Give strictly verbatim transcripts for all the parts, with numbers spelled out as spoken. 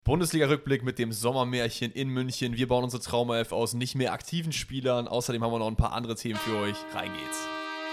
Bundesliga-Rückblick mit dem Sommermärchen in München. Wir bauen unsere Traumelf aus nicht mehr aktiven Spielern. Außerdem haben wir noch ein paar andere Themen für euch. Rein geht's.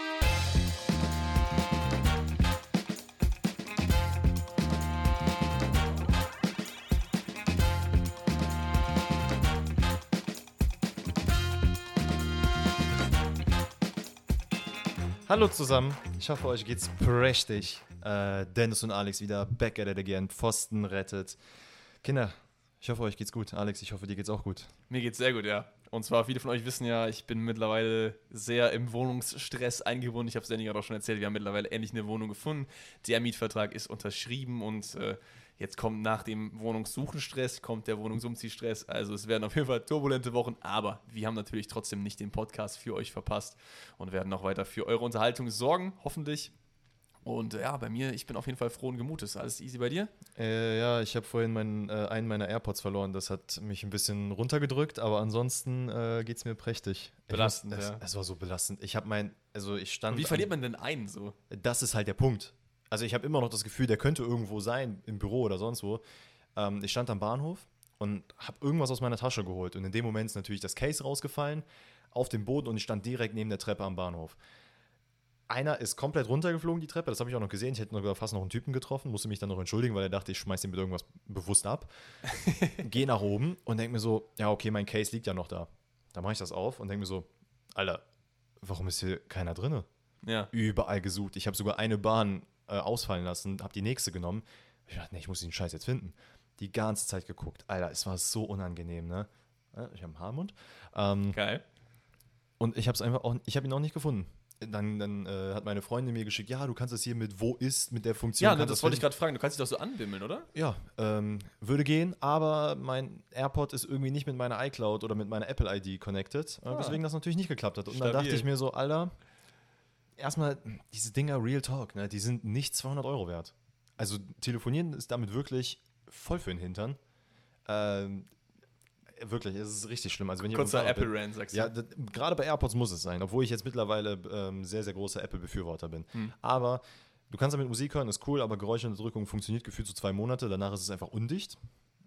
Hallo zusammen, ich hoffe, euch geht's prächtig. Äh, Dennis und Alex wieder back at it again, Pfosten rettet. Kinder, ich hoffe, euch geht's gut. Alex, ich hoffe, dir geht's auch gut. Mir geht's sehr gut, ja. Und zwar, viele von euch wissen ja, ich bin mittlerweile sehr im Wohnungsstress eingebunden. Ich habe es Danny gerade auch schon erzählt, wir haben mittlerweile endlich eine Wohnung gefunden. Der Mietvertrag ist unterschrieben und äh, jetzt kommt nach dem Wohnungssuchenstress, kommt der Wohnungsumziehstress. Also es werden auf jeden Fall turbulente Wochen, aber wir haben natürlich trotzdem nicht den Podcast für euch verpasst und werden auch weiter für eure Unterhaltung sorgen, hoffentlich. Und ja, bei mir, ich bin auf jeden Fall frohen Gemutes. Alles easy bei dir? Äh, ja, ich habe vorhin meinen, äh, einen meiner AirPods verloren. Das hat mich ein bisschen runtergedrückt, aber ansonsten äh, geht's mir prächtig. Belastend, ich, es, ja. Es war so belastend. Ich habe mein, also ich stand. Und wie verliert man denn einen so? Das ist halt der Punkt. Also ich habe immer noch das Gefühl, der könnte irgendwo sein, im Büro oder sonst wo. Ähm, ich stand am Bahnhof und habe irgendwas aus meiner Tasche geholt. Und in dem Moment ist natürlich das Case rausgefallen auf den Boden und ich stand direkt neben der Treppe am Bahnhof. Einer ist komplett runtergeflogen, die Treppe, das habe ich auch noch gesehen. Ich hätte noch fast noch einen Typen getroffen, musste mich dann noch entschuldigen, weil er dachte, ich schmeiße ihn mit irgendwas bewusst ab. Geh nach oben und denke mir so, ja okay, mein Case liegt ja noch da. Da mache ich das auf und denke mir so, Alter, warum ist hier keiner drin? Ja. Überall gesucht. Ich habe sogar eine Bahn äh, ausfallen lassen, habe die nächste genommen. Ich dachte, nee, ich muss den Scheiß jetzt finden. Die ganze Zeit geguckt. Alter, es war so unangenehm, ne? Ja, ich habe einen Haarmund. Ähm, Geil. Und ich habe es einfach auch, ich habe ihn auch nicht gefunden. Dann, dann äh, hat meine Freundin mir geschickt, ja, du kannst das hier mit wo ist, mit der Funktion. Ja, ne, das wollte ich gerade fragen. Du kannst dich doch so anbimmeln, oder? Ja, ähm, würde gehen, aber mein AirPod ist irgendwie nicht mit meiner iCloud oder mit meiner Apple I D connected, äh, Ah. weswegen das natürlich nicht geklappt hat. Und Stabil. dann dachte ich mir so, Alter, erstmal, diese Dinger Real Talk, ne, die sind nicht zweihundert Euro wert. Also telefonieren ist damit wirklich voll für den Hintern. Ähm, Wirklich, es ist richtig schlimm. Also wenn Kurzer Apple-Rant, sagst du. Ja, d- gerade bei AirPods muss es sein, obwohl ich jetzt mittlerweile ähm, sehr, sehr großer Apple-Befürworter bin. Hm. Aber du kannst damit Musik hören, ist cool, aber Geräuschunterdrückung funktioniert gefühlt so zwei Monate, danach ist es einfach undicht.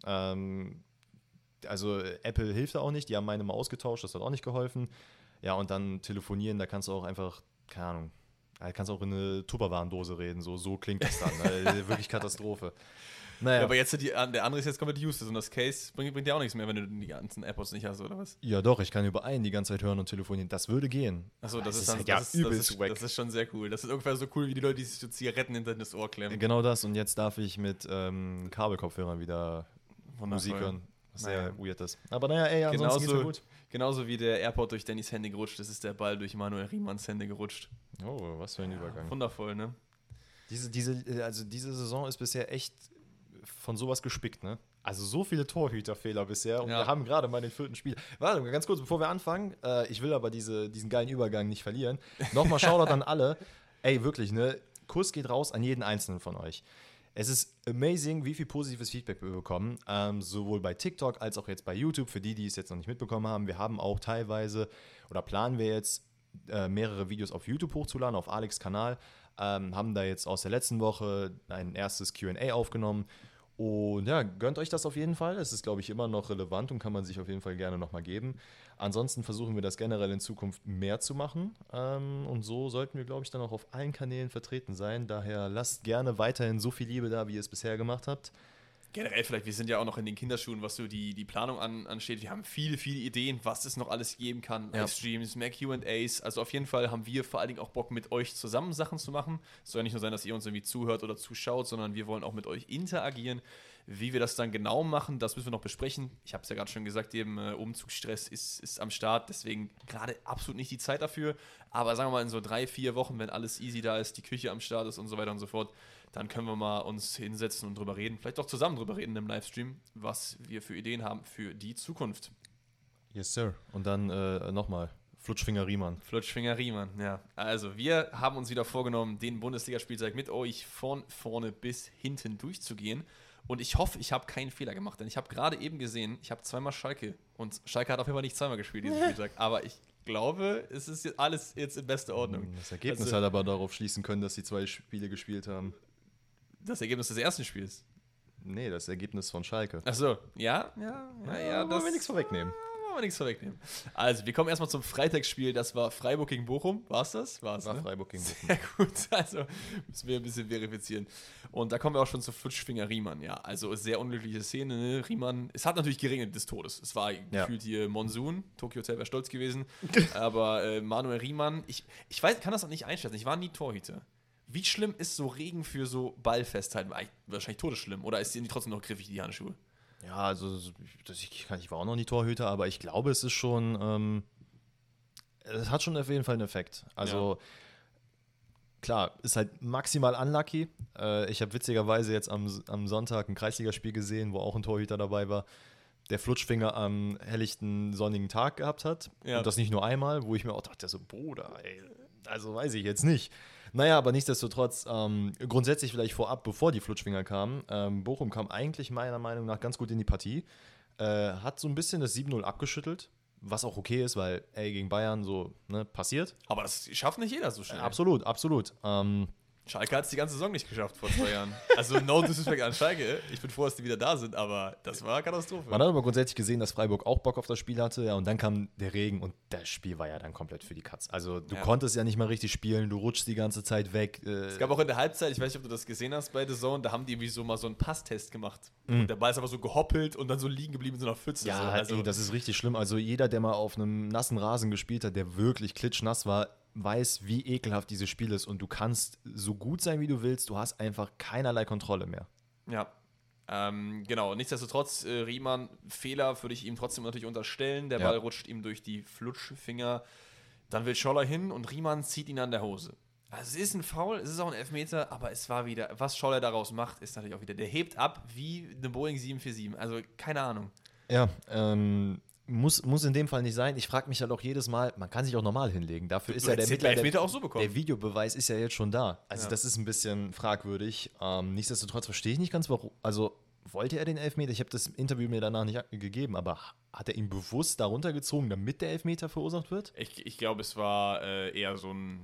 Ähm, also Apple hilft da auch nicht, die haben meine mal ausgetauscht, das hat auch nicht geholfen. Ja, und dann telefonieren, da kannst du auch einfach, keine Ahnung, da kannst du auch in eine Tupperwarendose reden, so, so klingt das dann. Also wirklich Katastrophe. Naja. Ja, aber jetzt die, der andere ist jetzt komplett useless und das Case bringt, bringt dir auch nichts mehr, wenn du die ganzen AirPods nicht hast, oder was? Ja, doch, ich kann über einen die ganze Zeit hören und telefonieren. Das würde gehen. Achso, das, Das ist ist dann halt das ja ist, übelst das ist, wack. das ist schon sehr cool. Das ist ungefähr so cool wie die Leute, die sich so Zigaretten hinter das Ohr klemmen. Genau das. Und jetzt darf ich mit ähm, Kabelkopfhörern wieder Musik hören. Was sehr Naja. weird ist. Aber naja, ey, ansonsten geht's mir Genauso, gut. genauso wie der AirPod durch Dannys Hände gerutscht ist, ist der Ball durch Manuel Riemanns Hände gerutscht. Oh, was für ein Übergang. Wundervoll, ne? Diese, diese, also diese Saison ist bisher echt von sowas gespickt, ne? Also so viele Torhüterfehler bisher und Ja. wir haben gerade mal den vierten Spiel. Warte, ganz kurz, bevor wir anfangen, äh, ich will aber diese, diesen geilen Übergang nicht verlieren. Nochmal Shoutout an alle. Ey, wirklich, ne? Kuss geht raus an jeden Einzelnen von euch. Es ist amazing, wie viel positives Feedback wir bekommen, ähm, sowohl bei TikTok als auch jetzt bei YouTube. Für die, die es jetzt noch nicht mitbekommen haben, wir haben auch teilweise oder planen wir jetzt äh, mehrere Videos auf YouTube hochzuladen, auf Alex' Kanal. Ähm, haben da jetzt aus der letzten Woche ein erstes Q und A aufgenommen. Und ja, gönnt euch das auf jeden Fall. Es ist, glaube ich, immer noch relevant und kann man sich auf jeden Fall gerne nochmal geben. Ansonsten versuchen wir das generell in Zukunft mehr zu machen. Ähm, und so sollten wir, glaube ich, dann auch auf allen Kanälen vertreten sein. Daher lasst gerne weiterhin so viel Liebe da, wie ihr es bisher gemacht habt. Generell vielleicht, wir sind ja auch noch in den Kinderschuhen, was so die, die Planung an, ansteht. Wir haben viele, viele Ideen, was es noch alles geben kann. Ja. Livestreams, mehr Q und As. Also auf jeden Fall haben wir vor allen Dingen auch Bock, mit euch zusammen Sachen zu machen. Es soll ja nicht nur sein, dass ihr uns irgendwie zuhört oder zuschaut, sondern wir wollen auch mit euch interagieren. Wie wir das dann genau machen, das müssen wir noch besprechen. Ich habe es ja gerade schon gesagt, eben äh, Umzugsstress ist, ist am Start, deswegen gerade absolut nicht die Zeit dafür. Aber sagen wir mal in so drei, vier Wochen, wenn alles easy da ist, die Küche am Start ist und so weiter und so fort, dann können wir mal uns hinsetzen und drüber reden. Vielleicht auch zusammen drüber reden im Livestream, was wir für Ideen haben für die Zukunft. Yes, sir. Und dann äh, nochmal, Flutschfinger Riemann. Flutschfinger Riemann, ja. Also, wir haben uns wieder vorgenommen, den Bundesligaspieltag mit euch von vorne bis hinten durchzugehen. Und ich hoffe, ich habe keinen Fehler gemacht, denn ich habe gerade eben gesehen, ich habe zweimal Schalke und Schalke hat auf jeden Fall nicht zweimal gespielt diesen Spieltag, aber ich glaube, es ist jetzt alles jetzt in bester Ordnung. Das Ergebnis Also- hat aber darauf schließen können, dass sie zwei Spiele gespielt haben. Das Ergebnis des ersten Spiels. Nee, das Ergebnis von Schalke. Achso, ja, ja, ja, ja. Wollen wir nichts vorwegnehmen. Wollen wir nichts vorwegnehmen. Also, wir kommen erstmal zum Freitagsspiel. Das war Freiburg gegen Bochum. War es das? War's, War ne? Freiburg gegen Bochum. Sehr gut, also müssen wir ein bisschen verifizieren. Und da kommen wir auch schon zu Flutschfinger Riemann, ja. Also sehr unglückliche Szene, ne? Riemann, es hat natürlich geregnet des Todes. Es war Ja. gefühlt hier Monsun. Tokyo Hotel wäre stolz gewesen. Aber äh, Manuel Riemann, ich, ich weiß, kann das noch nicht einschätzen. Ich war nie Torhüter. Wie schlimm ist so Regen für so Ballfesthalten? Wahrscheinlich todesschlimm. Oder ist die trotzdem noch griffig, die Handschuhe? Ja, also das, ich, ich war auch noch nie Torhüter, aber ich glaube, es ist schon, ähm, es hat schon auf jeden Fall einen Effekt. Also Ja. klar, ist halt maximal unlucky. Äh, ich habe witzigerweise jetzt am, am Sonntag ein Kreisligaspiel gesehen, wo auch ein Torhüter dabei war, der Flutschfinger am helllichten sonnigen Tag gehabt hat. Ja. Und das nicht nur einmal, wo ich mir auch dachte, so Bruder, ey, also weiß ich jetzt nicht. Naja, aber nichtsdestotrotz, ähm, grundsätzlich vielleicht vorab, bevor die Flutschfinger kamen, ähm, Bochum kam eigentlich meiner Meinung nach ganz gut in die Partie, äh, hat so ein bisschen das sieben null abgeschüttelt, was auch okay ist, weil, ey, gegen Bayern so, ne, passiert. Aber das schafft nicht jeder so schnell. Äh, absolut, absolut. Ähm, Schalke hat es die ganze Saison nicht geschafft vor zwei Jahren. Also no disrespect an Schalke. Ich bin froh, dass die wieder da sind, aber das war Katastrophe. Man hat aber grundsätzlich gesehen, dass Freiburg auch Bock auf das Spiel hatte, ja, und dann kam der Regen und das Spiel war ja dann komplett für die Katz. Also du Ja. konntest ja nicht mal richtig spielen, du rutschst die ganze Zeit weg. Äh, Es gab auch in der Halbzeit, ich weiß nicht, ob du das gesehen hast bei The Zone, da haben die irgendwie so mal so einen Passtest gemacht. Mhm. Und der Ball ist einfach so gehoppelt und dann so liegen geblieben in so einer Pfütze. ja, so. Also, ey, das ist richtig schlimm. Also jeder, der mal auf einem nassen Rasen gespielt hat, der wirklich klitschnass war, weiß, wie ekelhaft dieses Spiel ist und du kannst so gut sein, wie du willst, du hast einfach keinerlei Kontrolle mehr. ja. Ähm, genau, nichtsdestotrotz, äh, Riemann, Fehler würde ich ihm trotzdem natürlich unterstellen. Der Ja. Ball rutscht ihm durch die Flutschfinger. Dann will Scholler hin und Riemann zieht ihn an der Hose. Also es ist ein Foul, es ist auch ein Elfmeter, aber es war wieder, was Scholler daraus macht, ist natürlich auch wieder, der hebt ab wie eine Boeing sieben vier sieben. Also keine Ahnung. Ja, ähm, muss, muss in dem Fall nicht sein. Ich frage mich halt auch jedes Mal, man kann sich auch normal hinlegen. Dafür ist Du ja der hättest den mittlerweile. Elfmeter auch so bekommen. Der Videobeweis ist ja jetzt schon da. Also Ja. das ist ein bisschen fragwürdig. Ähm, nichtsdestotrotz verstehe ich nicht ganz, warum. Also wollte er den Elfmeter? Ich habe das Interview mir danach nicht gegeben, aber hat er ihn bewusst darunter gezogen, damit der Elfmeter verursacht wird? Ich, ich glaube, es war äh, eher so ein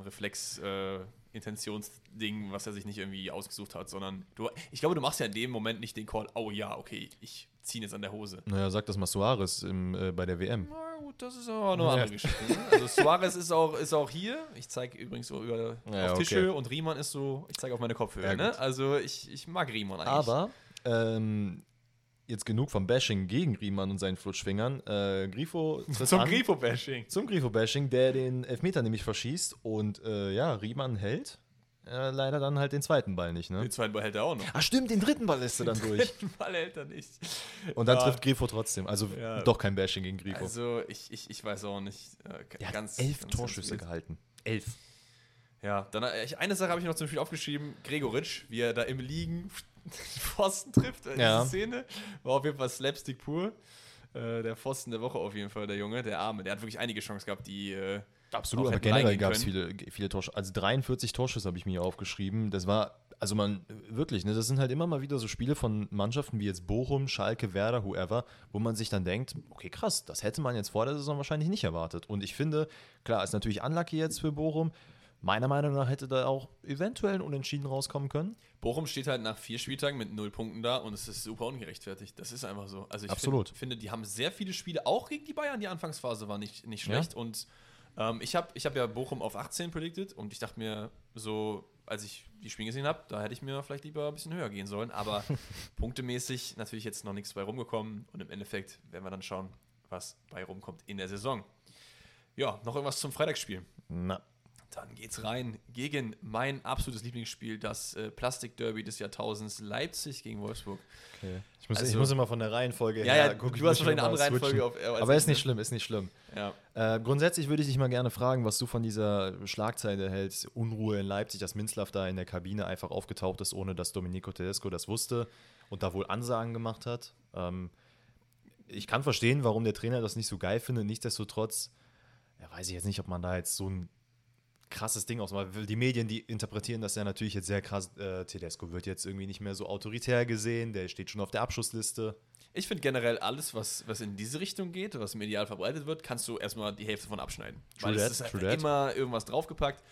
Reflex-Intentionsding, was er sich nicht irgendwie ausgesucht hat, sondern du, ich glaube, du machst ja in dem Moment nicht den Call, oh ja, okay, ich ziehe ihn jetzt an der Hose. Naja, sag das mal Suarez im, äh, bei der W M. Na gut, das ist aber noch eine Ja. andere Geschichte. Ne? Also Suarez ist auch, ist auch hier. Ich zeige übrigens so über Ja, auf Tischhöhe okay. und Riemann ist so, ich zeige auf meine Kopfhöhe. Ja, ne? gut. Also ich, ich mag Riemann eigentlich. Aber ähm, jetzt genug vom Bashing gegen Riemann und seinen Flutschfingern. Äh, Grifo tritt zum an. Grifo-Bashing. Zum Grifo-Bashing, der den Elfmeter nämlich verschießt und äh, ja, Riemann hält. Äh, leider dann halt den zweiten Ball nicht, ne? Den zweiten Ball hält er auch noch. Ah, stimmt, den dritten Ball lässt er dann durch. Den Ball hält er nicht. Und dann Ja. trifft Grifo trotzdem. Also Ja. doch kein Bashing gegen Grifo. Also ich, ich, ich weiß auch nicht. Äh, er hat ganz, elf ganz, Torschüsse ganz gehalten. Elf. Ja, dann äh, ich, eine Sache habe ich noch zum Spiel aufgeschrieben. Gregoritsch, wie er da im Liegen den Pfosten trifft. Äh, Ja. Diese Szene war auf jeden Fall Slapstick pur. Äh, der Pfosten der Woche auf jeden Fall, der Junge, der Arme. Der hat wirklich einige Chancen gehabt, die äh, Absolut, auch aber hätten generell reingehen gab es können. viele, viele Torschüsse. Also dreiundvierzig Torschüsse habe ich mir hier aufgeschrieben. Das war, also man, wirklich, ne, das sind halt immer mal wieder so Spiele von Mannschaften wie jetzt Bochum, Schalke, Werder, whoever, wo man sich dann denkt, okay, krass, das hätte man jetzt vor der Saison wahrscheinlich nicht erwartet. Und ich finde, klar, ist natürlich unlucky jetzt für Bochum. Meiner Meinung nach hätte da auch eventuell ein Unentschieden rauskommen können. Bochum steht halt nach vier Spieltagen mit null Punkten da und es ist super ungerechtfertigt. Das ist einfach so. Also ich Absolut. Find, finde, die haben sehr viele Spiele, auch gegen die Bayern. Die Anfangsphase war nicht, nicht schlecht. Ja. Und ähm, ich habe ich hab ja Bochum auf achtzehn predicted und ich dachte mir so, als ich die Spiele gesehen habe, da hätte ich mir vielleicht lieber ein bisschen höher gehen sollen. Aber punktemäßig natürlich jetzt noch nichts bei rumgekommen und im Endeffekt werden wir dann schauen, was bei rumkommt in der Saison. Ja, noch irgendwas zum Freitagsspiel. Na, Dann geht's rein gegen mein absolutes Lieblingsspiel, das äh, Plastikderby des Jahrtausends, Leipzig gegen Wolfsburg. okay. Ich muss, Also- ich muss immer von der Reihenfolge Ja, her ja, gucken. du hast Ich muss wahrscheinlich eine immer andere Reihenfolge switchen. auf. äh, als Aber ich, ist nicht ne? schlimm, ist nicht schlimm. Ja. Äh, grundsätzlich würde ich dich mal gerne fragen, was du von dieser Schlagzeile hältst, Unruhe in Leipzig, dass Minzlaff da in der Kabine einfach aufgetaucht ist, ohne dass Domenico Tedesco das wusste und da wohl Ansagen gemacht hat. Ähm, ich kann verstehen, warum der Trainer das nicht so geil findet, nichtsdestotrotz, ja, weiß ich jetzt nicht, ob man da jetzt so ein krasses Ding ausmacht. Die Medien, die interpretieren das ja natürlich jetzt sehr krass. Äh, Tedesco wird jetzt irgendwie nicht mehr so autoritär gesehen, der steht schon auf der Abschussliste. Ich finde generell alles, was, was in diese Richtung geht, was medial verbreitet wird, kannst du erstmal die Hälfte von abschneiden. True Weil that, es ist true einfach that. immer irgendwas draufgepackt.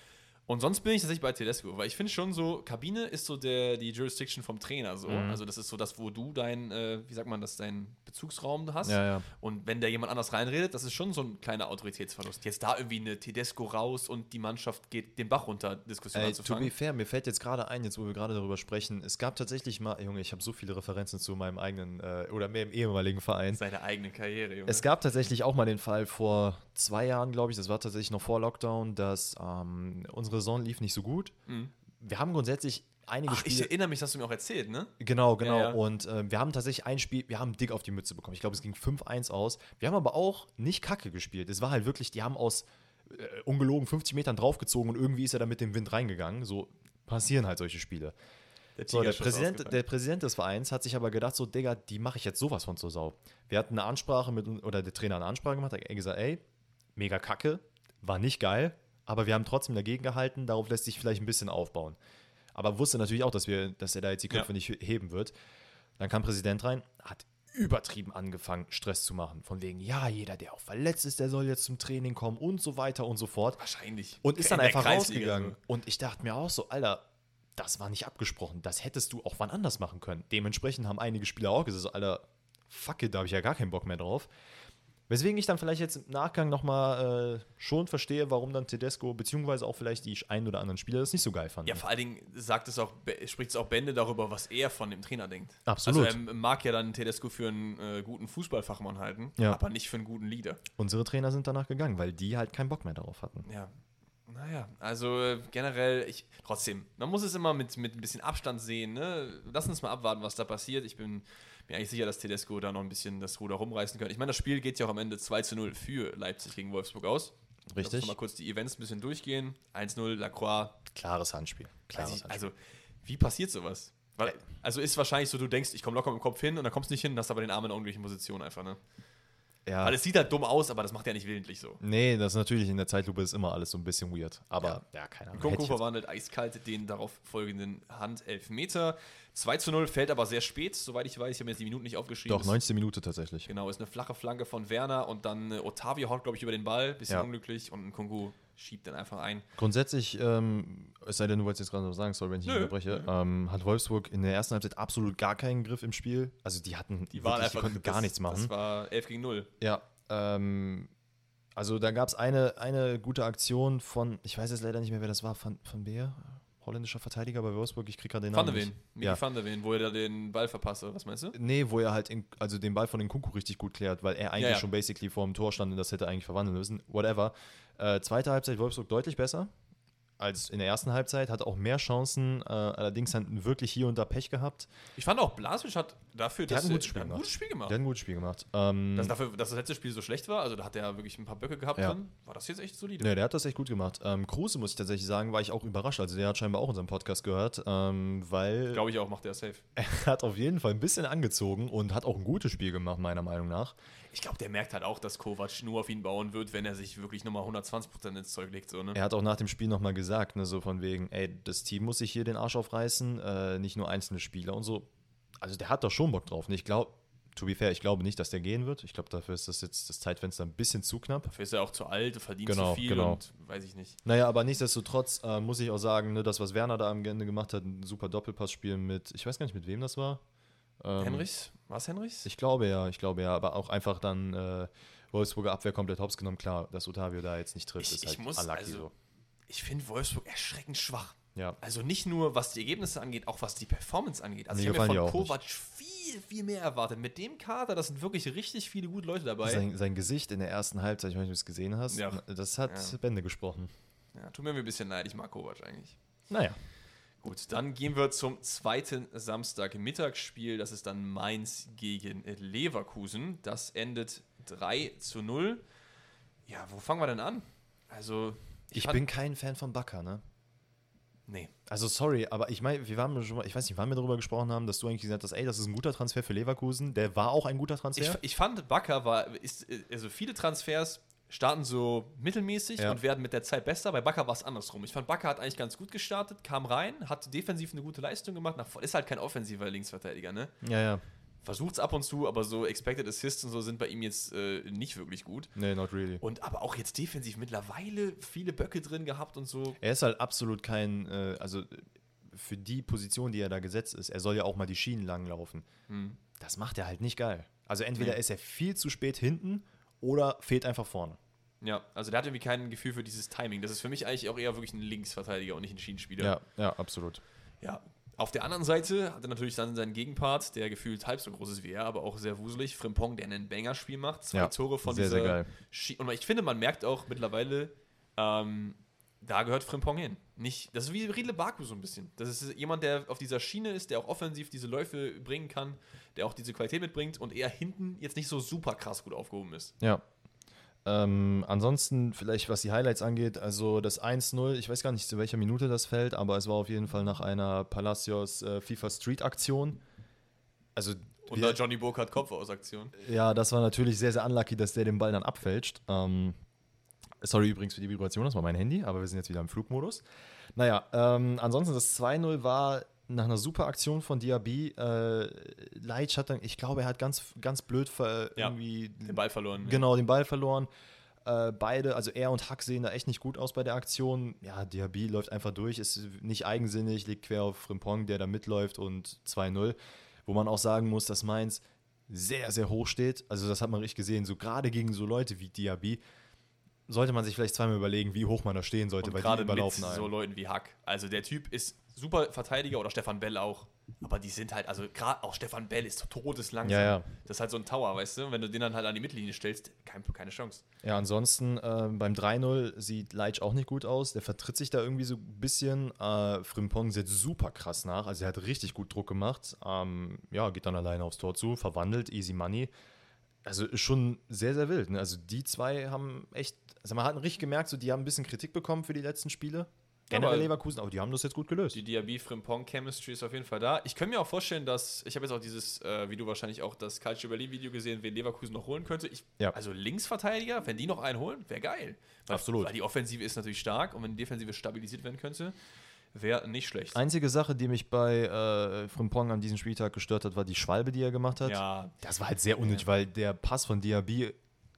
Und sonst bin ich tatsächlich bei Tedesco, weil ich finde schon so, Kabine ist so der, die Jurisdiction vom Trainer so. Mhm. Also das ist so das, wo du dein, äh, wie sagt man das, dein Bezugsraum hast. Ja, ja. Und wenn da jemand anders reinredet, das ist schon so ein kleiner Autoritätsverlust. Jetzt da irgendwie eine Tedesco raus und die Mannschaft geht den Bach runter, Diskussion Ey, to anzufangen. be fair, mir fällt jetzt gerade ein, jetzt wo wir gerade darüber sprechen, es gab tatsächlich mal, Junge, ich habe so viele Referenzen zu meinem eigenen äh, oder meinem ehemaligen Verein. Seine eigene Karriere, Junge. Es gab tatsächlich auch mal den Fall vor zwei Jahren, glaube ich, das war tatsächlich noch vor Lockdown, dass ähm, unsere Saison lief nicht so gut. Mhm. Wir haben grundsätzlich einige Ach, ich Spiele. erinnere mich, das hast du mir auch erzählt, ne? Genau, genau. Ja, ja. Und äh, wir haben tatsächlich ein Spiel, wir haben dick auf die Mütze bekommen. Ich glaube, es ging fünf eins aus. Wir haben aber auch nicht kacke gespielt. Es war halt wirklich, die haben aus äh, ungelogen fünfzig Metern draufgezogen und irgendwie ist er da mit dem Wind reingegangen. So passieren halt solche Spiele. Der, So, der, Tigerschuss Präsident, ausgefallen. der Präsident des Vereins hat sich aber gedacht, so, Digga, die mache ich jetzt sowas von zur Sau. Wir hatten eine Ansprache mit, oder der Trainer eine Ansprache gemacht, hat gesagt, ey, mega kacke, war nicht geil, aber wir haben trotzdem dagegen gehalten, darauf lässt sich vielleicht ein bisschen aufbauen. Aber wusste natürlich auch, dass, wir, dass er da jetzt die Köpfe Ja. nicht heben wird. Dann kam Präsident rein, hat übertrieben angefangen, Stress zu machen. Von wegen, ja, jeder, der auch verletzt ist, der soll jetzt zum Training kommen und so weiter und so fort. Wahrscheinlich. Und ist In dann der einfach Kreisliga rausgegangen. so. Und ich dachte mir auch so, Alter, das war nicht abgesprochen. Das hättest du auch wann anders machen können. Dementsprechend haben einige Spieler auch gesagt, so, Alter, fuck it, da habe ich ja gar keinen Bock mehr drauf. Weswegen ich dann vielleicht jetzt im Nachgang nochmal äh, schon verstehe, warum dann Tedesco, beziehungsweise auch vielleicht die ein oder anderen Spieler das nicht so geil fanden. Ja, vor allen Dingen sagt es auch, spricht es auch Bände darüber, was er von dem Trainer denkt. Absolut. Also er mag ja dann Tedesco für einen äh, guten Fußballfachmann halten, Ja. aber nicht für einen guten Leader. Unsere Trainer sind danach gegangen, weil die halt keinen Bock mehr darauf hatten. Ja. Naja, also äh, generell, ich, trotzdem, man muss es immer mit, mit ein bisschen Abstand sehen. Ne? Lass uns mal abwarten, was da passiert. Ich bin mir eigentlich sicher, dass Tedesco da noch ein bisschen das Ruder rumreißen könnte. Ich meine, das Spiel geht ja auch am Ende zwei zu null für Leipzig gegen Wolfsburg aus. Richtig. Lass uns mal kurz die Events ein bisschen durchgehen. eins null, Lacroix. Klares Handspiel. Klares Weiß ich, Handspiel. also, wie passiert sowas? Weil, also ist wahrscheinlich so, du denkst, ich komme locker mit dem Kopf hin und dann kommst du nicht hin, hast aber den Arm in der ungleichen Position einfach, ne? Ja. Weil es sieht halt dumm aus, aber das macht ja nicht willentlich so. Nee, das ist natürlich in der Zeitlupe ist immer alles so ein bisschen weird. Aber ja, keine Ahnung. Hätte Kunku ich jetzt- verwandelt eiskalt den darauf folgenden Handelfmeter. zwei zu null fällt aber sehr spät, soweit ich weiß. Ich habe mir jetzt die Minuten nicht aufgeschrieben. Doch, neunzigste Minute tatsächlich. Genau, ist eine flache Flanke von Werner und dann äh, Otavio haut, glaube ich, über den Ball. Bisschen Ja. unglücklich und Kunku schiebt dann einfach ein. Grundsätzlich, ähm, es sei denn, du wolltest jetzt gerade noch sagen, sorry, wenn ich dich Nö. unterbreche, ähm, hat Wolfsburg in der ersten Halbzeit absolut gar keinen Griff im Spiel. Also die hatten, Die waren wirklich, die einfach konnten gar das, nichts machen. Das war elf gegen null. Ja, ähm, also da gab es eine, eine gute Aktion von, ich weiß jetzt leider nicht mehr, wer das war, von, von Beer, holländischer Verteidiger bei Wolfsburg, ich kriege gerade den Van Namen de Ven, nicht. Miki Ja. Van de Ven, wo er da den Ball verpasst, oder was meinst du? Nee, wo er halt in, also den Ball von den Kunku richtig gut klärt, weil er eigentlich Ja, ja. schon basically vor dem Tor stand und das hätte eigentlich verwandeln müssen. Whatever. Äh, zweite Halbzeit Wolfsburg deutlich besser als in der ersten Halbzeit, hat auch mehr Chancen, äh, allerdings hat wirklich hier und da Pech gehabt. Ich fand auch, Blasic hat dafür, Der dass hat ein gutes er- Spiel ein gemacht. gutes Spiel gemacht. Der hat ein gutes Spiel gemacht. Ähm, dass, dafür, dass das letzte Spiel so schlecht war, also da hat er wirklich ein paar Böcke gehabt Ja. drin, war das jetzt echt solide. Ne, der hat das echt gut gemacht. Ähm, Kruse, muss ich tatsächlich sagen, war ich auch überrascht. Also der hat scheinbar auch unseren Podcast gehört, ähm, weil Glaube ich auch, macht er safe. er hat auf jeden Fall ein bisschen angezogen und hat auch ein gutes Spiel gemacht, meiner Meinung nach. Ich glaube, der merkt halt auch, dass Kovac nur auf ihn bauen wird, wenn er sich wirklich nochmal hundertzwanzig Prozent ins Zeug legt. So, ne? Er hat auch nach dem Spiel nochmal gesagt, ne, so von wegen, ey, das Team muss sich hier den Arsch aufreißen, äh, nicht nur einzelne Spieler und so. Also der hat doch schon Bock drauf. Und ich glaube, to be fair, ich glaube nicht, dass der gehen wird. Ich glaube, dafür ist das jetzt das Zeitfenster ein bisschen zu knapp. Dafür ist er auch zu alt, verdient Genau, zu viel genau. und weiß ich nicht. Naja, aber nichtsdestotrotz äh, muss ich auch sagen, ne, das, was Werner da am Ende gemacht hat, ein super Doppelpassspiel mit, ich weiß gar nicht, mit wem das war. Ähm, Henrichs? War es Henrichs? Ich glaube ja, ich glaube ja, aber auch einfach dann äh, Wolfsburger Abwehr komplett hops genommen. Klar, dass Otavio da jetzt nicht trifft, Ich- ist ich halt muss- unlucky also- so. Ich finde Wolfsburg erschreckend schwach. Ja. Also nicht nur, was die Ergebnisse angeht, auch was die Performance angeht. Also Mir ich habe mir gefallen von die auch Kovac viel, viel mehr erwartet. Mit dem Kader, das sind wirklich richtig viele gute Leute dabei. Sein, sein Gesicht in der ersten Halbzeit, ich weiß nicht, ob du es gesehen hast, Ja. das hat Ja. Bände gesprochen. Ja, tut mir ein bisschen leid, ich mag Kovac eigentlich. Naja. Gut, dann gehen wir zum zweiten Samstag-Mittagsspiel. Das ist dann Mainz gegen Leverkusen. Das endet drei zu null. Ja, wo fangen wir denn an? Also, Ich fand- bin kein Fan von Bakker, ne? Nee. Also sorry, aber ich meine, wir waren schon mal, ich weiß nicht, wann wir darüber gesprochen haben, dass du eigentlich gesagt hast, ey, das ist ein guter Transfer für Leverkusen. Der war auch ein guter Transfer. Ich, ich fand, Bakker war, ist, also viele Transfers starten so mittelmäßig Ja. und werden mit der Zeit besser. Bei Bakker war es andersrum. Ich fand, Bakker hat eigentlich ganz gut gestartet, kam rein, hat defensiv eine gute Leistung gemacht, nach, ist halt kein offensiver Linksverteidiger, ne? ja, ja. versucht es ab und zu, aber so Expected Assists und so sind bei ihm jetzt äh, nicht wirklich gut. Nee, not really. Und aber auch jetzt defensiv mittlerweile viele Böcke drin gehabt und so. Er ist halt absolut kein, äh, also für die Position, die er da gesetzt ist, er soll ja auch mal die Schienen lang laufen. Hm. Das macht er halt nicht geil. Also entweder Nee. ist er viel zu spät hinten oder fehlt einfach vorne. Ja, also der hat irgendwie kein Gefühl für dieses Timing. Das ist für mich eigentlich auch eher wirklich ein Linksverteidiger und nicht ein Schienenspieler. Ja, ja, absolut. Ja. Auf der anderen Seite hat er natürlich dann seinen Gegenpart, der gefühlt halb so groß ist wie er, aber auch sehr wuselig. Frimpong, der ein Banger-Spiel macht. Zwei Ja, Tore von sehr, dieser sehr geil. Schie- Und ich finde, man merkt auch mittlerweile, ähm, da gehört Frimpong hin. Nicht, das ist wie Riedle Baku so ein bisschen. Das ist jemand, der auf dieser Schiene ist, der auch offensiv diese Läufe bringen kann, der auch diese Qualität mitbringt und eher hinten jetzt nicht so super krass gut aufgehoben ist. Ja. Ähm, ansonsten, vielleicht was die Highlights angeht, also das eins null, ich weiß gar nicht, zu welcher Minute das fällt, aber es war auf jeden Fall nach einer Palacios äh, FIFA Street Aktion. Also, Und wir- da Johnny Burkhardt Kopf aus Aktion. ja, das war natürlich sehr, sehr unlucky, dass der den Ball dann abfälscht. Ähm, sorry übrigens für die Vibration, das war mein Handy, aber wir sind jetzt wieder im Flugmodus. Naja, ähm, ansonsten das zwei null war nach einer super Aktion von Diaby. Äh, Leitsch hat dann, ich glaube, er hat ganz, ganz blöd ver, Ja, irgendwie Den Ball verloren. genau den Ball verloren. Äh, beide, also er und Hack sehen da echt nicht gut aus bei der Aktion. Ja, Diaby läuft einfach durch, ist nicht eigensinnig, liegt quer auf Frimpong, der da mitläuft und zwei null. Wo man auch sagen muss, dass Mainz sehr, sehr hoch steht. Also das hat man richtig gesehen. So gerade gegen so Leute wie Diaby sollte man sich vielleicht zweimal überlegen, wie hoch man da stehen sollte, Und weil gerade die mit überlaufen einen. so Leuten wie Hack. Also der Typ ist super Verteidiger oder Stefan Bell auch. Aber die sind halt, also gerade auch Stefan Bell ist todeslangsam. Ja, ja. Das ist halt so ein Tower, weißt du? Wenn du den dann halt an die Mittellinie stellst, kein, keine Chance. Ja, ansonsten äh, beim drei null sieht Leitsch auch nicht gut aus. Der vertritt sich da irgendwie so ein bisschen. Äh, Frimpong setzt super krass nach. Also er hat richtig gut Druck gemacht. Ähm, ja, geht dann alleine aufs Tor zu, verwandelt, easy money. Also ist schon sehr, sehr wild. Ne? Also die zwei haben echt, also man hat richtig gemerkt, so, die haben ein bisschen Kritik bekommen für die letzten Spiele. Generell Aber Leverkusen, aber die haben das jetzt gut gelöst. Die Diaby-Frimpong-Chemistry ist auf jeden Fall da. Ich könnte mir auch vorstellen, dass, ich habe jetzt auch dieses, äh, wie du wahrscheinlich auch das Calcio Berlin-Video gesehen, wen Leverkusen noch holen könnte. Ich, Ja. Also Linksverteidiger, wenn die noch einen holen, wäre geil. Weil, Absolut. Weil die Offensive ist natürlich stark und wenn die Defensive stabilisiert werden könnte, wäre nicht schlecht. Einzige Sache, die mich bei äh, Frimpong an diesem Spieltag gestört hat, war die Schwalbe, die er gemacht hat. Ja, Das war halt sehr unnötig, weil der Pass von Diaby äh,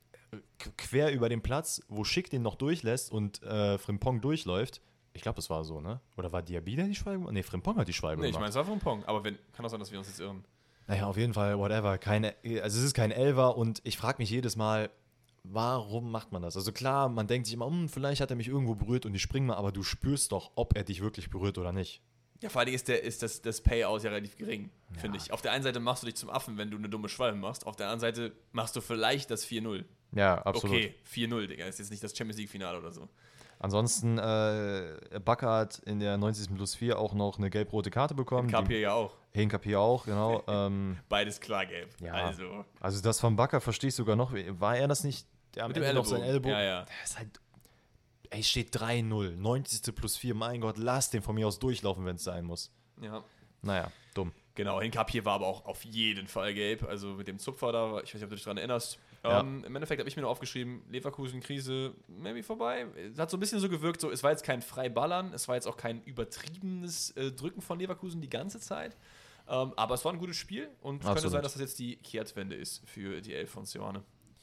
k- quer über den Platz, wo Schick den noch durchlässt und äh, Frimpong durchläuft. Ich glaube, das war so, ne? Oder war Diaby, der die Schwalbe gemacht? Nee, Frimpong hat die Schwalbe nee, ich meine, gemacht. es war Frimpong. Aber wenn, kann auch sein, dass wir uns jetzt irren. Naja, auf jeden Fall, whatever. Keine, also es ist kein Elfer und ich frage mich jedes Mal, warum macht man das? Also klar, man denkt sich immer, hm, vielleicht hat er mich irgendwo berührt und ich springe mal, aber du spürst doch, ob er dich wirklich berührt oder nicht. Ja, vor allem ist, der, ist das, das Payout ja relativ gering, finde ich. Auf der einen Seite machst du dich zum Affen, wenn du eine dumme Schwalbe machst. Auf der anderen Seite machst du vielleicht das vier null. Ja, absolut. Okay, vier null, Digga. Ist jetzt nicht das Champions League-Finale oder so. Ansonsten, äh, Bakker hat in der neunzigsten plus vier auch noch eine gelb-rote Karte bekommen. Kapier ja auch. Hinkapie auch, genau. ähm, Beides klar gelb. Ja. Also, also das von Bakker verstehe ich sogar noch. War er das nicht, der am mit dem Ende noch sein Ellbogen. Ellbogen? Ja, ja. Das ist halt, ey, steht drei null. neunzigste plus vier, mein Gott, lass den von mir aus durchlaufen, wenn es sein muss. Ja. Naja, dumm. Genau, Hinkapier war aber auch auf jeden Fall gelb. Also mit dem Zupfer da, ich weiß nicht, ob du dich daran erinnerst. Ja. Ähm, Im Endeffekt habe ich mir nur aufgeschrieben, Leverkusen-Krise, maybe vorbei. Es hat so ein bisschen so gewirkt, so, es war jetzt kein Freiballern, es war jetzt auch kein übertriebenes äh, Drücken von Leverkusen die ganze Zeit. Ähm, aber es war ein gutes Spiel und es könnte Absolut. sein, dass das jetzt die Kehrtwende ist für die Elf von Seoane.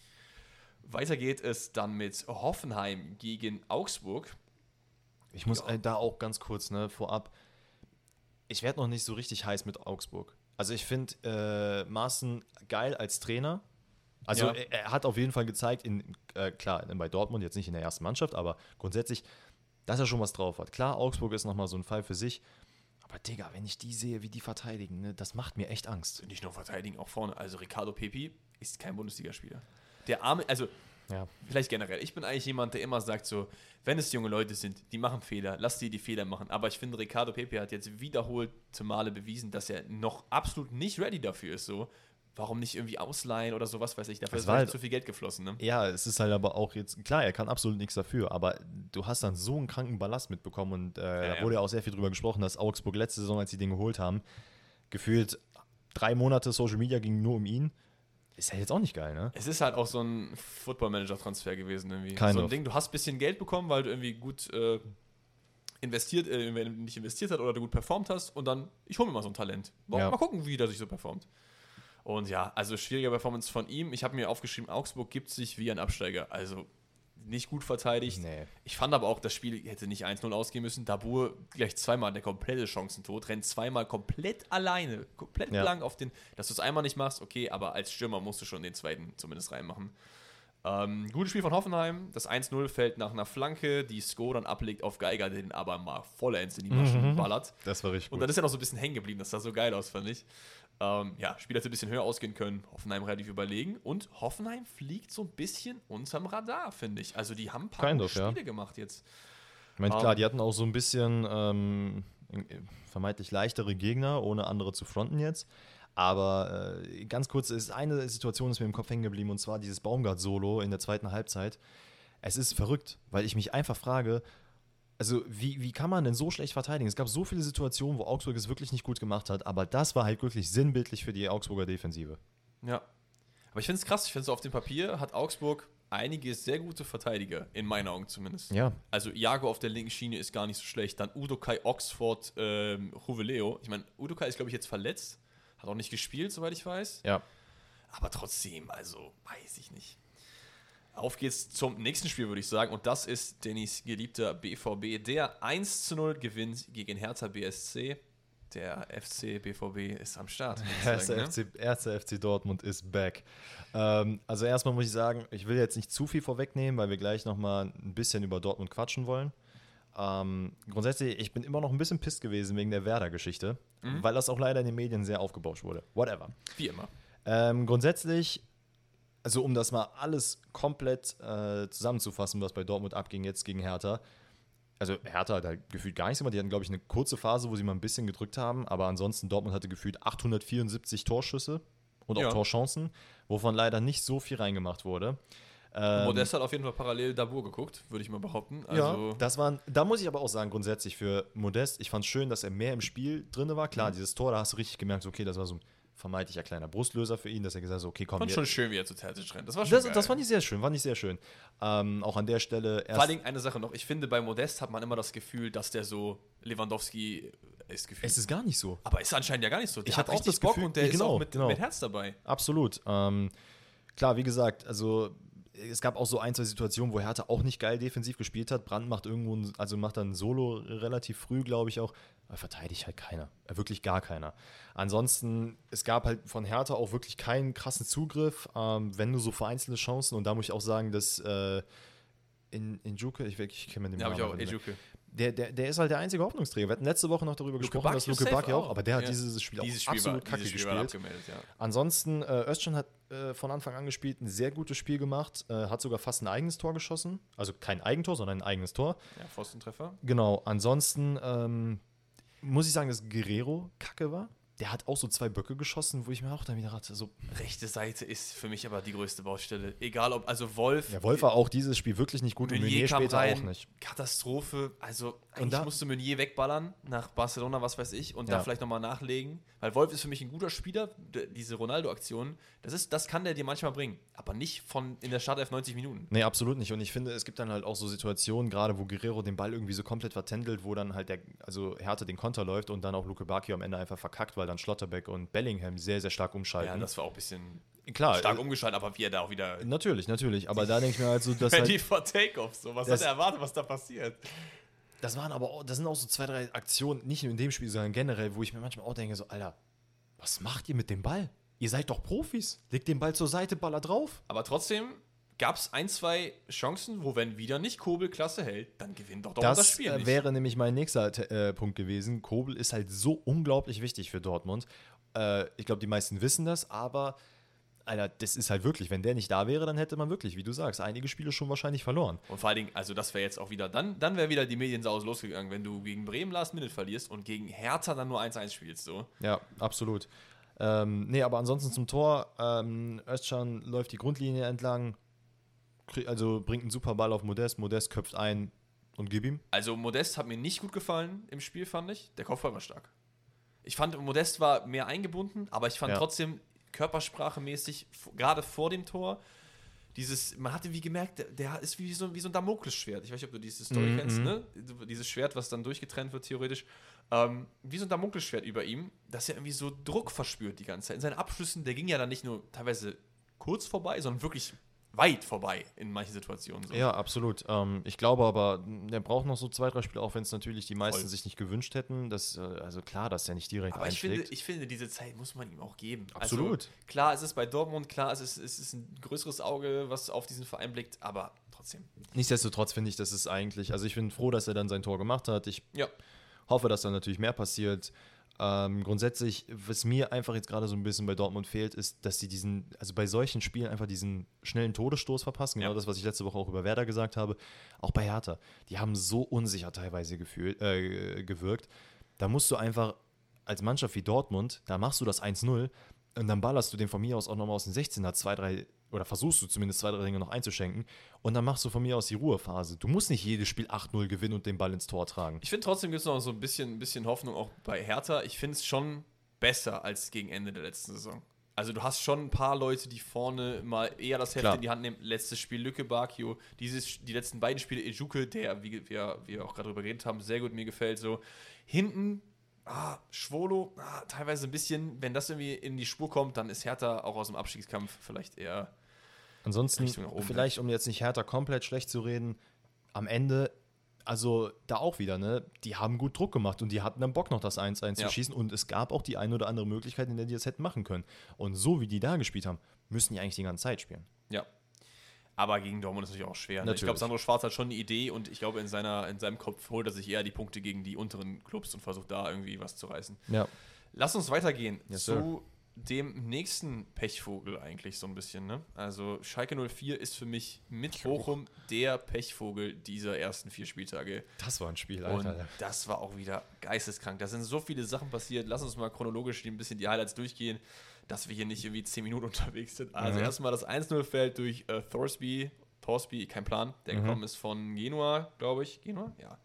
Weiter geht es dann mit Hoffenheim gegen Augsburg. Ich muss Ja. äh, da auch ganz kurz, ne, vorab, ich werde noch nicht so richtig heiß mit Augsburg. Also ich finde äh, Maaßen geil als Trainer. Also Ja. er, er hat auf jeden Fall gezeigt, in, äh, klar, bei Dortmund jetzt nicht in der ersten Mannschaft, aber grundsätzlich, dass er schon was drauf hat. Klar, Augsburg ist nochmal so ein Fall für sich. Aber Digga, wenn ich die sehe, wie die verteidigen, ne, das macht mir echt Angst. Nicht nur verteidigen, auch vorne. Also Ricardo Pepi ist kein Bundesligaspieler. Der arme, also Ja. vielleicht generell. Ich bin eigentlich jemand, der immer sagt so, wenn es junge Leute sind, die machen Fehler, lass die die Fehler machen. Aber ich finde, Ricardo Pepi hat jetzt wiederholte Male bewiesen, dass er noch absolut nicht ready dafür ist. So, warum nicht irgendwie ausleihen oder sowas, weiß ich. Dafür Es ist war halt halt- zu viel Geld geflossen, ne? Ja, es ist halt aber auch jetzt, klar, er kann absolut nichts dafür, aber du hast dann so einen kranken Ballast mitbekommen und äh, Ja, da ja. wurde ja auch sehr viel drüber gesprochen, dass Augsburg letzte Saison, als sie den geholt haben, gefühlt drei Monate Social Media ging nur um ihn. Ist ja jetzt auch nicht geil, ne? Es ist halt auch so ein Football-Manager-Transfer gewesen irgendwie. Kind so ein of. Ding, du hast ein bisschen Geld bekommen, weil du irgendwie gut äh, investiert, äh, nicht investiert hast oder du gut performt hast und dann, ich hole mir mal so ein Talent. Mal, Ja. mal gucken, wie der sich so performt. Und ja, also schwierige Performance von ihm. Ich habe mir aufgeschrieben, Augsburg gibt sich wie ein Absteiger. Also nicht gut verteidigt. Nee. Ich fand aber auch, das Spiel hätte nicht eins null ausgehen müssen. Dabur gleich zweimal der komplette Chancentod, rennt zweimal komplett alleine, komplett Ja. blank auf den, dass du es einmal nicht machst, okay, aber als Stürmer musst du schon den zweiten zumindest reinmachen. Ähm, gutes Spiel von Hoffenheim. Das eins null fällt nach einer Flanke, die Sko dann ablegt auf Geiger, der den aber mal vollends in die Maschen Mhm. ballert. Das war richtig Und gut. dann ist er noch so ein bisschen hängen geblieben. Das sah so geil aus, fand ich. Ähm, ja, Spiel hätte ein bisschen höher ausgehen können. Hoffenheim relativ überlegen. Und Hoffenheim fliegt so ein bisschen unterm Radar, finde ich. Also die haben ein paar Kind gute of, ja. Spiele gemacht jetzt. Ich meine, Um, klar, die hatten auch so ein bisschen ähm, vermeintlich leichtere Gegner, ohne andere zu fronten jetzt. Aber äh, ganz kurz, es ist eine Situation, ist mir im Kopf hängen geblieben, und zwar dieses Baumgart-Solo in der zweiten Halbzeit. Es ist verrückt, weil ich mich einfach frage, also wie, wie kann man denn so schlecht verteidigen? Es gab so viele Situationen, wo Augsburg es wirklich nicht gut gemacht hat, aber das war halt wirklich sinnbildlich für die Augsburger Defensive. Ja. Aber ich finde es krass. Ich finde so auf dem Papier hat Augsburg einige sehr gute Verteidiger, in meinen Augen zumindest. Ja. Also Iago auf der linken Schiene ist gar nicht so schlecht. Dann Udokai, Oxford, ähm, Juveleo. Ich meine, Udokai ist, glaube ich, jetzt verletzt. Hat auch nicht gespielt, soweit ich weiß. Ja. Aber trotzdem, also weiß ich nicht. Auf geht's zum nächsten Spiel, würde ich sagen. Und das ist Dannys geliebter B V B, der eins zu null gewinnt gegen Hertha B S C. Der F C B V B ist am Start. würde ich Erster, sagen, ne? F C, erster F C Dortmund ist back. Ähm, also erstmal muss ich sagen, ich will jetzt nicht zu viel vorwegnehmen, weil wir gleich nochmal ein bisschen über Dortmund quatschen wollen. Ähm, grundsätzlich, ich bin immer noch ein bisschen pisst gewesen wegen der Werder-Geschichte, Mhm. weil das auch leider in den Medien sehr aufgebauscht wurde. Whatever. Wie immer. Ähm, grundsätzlich, also um das mal alles komplett äh, zusammenzufassen, was bei Dortmund abging jetzt gegen Hertha. Also Hertha hat halt gefühlt gar nichts gemacht. Die hatten, glaube ich, eine kurze Phase, wo sie mal ein bisschen gedrückt haben. Aber ansonsten, Dortmund hatte gefühlt achthundertvierundsiebzig Torschüsse und auch Ja. Torchancen, wovon leider nicht so viel reingemacht wurde. Ähm, Modest hat auf jeden Fall parallel Dabur geguckt, würde ich mal behaupten. Also, ja, das waren, da muss ich aber auch sagen, grundsätzlich für Modest, ich fand es schön, dass er mehr im Spiel drin war. Klar, Mhm. dieses Tor, da hast du richtig gemerkt, so, okay, das war so ein vermeintlicher kleiner Brustlöser für ihn, dass er gesagt hat, so, okay, komm, fand wir, schon schön, wie er zu Terzic rennt. Das war schon das, geil. das fand ich sehr schön, fand ich sehr schön. Ähm, auch an der Stelle Vor erst, allen Dingen eine Sache noch. Ich finde, bei Modest hat man immer das Gefühl, dass der so Lewandowski ist gefühlt. es ist gar nicht so. Aber ist anscheinend ja gar nicht so. Der Ich hat hab auch richtig das Bock Gefühl- und der genau, ist auch mit, genau. mit Herz dabei. Absolut. Ähm, klar, wie gesagt, also es gab auch so ein, zwei Situationen, wo Hertha auch nicht geil defensiv gespielt hat. Brandt macht irgendwo, ein, also macht dann ein Solo relativ früh, glaube ich auch. Aber verteidigt halt keiner. Äh, Wirklich gar keiner. Ansonsten, es gab halt von Hertha auch wirklich keinen krassen Zugriff, ähm, wenn nur so vereinzelte Chancen. Und da muss ich auch sagen, dass äh, in, in Juke, ich, ich kenne mit dem Ja, habe ich Namen auch. nicht mehr. Ejuke. Der, der, der ist halt der einzige Hoffnungsträger. Wir hatten letzte Woche noch darüber gesprochen, dass Bacchio Luke safe Bacchio auch, auch. aber der hat Ja. dieses Spiel Dieses auch Spiel absolut war, kacke dieses Spiel war gespielt. abgemeldet, ja. Ansonsten, äh, Özcan hat äh, von Anfang an gespielt, ein sehr gutes Spiel gemacht, äh, hat sogar fast ein eigenes Tor geschossen. Also kein Eigentor, sondern ein eigenes Tor. Ja, Pfostentreffer. Genau, ansonsten ähm, muss ich sagen, dass Guerrero kacke war. Der hat auch so zwei Böcke geschossen, wo ich mir auch dann wieder dachte, so, Rechte Seite ist für mich aber die größte Baustelle. Egal ob, also Wolf. ja, Wolf war auch dieses Spiel wirklich nicht gut und Meunier kam später rein, auch nicht. Katastrophe. Also eigentlich da- musste Meunier wegballern nach Barcelona, was weiß ich, und Ja. da vielleicht nochmal nachlegen. Weil Wolf ist für mich ein guter Spieler. D- diese Ronaldo-Aktion, das, ist, das kann der dir manchmal bringen. Aber nicht von in der Startelf neunzig Minuten. Nee, absolut nicht. Und ich finde, es gibt dann halt auch so Situationen, gerade wo Guerrero den Ball irgendwie so komplett vertändelt, wo dann halt der, also Hertha den Konter läuft und dann auch Luke Bacchio am Ende einfach verkackt, weil dann Schlotterbeck und Bellingham sehr, sehr stark umschalten. Ja, das war auch ein bisschen Klar, stark äh, umgeschaltet, aber wie er da auch wieder. Natürlich, natürlich. Aber da denke ich mir halt so, dass Ready halt, for Takeoff. So, was Das- hat er erwartet, was da passiert? das waren aber auch, das sind auch so zwei, drei Aktionen, nicht nur in dem Spiel, sondern generell, wo ich mir manchmal auch denke, so, Alter, was macht ihr mit dem Ball? Ihr seid doch Profis. Legt den Ball zur Seite, Baller drauf. Aber trotzdem gab es ein, zwei Chancen, wo, wenn wieder nicht Kobel Klasse hält, dann gewinnt doch Dortmund das, Das Spiel äh, nicht. wäre nämlich mein nächster äh, Punkt gewesen. Kobel ist halt so unglaublich wichtig für Dortmund. Äh, ich glaube, die meisten wissen das, aber Alter, das ist halt wirklich, wenn der nicht da wäre, dann hätte man wirklich, wie du sagst, einige Spiele schon wahrscheinlich verloren. Und vor allen Dingen, also das wäre jetzt auch wieder, dann, dann wäre wieder die Mediensaus losgegangen, wenn du gegen Bremen Last Minute verlierst und gegen Hertha dann nur eins eins spielst. So. Ja, absolut. Ähm, nee, aber ansonsten zum Tor. Ähm, Özcan läuft die Grundlinie entlang, krieg, also bringt einen super Ball auf Modest. Modest köpft ein und gib ihm. Also Modest hat mir nicht gut gefallen im Spiel, fand ich. Der Kopfball war stark. Ich fand, Modest war mehr eingebunden, aber ich fand Ja. trotzdem körpersprachemäßig, f- gerade vor dem Tor, dieses, man hatte wie gemerkt, der, der ist wie so, wie so ein Damoklesschwert. Ich weiß nicht, ob du diese Story Mhm. kennst, ne? Dieses Schwert, was dann durchgetrennt wird, theoretisch. Ähm, wie so ein Damoklesschwert über ihm, dass er irgendwie so Druck verspürt die ganze Zeit. In seinen Abschlüssen, der ging ja dann nicht nur teilweise kurz vorbei, sondern wirklich weit vorbei in manchen Situationen. So. Ja, absolut. Ähm, ich glaube aber, der braucht noch so zwei, drei Spiele, auch wenn es natürlich die meisten Voll. sich nicht gewünscht hätten. Das, äh, also klar, dass er nicht direkt Aber ich einschlägt. finde, ich finde, diese Zeit muss man ihm auch geben. Absolut. Also, klar, es ist bei Dortmund, klar, es ist, es ist ein größeres Auge, was auf diesen Verein blickt, aber trotzdem. Nichtsdestotrotz finde ich, das ist eigentlich, also ich bin froh, dass er dann sein Tor gemacht hat. Ich Ja. hoffe, dass da natürlich mehr passiert. Ähm, grundsätzlich, was mir einfach jetzt gerade so ein bisschen bei Dortmund fehlt, ist, dass sie diesen, also bei solchen Spielen einfach diesen schnellen Todesstoß verpassen. Genau Ja. das, was ich letzte Woche auch über Werder gesagt habe. Auch bei Hertha. Die haben so unsicher teilweise gefühlt, äh, gewirkt. Da musst du einfach als Mannschaft wie Dortmund, da machst du das eins null und dann ballerst du den von mir aus auch nochmal aus den sechzehner zwei, drei, oder versuchst du zumindest zwei, drei Dinge noch einzuschenken und dann machst du von mir aus die Ruhephase. Du musst nicht jedes Spiel acht null gewinnen und den Ball ins Tor tragen. Ich finde trotzdem gibt es noch so ein bisschen, ein bisschen Hoffnung auch bei Hertha. Ich finde es schon besser als gegen Ende der letzten Saison. Also du hast schon ein paar Leute, die vorne mal eher das Heft Klar. in die Hand nehmen. Letztes Spiel Lücke, Bakio. Dieses, die letzten beiden Spiele Ejuke, der, wie wir, wir auch gerade drüber geredet haben, sehr gut mir gefällt. So hinten, ah, Schwolo, ah, teilweise ein bisschen, wenn das irgendwie in die Spur kommt, dann ist Hertha auch aus dem Abstiegskampf vielleicht eher... Ansonsten, Richtung nach oben vielleicht, um jetzt nicht Hertha komplett schlecht zu reden, am Ende, also da auch wieder, ne, die haben gut Druck gemacht und die hatten dann Bock noch das eins eins Ja. zu schießen und es gab auch die eine oder andere Möglichkeit, in der die das hätten machen können. Und so wie die da gespielt haben, müssen die eigentlich die ganze Zeit spielen. Ja. Aber gegen Dortmund ist es natürlich auch schwer. Ne? Ich Natürlich. glaube, Sandro Schwarz hat schon eine Idee und ich glaube, in, seiner, in seinem Kopf holt er sich eher die Punkte gegen die unteren Clubs und versucht da irgendwie was zu reißen. Ja. Lass uns weitergehen Yes, zu dem nächsten Pechvogel eigentlich so ein bisschen. Ne? Also Schalke null vier ist für mich mit Bochum der Pechvogel dieser ersten vier Spieltage. Das war ein Spiel, Und Alter. das war auch wieder geisteskrank. Da sind so viele Sachen passiert. Lass uns mal chronologisch ein bisschen die Highlights durchgehen, dass wir hier nicht irgendwie zehn Minuten unterwegs sind. Also Mhm. erstmal das eins null fällt durch äh, Thorsby, Thorsby, kein Plan, der Mhm. gekommen ist von Genua, glaube ich. Genua? Ja.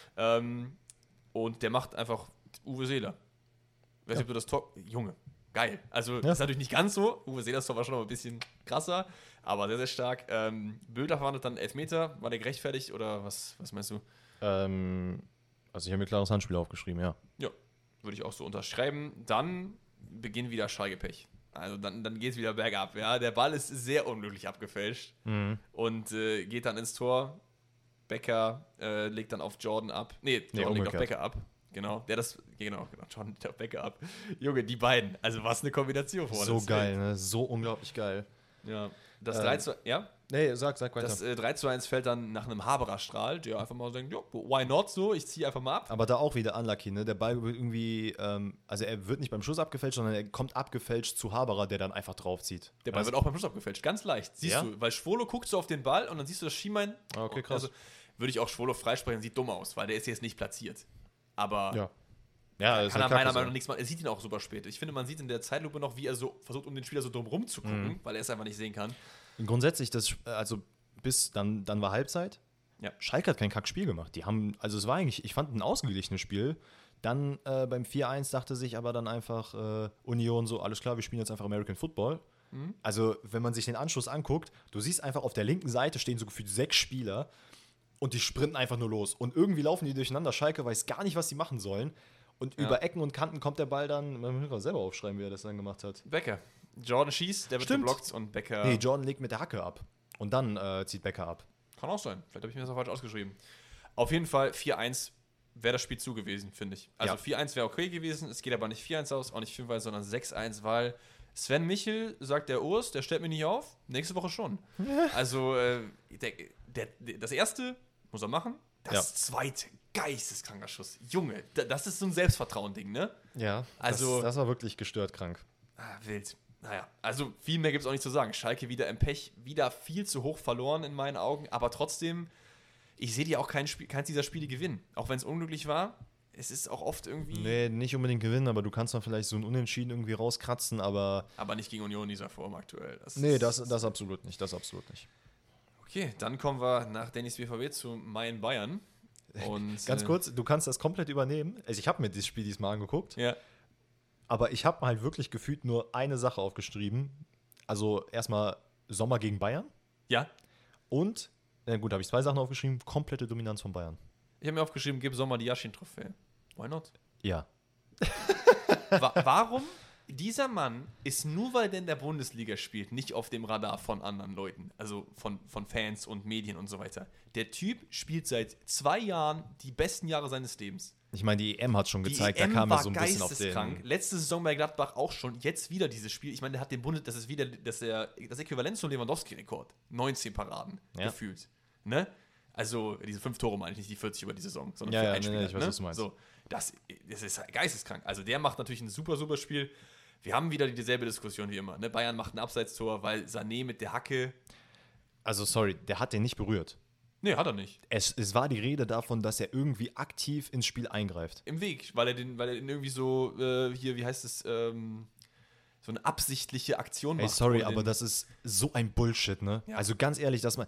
Ähm, und der macht einfach Uwe Seeler. Weiß nicht, ob du das Tor... Junge, geil. Also, Ja. das ist natürlich nicht ganz so. Uwe Seelers Tor war schon noch ein bisschen krasser, aber sehr, sehr stark. Ähm, Bülter verwandelt dann Elfmeter. War der gerechtfertigt oder was, was meinst du? Ähm, also ich habe mir klares Handspiel aufgeschrieben, ja. Ja, würde ich auch so unterschreiben. Dann beginnt wieder Schalke-Pech. Also dann, dann geht es wieder bergab. Ja? Der Ball ist sehr unglücklich abgefälscht und äh, geht dann ins Tor. Becker äh, legt dann auf Jordan ab. Nee, Jordan legt auf umgekehrt. Becker ab. Genau, der das, genau, genau, Jordan legt auf Becker ab. Junge, die beiden. Also was eine Kombination vorne. So das geil, Feld. ne? So unglaublich geil. Ja, das Ähm, drei zu, ja? Nee, sag, sag weiter. Das äh, drei zu eins fällt dann nach einem Haberer-Strahl, der einfach mal denkt, ja, why not so, ich ziehe einfach mal ab. Aber da auch wieder unlucky, ne? Der Ball wird irgendwie, ähm, also er wird nicht beim Schuss abgefälscht, sondern er kommt abgefälscht zu Haberer, der dann einfach draufzieht. Der Ball Also- wird auch beim Schuss abgefälscht, ganz leicht. Siehst Ja? du, weil Schwolo guckt so auf den Ball und dann siehst du das Schiemann. Ah, okay, krass. Also, würde ich auch Schwolo freisprechen, sieht dumm aus, weil der ist jetzt nicht platziert. Aber Ja. Ja, das kann er halt meiner kacke Meinung nach so. nichts machen. Er sieht ihn auch super spät. Ich finde, man sieht in der Zeitlupe noch, wie er so versucht, um den Spieler so drum rum zu gucken, Mhm. weil er es einfach nicht sehen kann. Grundsätzlich, das, also bis dann, dann war Halbzeit. Ja. Schalke hat kein Kackspiel gemacht. Die haben, also es war eigentlich, ich fand ein ausgeglichenes Spiel. Dann äh, beim vier eins dachte sich aber dann einfach äh, Union so, alles klar, wir spielen jetzt einfach American Football. Mhm. Also, wenn man sich den Anschluss anguckt, du siehst einfach auf der linken Seite stehen so gefühlt sechs Spieler und die sprinten einfach nur los. Und irgendwie laufen die durcheinander. Schalke weiß gar nicht, was sie machen sollen. Und Ja. über Ecken und Kanten kommt der Ball dann, man muss selber aufschreiben, wie er das dann gemacht hat. Becker. Jordan schießt, der wird Stimmt. geblockt und Becker. Nee, Jordan legt mit der Hacke ab. Und dann äh, zieht Becker ab. Kann auch sein. Vielleicht habe ich mir das auch falsch ausgeschrieben. Auf jeden Fall vier eins wäre das Spiel zu gewesen, finde ich. Also Ja. vier eins wäre okay gewesen. Es geht aber nicht vier eins aus, auch nicht fünf eins, sondern sechs eins, weil Sven Michel, sagt der Urs, der stellt mir nicht auf. Nächste Woche schon. Also äh, der, der, der, das erste muss er machen. Das Ja. zweite, geisteskranker Schuss. Junge, da- das ist so ein Selbstvertrauen-Ding, ne? Ja, Also- das, das war wirklich gestört krank. Ah, wild. Naja, also viel mehr gibt es auch nicht zu sagen. Schalke wieder im Pech, wieder viel zu hoch verloren in meinen Augen, aber trotzdem, ich sehe die auch kein Spiel, keins dieser Spiele gewinnen. Auch wenn es unglücklich war, es ist auch oft irgendwie, Nee, nicht unbedingt gewinnen, aber du kannst dann vielleicht so ein Unentschieden irgendwie rauskratzen, aber aber nicht gegen Union in dieser Form aktuell. Das nee, ist- das, das absolut nicht, das absolut nicht. Okay, dann kommen wir nach Dennis B V W zu Main Bayern. Und, Ganz äh, kurz, du kannst das komplett übernehmen. Also ich habe mir dieses Spiel diesmal angeguckt, Ja, aber ich habe halt wirklich gefühlt nur eine Sache aufgeschrieben. Also erstmal Sommer gegen Bayern. Ja. Und, na gut, da habe ich zwei Sachen aufgeschrieben, komplette Dominanz von Bayern. Ich habe mir aufgeschrieben, gib Sommer die Yashin-Trophäe. Why not? Ja. Wa- warum? Dieser Mann ist nur, weil der in der Bundesliga spielt, nicht auf dem Radar von anderen Leuten, also von, von Fans und Medien und so weiter. Der Typ spielt seit zwei Jahren die besten Jahre seines Lebens. Ich meine, die E M hat schon Die gezeigt, E M da kam er war so ein bisschen auf geisteskrank. den... Letzte Saison bei Gladbach auch schon. Jetzt wieder dieses Spiel. Ich meine, der hat den Bundes, das ist wieder das, der, das Äquivalent zum Lewandowski-Rekord. neunzehn Paraden Ja. gefühlt. Ne? Also diese fünf Tore meine ich nicht, die vierzig über die Saison, sondern Ja, für ja, einen nee, Spieler. nee, ich weiß, ne? was du meinst. So, das, das ist geisteskrank. Also der macht natürlich ein super, super Spiel. Wir haben wieder dieselbe Diskussion wie immer. Ne? Bayern macht ein Abseitstor, weil Sané mit der Hacke. Also, sorry, der hat den nicht berührt. Nee, hat er nicht. Es, es war die Rede davon, dass er irgendwie aktiv ins Spiel eingreift. Im Weg, weil er den, weil er den irgendwie so, äh, hier, wie heißt es, ähm, so eine absichtliche Aktion Ey, macht. sorry, ohne aber den- das ist so ein Bullshit, ne? Ja. Also ganz ehrlich, dass man.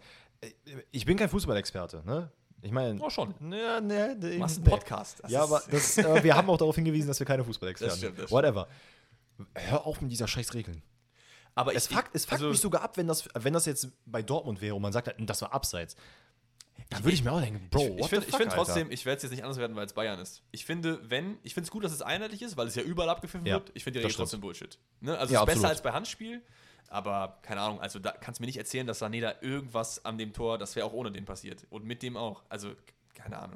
Ich bin kein Fußballexperte, ne? Ich meine. Oh, schon. Ja, ne, Du machst einen nee. Podcast. Das Ja, ist- aber das, äh, wir haben auch darauf hingewiesen, dass wir keine Fußballexperten Das stimmt, sind. das stimmt. Whatever. Hör auf mit dieser scheiß Regeln. aber Es ich, fuckt, es fuckt also, mich sogar ab, wenn das, wenn das jetzt bei Dortmund wäre und man sagt, halt, das war abseits. Da würde ich mir auch denken, Bro, ich, what ich finde the fuck, find Alter? trotzdem, ich werde es jetzt nicht anders werden, weil es Bayern ist. Ich finde, wenn, ich finde es gut, dass es einheitlich ist, weil es ja überall abgepfiffen Ja, wird. Ich finde die das Regel stimmt. trotzdem Bullshit. Ne? Also Ja, es ist besser absolut. als bei Handspiel, aber keine Ahnung, also da kannst du mir nicht erzählen, dass Sané da irgendwas an dem Tor, das wäre auch ohne den passiert. Und mit dem auch. Also, keine Ahnung.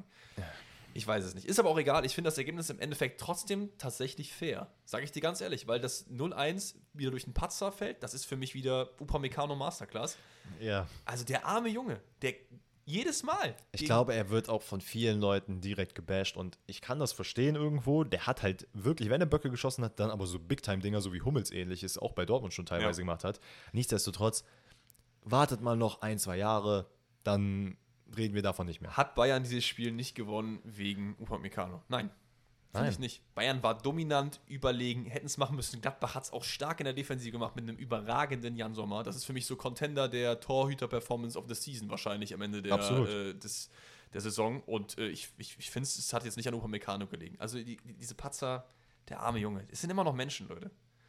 Ich weiß es nicht. Ist aber auch egal. Ich finde das Ergebnis im Endeffekt trotzdem tatsächlich fair. Sage ich dir ganz ehrlich, weil das null eins wieder durch den Patzer fällt, das ist für mich wieder Upamecano Masterclass. Ja. Also der arme Junge, der jedes Mal. Ich gegen- glaube, er wird auch von vielen Leuten direkt gebasht und ich kann das verstehen irgendwo. Der hat halt wirklich, wenn er Böcke geschossen hat, dann aber so Big-Time-Dinger, so wie Hummels ähnliches, auch bei Dortmund schon teilweise Ja. gemacht hat. Nichtsdestotrotz, wartet mal noch ein, zwei Jahre, dann reden wir davon nicht mehr. Hat Bayern dieses Spiel nicht gewonnen wegen Upamecano? Nein. Finde Nein. ich nicht. Bayern war dominant, überlegen, hätten es machen müssen. Gladbach hat es auch stark in der Defensive gemacht mit einem überragenden Jan Sommer. Das ist für mich so Contender der Torhüter-Performance of the Season wahrscheinlich am Ende der, Absolut. äh, des, der Saison. Und äh, ich, ich, ich finde, es hat jetzt nicht an Upamecano gelegen. Also die, die, diese Patzer, der arme Junge. Es sind immer noch Menschen, Leute.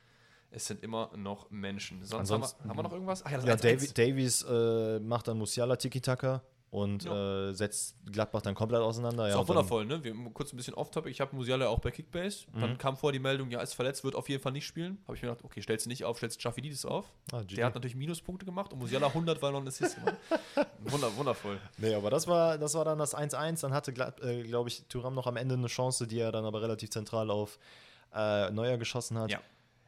Es sind immer noch Menschen. Sonst haben Ansonsten- wir, haben wir noch irgendwas? Ach ja, das Ja, eins eins. Davi- Davies äh, macht dann Musiala Tiki-Taka und Ja. äh, setzt Gladbach dann komplett auseinander. Ist ja, auch und dann- wundervoll, ne? Wir kurz ein bisschen off-topic. Ich habe Musiala auch bei Kickbase. Mhm. Dann kam vor die Meldung, ja, ist verletzt, wird auf jeden Fall nicht spielen. Habe ich mir gedacht, okay, stellst du nicht auf, stellst Schafididis auf. Ah, G G. Der hat natürlich Minuspunkte gemacht und Musiala hundert, weil er noch einen Assist gemacht. Wunder, wundervoll. Nee, aber das war, das war dann das eins eins. Dann hatte, äh, glaube ich, Thuram noch am Ende eine Chance, die er dann aber relativ zentral auf äh, Neuer geschossen hat. Ja.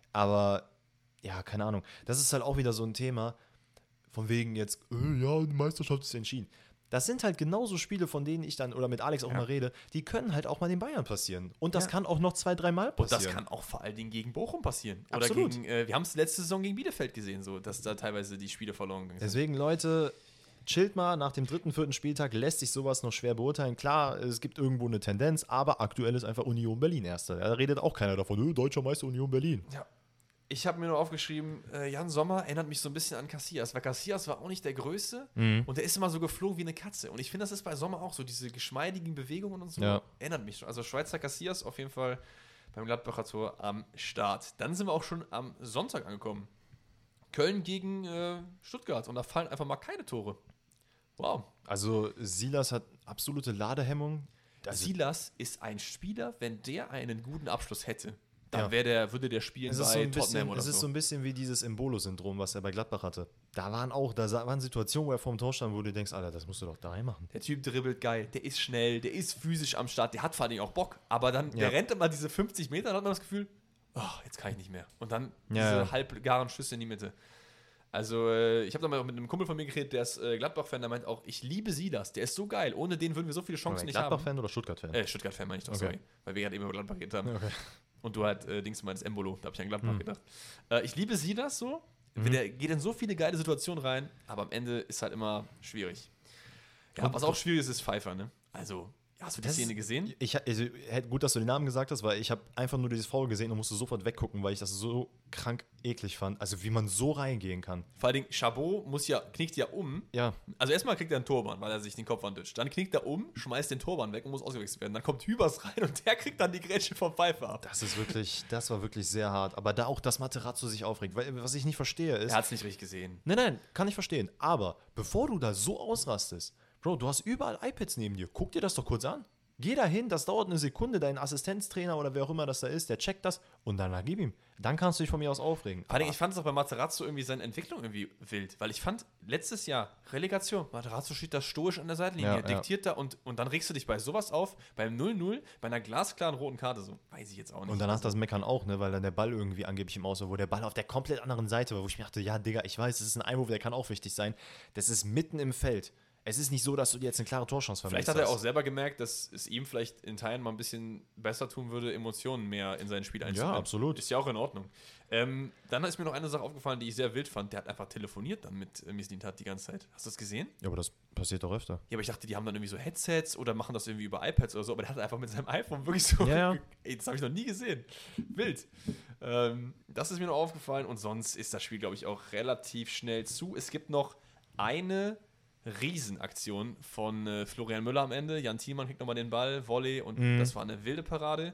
Aber, ja, keine Ahnung. Das ist halt auch wieder so ein Thema, von wegen jetzt, äh, ja, die Meisterschaft ist entschieden. Das sind halt genauso Spiele, von denen ich dann, oder mit Alex auch Ja. mal rede, die können halt auch mal den Bayern passieren. Und das Ja. kann auch noch zwei, dreimal Und passieren. das kann auch vor allen Dingen gegen Bochum passieren. Oder Absolut. gegen, äh, wir haben es letzte Saison gegen Bielefeld gesehen, so, dass da teilweise die Spiele verloren gegangen sind. Deswegen, Leute, chillt mal, nach dem dritten, vierten Spieltag lässt sich sowas noch schwer beurteilen. Klar, es gibt irgendwo eine Tendenz, aber aktuell ist einfach Union Berlin Erster. Da redet auch keiner davon, "Äh, deutscher Meister Union Berlin. Ja. Ich habe mir nur aufgeschrieben, äh, Jan Sommer erinnert mich so ein bisschen an Casillas, weil Casillas war auch nicht der Größte Mhm. und der ist immer so geflogen wie eine Katze. Und ich finde, das ist bei Sommer auch so, diese geschmeidigen Bewegungen und so, Ja. erinnert mich schon. Also Schweizer Casillas auf jeden Fall beim Gladbacher Tor am Start. Dann sind wir auch schon am Sonntag angekommen. Köln gegen äh, Stuttgart und da fallen einfach mal keine Tore. Wow. Also Silas hat absolute Ladehemmung. Also, Silas ist ein Spieler, wenn der einen guten Abschluss hätte, dann Ja. wär der, würde der spielen es ist, bei so ein Tottenham bisschen, oder es ist so. so ein bisschen wie dieses Embolo-Syndrom, was er bei Gladbach hatte. Da waren auch, da sa- waren Situationen, wo er vorm Tor stand, wo du denkst, Alter, das musst du doch daheim machen. Der Typ dribbelt geil, der ist schnell, der ist physisch am Start, der hat vor allen Dingen auch Bock. Aber dann, Ja. der rennt immer diese fünfzig Meter, dann hat man das Gefühl, oh, jetzt kann ich nicht mehr. Und dann Ja, diese ja. halbgaren Schüsse in die Mitte. Also, äh, ich habe da mal mit einem Kumpel von mir geredet, der ist äh, Gladbach-Fan, der meint auch, ich liebe Silas, der ist so geil. Ohne den würden wir so viele Chancen nicht haben. Gladbach-Fan oder Stuttgart-Fan? Äh, Stuttgart-Fan meine ich doch, Okay. sorry. Weil wir gerade eben über Gladbach geredet haben. Okay. Und du halt, äh, Dings, du meinst Embolo, da habe ich an Gladbach Hm. gedacht. Äh, ich liebe Silas so, Mhm. der geht in so viele geile Situationen rein, aber am Ende ist halt immer schwierig. Ja, Und- was auch schwierig ist, ist Pfeiffer, ne? Also, Hast du die Das Szene ist- gesehen? Ich, also, hätte- gut, dass du den Namen gesagt hast, weil ich habe einfach nur dieses Foul gesehen und musste sofort weggucken, weil ich das so krank eklig fand. Also wie man so reingehen kann. Vor allen Dingen, Chabot muss ja, knickt ja um. Ja, Also erstmal kriegt er einen Turban, weil er sich den Kopf anditscht. Dann knickt er um, schmeißt den Turban weg und muss ausgewechselt werden. Dann kommt Hübers rein und der kriegt dann die Grätsche vom Pfeifer ab. das ist wirklich, das war wirklich sehr hart. Aber da auch, dass Materazzo sich aufregt. Weil, was ich nicht verstehe ist, Er hat es nicht richtig gesehen. nein, nein, kann ich verstehen. Aber bevor du da so ausrastest, Bro, du hast überall iPads neben dir. Guck dir das doch kurz an. Geh da hin, das dauert eine Sekunde, dein Assistenztrainer oder wer auch immer das da ist, der checkt das und dann gib ihm. Dann kannst du dich von mir aus aufregen. Vor allem, ich fand es auch bei Materazzo irgendwie seine Entwicklung irgendwie wild, weil ich fand, letztes Jahr Relegation, Materazzo steht da stoisch an der Seitenlinie, Ja, ja. diktiert da und, und dann regst du dich bei sowas auf, beim null null, bei einer glasklaren roten Karte, so, weiß ich jetzt auch nicht. Und danach das Meckern auch, ne, weil dann der Ball irgendwie angeblich im Aus war, wo der Ball auf der komplett anderen Seite war, wo ich mir dachte, ja, Digga, ich weiß, es ist ein Einwurf, der kann auch wichtig sein. Das ist mitten im Feld. Es ist nicht so, dass du dir jetzt eine klare Torchance vermisst Vielleicht hat er hast. auch selber gemerkt, dass es ihm vielleicht in Teilen mal ein bisschen besser tun würde, Emotionen mehr in sein Spiel einzubauen. Ja, absolut. Ist ja auch in Ordnung. Ähm, dann ist mir noch eine Sache aufgefallen, die ich sehr wild fand. Der hat einfach telefoniert dann mit äh, Mislintat die ganze Zeit. Hast du das gesehen? Ja, aber das passiert doch öfter. Ja, aber ich dachte, die haben dann irgendwie so Headsets oder machen das irgendwie über iPads oder so, aber der hat einfach mit seinem iPhone wirklich so. Ja, ja. Ey, das habe ich noch nie gesehen. Wild. Ähm, das ist mir noch aufgefallen und sonst ist das Spiel, glaube ich, auch relativ schnell zu. Es gibt noch eine Riesenaktion von äh, Florian Müller am Ende. Jan Thielmann kriegt nochmal den Ball, Volley und Mhm. das war eine wilde Parade.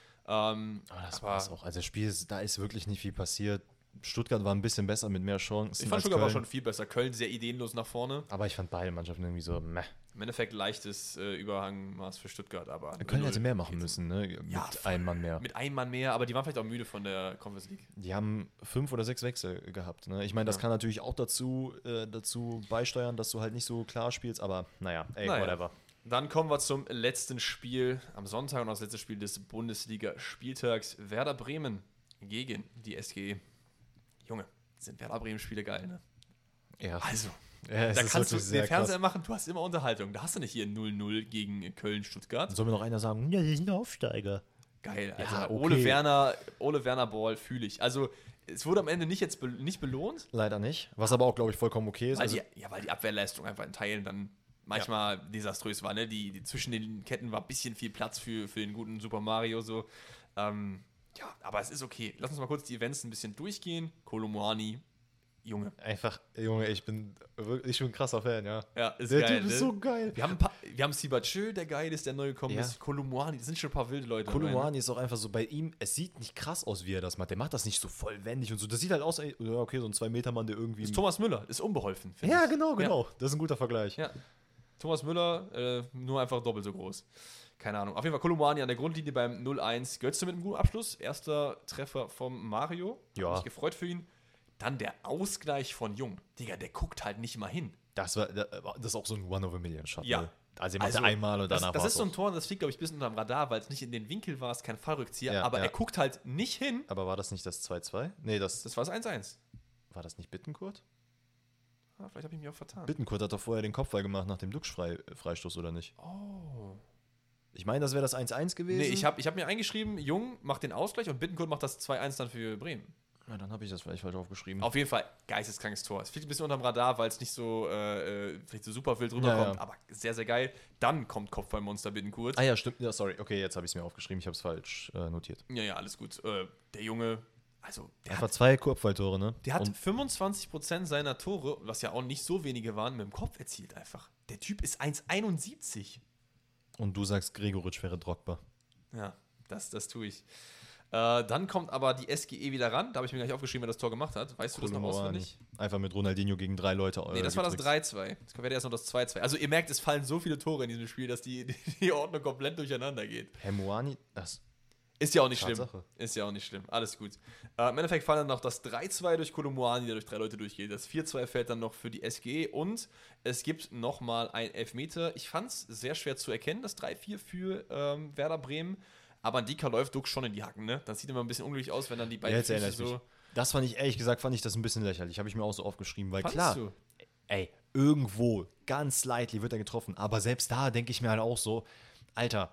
Ähm, Aber das aber war's auch. Also das Spiel, ist, da ist wirklich nicht viel passiert. Stuttgart war ein bisschen besser mit mehr Chancen ich fand als Stuttgart war Köln. schon viel besser. Köln sehr ideenlos nach vorne. Aber ich fand beide Mannschaften irgendwie so, meh. Im Endeffekt leichtes äh, Überhangmaß für Stuttgart, aber Köln hätte mehr machen geht. müssen, ne? Mit Ja, einem Mann mehr. Mit einem Mann mehr, aber die waren vielleicht auch müde von der Conference League. Die haben fünf oder sechs Wechsel gehabt. Ne? Ich meine, das Ja. kann natürlich auch dazu, äh, dazu beisteuern, dass du halt nicht so klar spielst, aber naja, ey, Naja. whatever. Dann kommen wir zum letzten Spiel am Sonntag und das letzte Spiel des Bundesliga-Spieltags. Werder Bremen gegen die S G E. Junge, sind Werder Bremen-Spiele geil, ne? Ja, Also, ja, es da ist kannst du wirklich den sehr Fernseher krass. machen, du hast immer Unterhaltung. Da hast du nicht hier null null gegen Köln-Stuttgart. Soll mir noch einer sagen, ja, die sind Aufsteiger. Geil, Ja, Alter. okay. Ole Werner, Ole Werner Ball fühle ich. Also, es wurde am Ende nicht jetzt be nicht belohnt, Leider nicht. Was aber auch, glaube ich, vollkommen okay ist. weil Also, die, ja, weil die Abwehrleistung einfach in Teilen dann manchmal desaströs war. Ne? Die, die, zwischen den Ketten war ein bisschen viel Platz für, für den guten Super Mario. So. Ähm, ja, aber es ist okay. Lass uns mal kurz die Events ein bisschen durchgehen. Kolomoani, Junge. einfach, Junge, ich bin wirklich, ich bin ein krasser Fan, ja. Ja, ist Der geil. Typ ist ne? so geil. Wir haben, ein paar, wir haben Sibachö, der geil ist, der neu gekommen Ja. ist. Kolomoani, das sind schon ein paar wilde Leute. dabei, ne? Kolomoani ist auch einfach so, bei ihm, es sieht nicht krass aus, wie er das macht. Der macht das nicht so vollwendig und so. Das sieht halt aus, ey, ja, okay, so ein zwei-Meter-Mann, der irgendwie. Das ist Thomas Müller, ist unbeholfen. finde Ja, ich. genau, genau. Das ist ein guter Vergleich. Ja. Thomas Müller, äh, nur einfach doppelt so groß. Keine Ahnung. Auf jeden Fall Kolomoani an der Grundlinie beim null eins. Götze mit einem guten Abschluss. Erster Treffer vom Mario. Ja. Hab mich gefreut für ihn. Dann der Ausgleich von Jung. Digga, der guckt halt nicht mal hin. Das war, das ist auch so ein One-over-Million-Shot. Ja. Ne? Also, er macht einmal und das, danach das war's ist so ein auch. Tor, das fliegt, glaube ich, bis unterm Radar, weil es nicht in den Winkel war, es ist kein Fallrückzieher. Ja, aber ja. er guckt halt nicht hin. Aber war das nicht das zwei zwei? Nee, das, Das war das eins eins. war das nicht Bittenkurt? Ah, vielleicht habe ich mich auch vertan. Bittenkurt hat doch vorher den Kopfball gemacht nach dem Duxch-Freistoß, oder nicht? Oh. Ich meine, das wäre das eins eins gewesen. Nee, ich habe ich hab mir eingeschrieben, Jung macht den Ausgleich und Bittencourt macht das zwei eins dann für Bremen. Ja, dann habe ich das vielleicht falsch aufgeschrieben. Auf jeden Fall geisteskrankes Tor. Es fliegt ein bisschen unterm Radar, weil es nicht so, äh, äh, vielleicht so super wild Ja, rüberkommt, ja. aber sehr, sehr geil. Dann kommt Kopfballmonster Bittencourt. Ah ja, stimmt. Ja, sorry. Okay, jetzt habe ich es mir aufgeschrieben. Ich habe es falsch äh, notiert. Ja, ja, alles gut. Äh, der Junge, also, der Einfach hat, zwei Kopfballtore, ne? der hat Und fünfundzwanzig Prozent seiner Tore, was ja auch nicht so wenige waren, mit dem Kopf erzielt einfach. Der Typ ist eins einundsiebzig. Und du sagst, Gregoritsch wäre Drogba. Ja, das, das tue ich. Äh, dann kommt aber die S G E wieder ran. Da habe ich mir gleich aufgeschrieben, wer das Tor gemacht hat. Weißt du das noch Kolomoani. auswendig? Einfach mit Ronaldinho gegen drei Leute. Nee, äh, das war das getrickst. drei zwei. Jetzt wäre erst noch das zwei zwei. Also ihr merkt, es fallen so viele Tore in diesem Spiel, dass die, die Ordnung komplett durcheinander geht. Herr Moani, das. Ist ja auch nicht Tatsache. schlimm. Ist ja auch nicht schlimm. Alles gut. Äh, Im Endeffekt fallen dann noch das drei zwei durch Kolomoani, der durch drei Leute durchgeht. Das vier zwei fällt dann noch für die S G E und es gibt nochmal ein Elfmeter. Ich fand es sehr schwer zu erkennen, das drei vier für ähm, Werder Bremen. Aber Ndika läuft Duck schon in die Hacken, ne? Das sieht immer ein bisschen unglücklich aus, wenn dann die beiden Jetzt erinnere ich so... mich. Das fand ich, ehrlich gesagt, fand ich das ein bisschen lächerlich. Habe ich mir auch so aufgeschrieben, weil Fandst klar, du? ey, irgendwo, ganz slightly wird er getroffen. Aber selbst da denke ich mir halt auch so, Alter,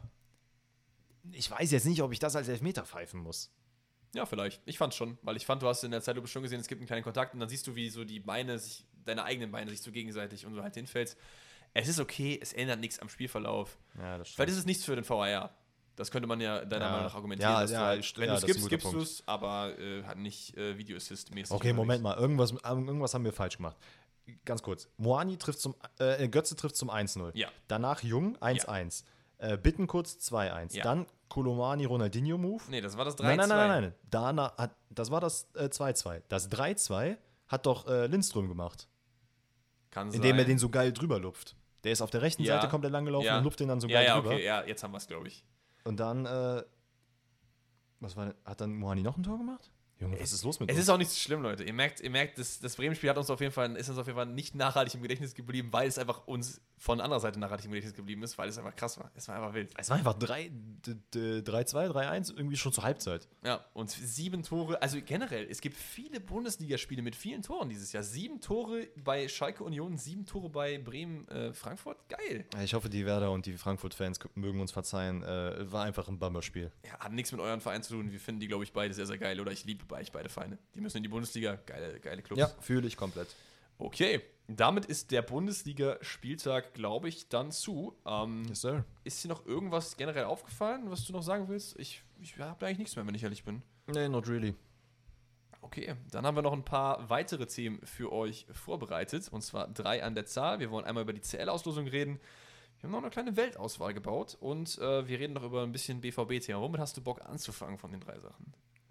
ich weiß jetzt nicht, ob ich das als Elfmeter pfeifen muss. Ja, vielleicht. Ich fand's schon, weil ich fand, du hast in der Zeitlupe schon gesehen, es gibt einen kleinen Kontakt und dann siehst du, wie so die Beine sich, deine eigenen Beine sich so gegenseitig und so halt hinfällst. Es ist okay, es ändert nichts am Spielverlauf. Ja, das stimmt. Vielleicht ist es nichts für den V A R. Das könnte man ja deiner Ja. Meinung nach argumentieren. Ja, dass ja, du halt, st- wenn ja, du das ist ein skippst, guter skippst du Punkt. es, aber äh, halt nicht äh, Video-Assist-mäßig. Okay, Moment unterwegs. mal. Irgendwas, irgendwas haben wir falsch gemacht. Ganz kurz. Moani trifft zum, äh, Götze trifft zum eins null. Ja. Danach Jung eins eins. Äh, Bittenkurz zwei eins. Ja. Dann Kolomani Ronaldinho-Move. Nee, das war das drei Nein, zwei. nein, nein, nein, nein. Danach hat, das war das äh, zwei zwei. Das drei zwei hat doch äh, Lindström gemacht. Kann Indem sein. er den so geil drüber lupft. Der ist auf der rechten Ja. Seite komplett lang gelaufen Ja. und lupft den dann so Ja, geil ja, drüber. okay, ja, jetzt haben wir es, glaube ich. Und dann, äh, was war denn, hat dann Moani noch ein Tor gemacht? Junge, was ist los mit Es uns? ist auch nicht so schlimm, Leute. Ihr merkt, ihr merkt das, das Bremen-Spiel hat uns auf jeden Fall, ist uns auf jeden Fall nicht nachhaltig im Gedächtnis geblieben, weil es einfach uns von anderer Seite nachhaltig im Gedächtnis geblieben ist, weil es einfach krass war. Es war einfach wild. Es war einfach drei zwei, drei eins, irgendwie schon zur Halbzeit. Ja, und sieben Tore, also generell, es gibt viele Bundesligaspiele mit vielen Toren dieses Jahr. Sieben Tore bei Schalke Union, sieben Tore bei Bremen äh, Frankfurt. Geil. Ich hoffe, die Werder und die Frankfurt-Fans mögen uns verzeihen. Äh, war einfach ein Bummerspiel. Ja, hat nichts mit euren Vereinen zu tun. Wir finden die, glaube ich, beide sehr, sehr geil. Oder ich liebe beide, beide Vereine. Die müssen in die Bundesliga. Geile, geile Clubs. Ja, fühle ich komplett. Okay, damit ist der Bundesliga-Spieltag, glaube ich, dann zu. Ähm, Yes, sir. Ist dir noch irgendwas generell aufgefallen, was du noch sagen willst? Ich, ich habe eigentlich nichts mehr, wenn ich ehrlich bin. Nee, not really. Okay, dann haben wir noch ein paar weitere Themen für euch vorbereitet. Und zwar drei an der Zahl. Wir wollen einmal über die C L-Auslosung reden. Wir haben noch eine kleine Weltauswahl gebaut. Und äh, wir reden noch über ein bisschen B V B-Thema. Womit hast du Bock anzufangen von den drei Sachen?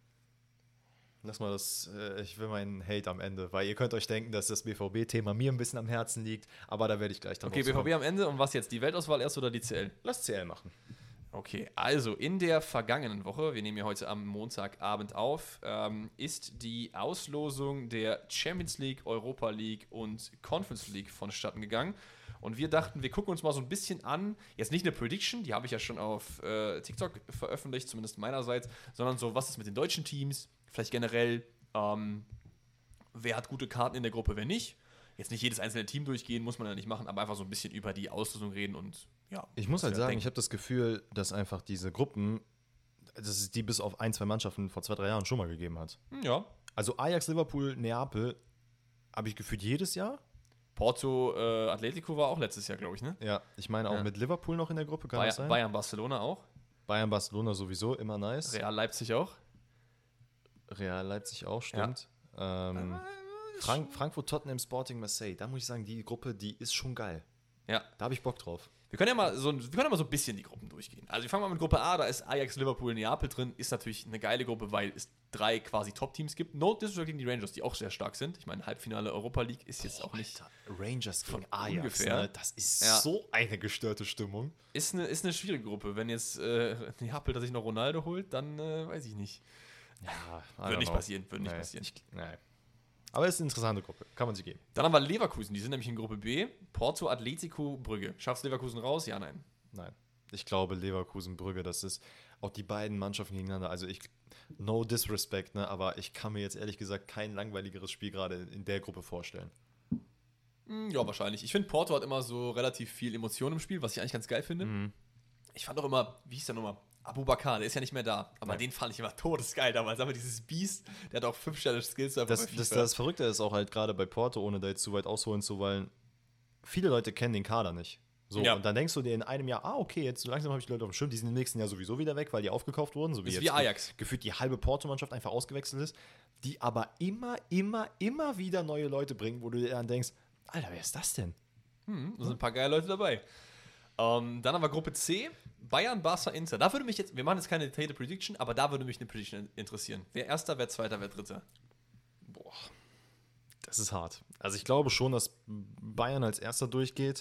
Lass mal das, äh, ich will meinen Hate am Ende, weil ihr könnt euch denken, dass das B V B-Thema mir ein bisschen am Herzen liegt, aber da werde ich gleich drauf Okay, B V B am Ende. Und was jetzt? Die Weltauswahl erst oder die C L? Lass C L machen. Okay, also in der vergangenen Woche, wir nehmen ja heute am Montagabend auf, ähm, ist die Auslosung der Champions League, Europa League und Conference League vonstatten gegangen. Und wir dachten, wir gucken uns mal so ein bisschen an, jetzt nicht eine Prediction, die habe ich ja schon auf äh, TikTok veröffentlicht, zumindest meinerseits, sondern so, was ist mit den deutschen Teams, vielleicht generell, ähm, wer hat gute Karten in der Gruppe, wer nicht. Jetzt nicht jedes einzelne Team durchgehen, muss man ja nicht machen, aber einfach so ein bisschen über die Auslosung reden und ja. Ich muss was halt wir sagen, denken. ich habe das Gefühl, dass einfach diese Gruppen, dass es die bis auf ein, zwei Mannschaften vor zwei, drei Jahren schon mal gegeben hat. Hm, Ja, Also Ajax, Liverpool, Neapel habe ich gefühlt jedes Jahr. Porto, äh, Atletico war auch letztes Jahr, glaube ich, ne? Ja, ich meine auch Ja. mit Liverpool noch in der Gruppe, kann Bayern, das sein? Bayern, Barcelona auch. Bayern, Barcelona sowieso, immer nice. Real Leipzig auch. Real Leipzig auch, stimmt. Ähm, Frank Frankfurt, Tottenham, Sporting, Marseille. Da muss ich sagen, die Gruppe, die ist schon geil. Ja. Da habe ich Bock drauf. Wir können ja mal so, ein- wir können ja mal so ein bisschen die Gruppen durchgehen. Also wir fangen mal mit Gruppe A, da ist Ajax, Liverpool, Neapel drin. Ist natürlich eine geile Gruppe, weil es drei quasi Top-Teams gibt. No disrespect gegen die Rangers, die auch sehr stark sind. Ich meine, Halbfinale Europa League ist jetzt auch nicht... Alter, Rangers von gegen Ajax, ungefähr. ne? Das ist Ja. so eine gestörte Stimmung. Ist eine, ist eine schwierige Gruppe. Wenn jetzt äh, Neapel tatsächlich noch Ronaldo holt, dann äh, weiß ich nicht. Ja, I Würde don't nicht know. passieren, würde nicht Nee, passieren. Ich, nee. Aber es ist eine interessante Gruppe, kann man sie geben. Dann haben wir Leverkusen, die sind nämlich in Gruppe B. Porto, Atletico, Brügge. Schaffst Leverkusen raus? Ja, nein. Nein. Ich glaube, Leverkusen, Brügge, das ist auch die beiden Mannschaften gegeneinander. Also ich, no disrespect, ne, aber ich kann mir jetzt ehrlich gesagt kein langweiligeres Spiel gerade in der Gruppe vorstellen. Hm, Ja, wahrscheinlich. Ich finde, Porto hat immer so relativ viel Emotion im Spiel, was ich eigentlich ganz geil finde. Mhm. Ich fand auch immer, wie hieß der nochmal? Abu Bakar, der ist ja nicht mehr da. Aber Ja. den fand ich immer todesgeil damals. Aber dieses Biest, der hat auch fünf Sterne Skills. einfach Das, bei das, FIFA. das Verrückte ist auch halt gerade bei Porto, ohne da jetzt zu weit ausholen zu wollen, viele Leute kennen den Kader nicht. So, Ja. und dann denkst du dir in einem Jahr, ah, okay, jetzt so langsam habe ich die Leute auf dem Schirm, die sind im nächsten Jahr sowieso wieder weg, weil die aufgekauft wurden, so wie Ist jetzt wie Ajax. gefühlt die halbe Porto-Mannschaft einfach ausgewechselt ist, die aber immer, immer, immer wieder neue Leute bringen, wo du dir dann denkst, Alter, wer ist das denn? Hm, da sind ein paar geile Leute dabei. Ähm, dann haben wir Gruppe C, Bayern, Barca, Inter. Da würde mich jetzt, wir machen jetzt keine detaillierte Prediction, aber da würde mich eine Prediction interessieren. Wer Erster, wer Zweiter, wer Dritter? Boah, das ist hart. Also ich glaube schon, dass Bayern als Erster durchgeht.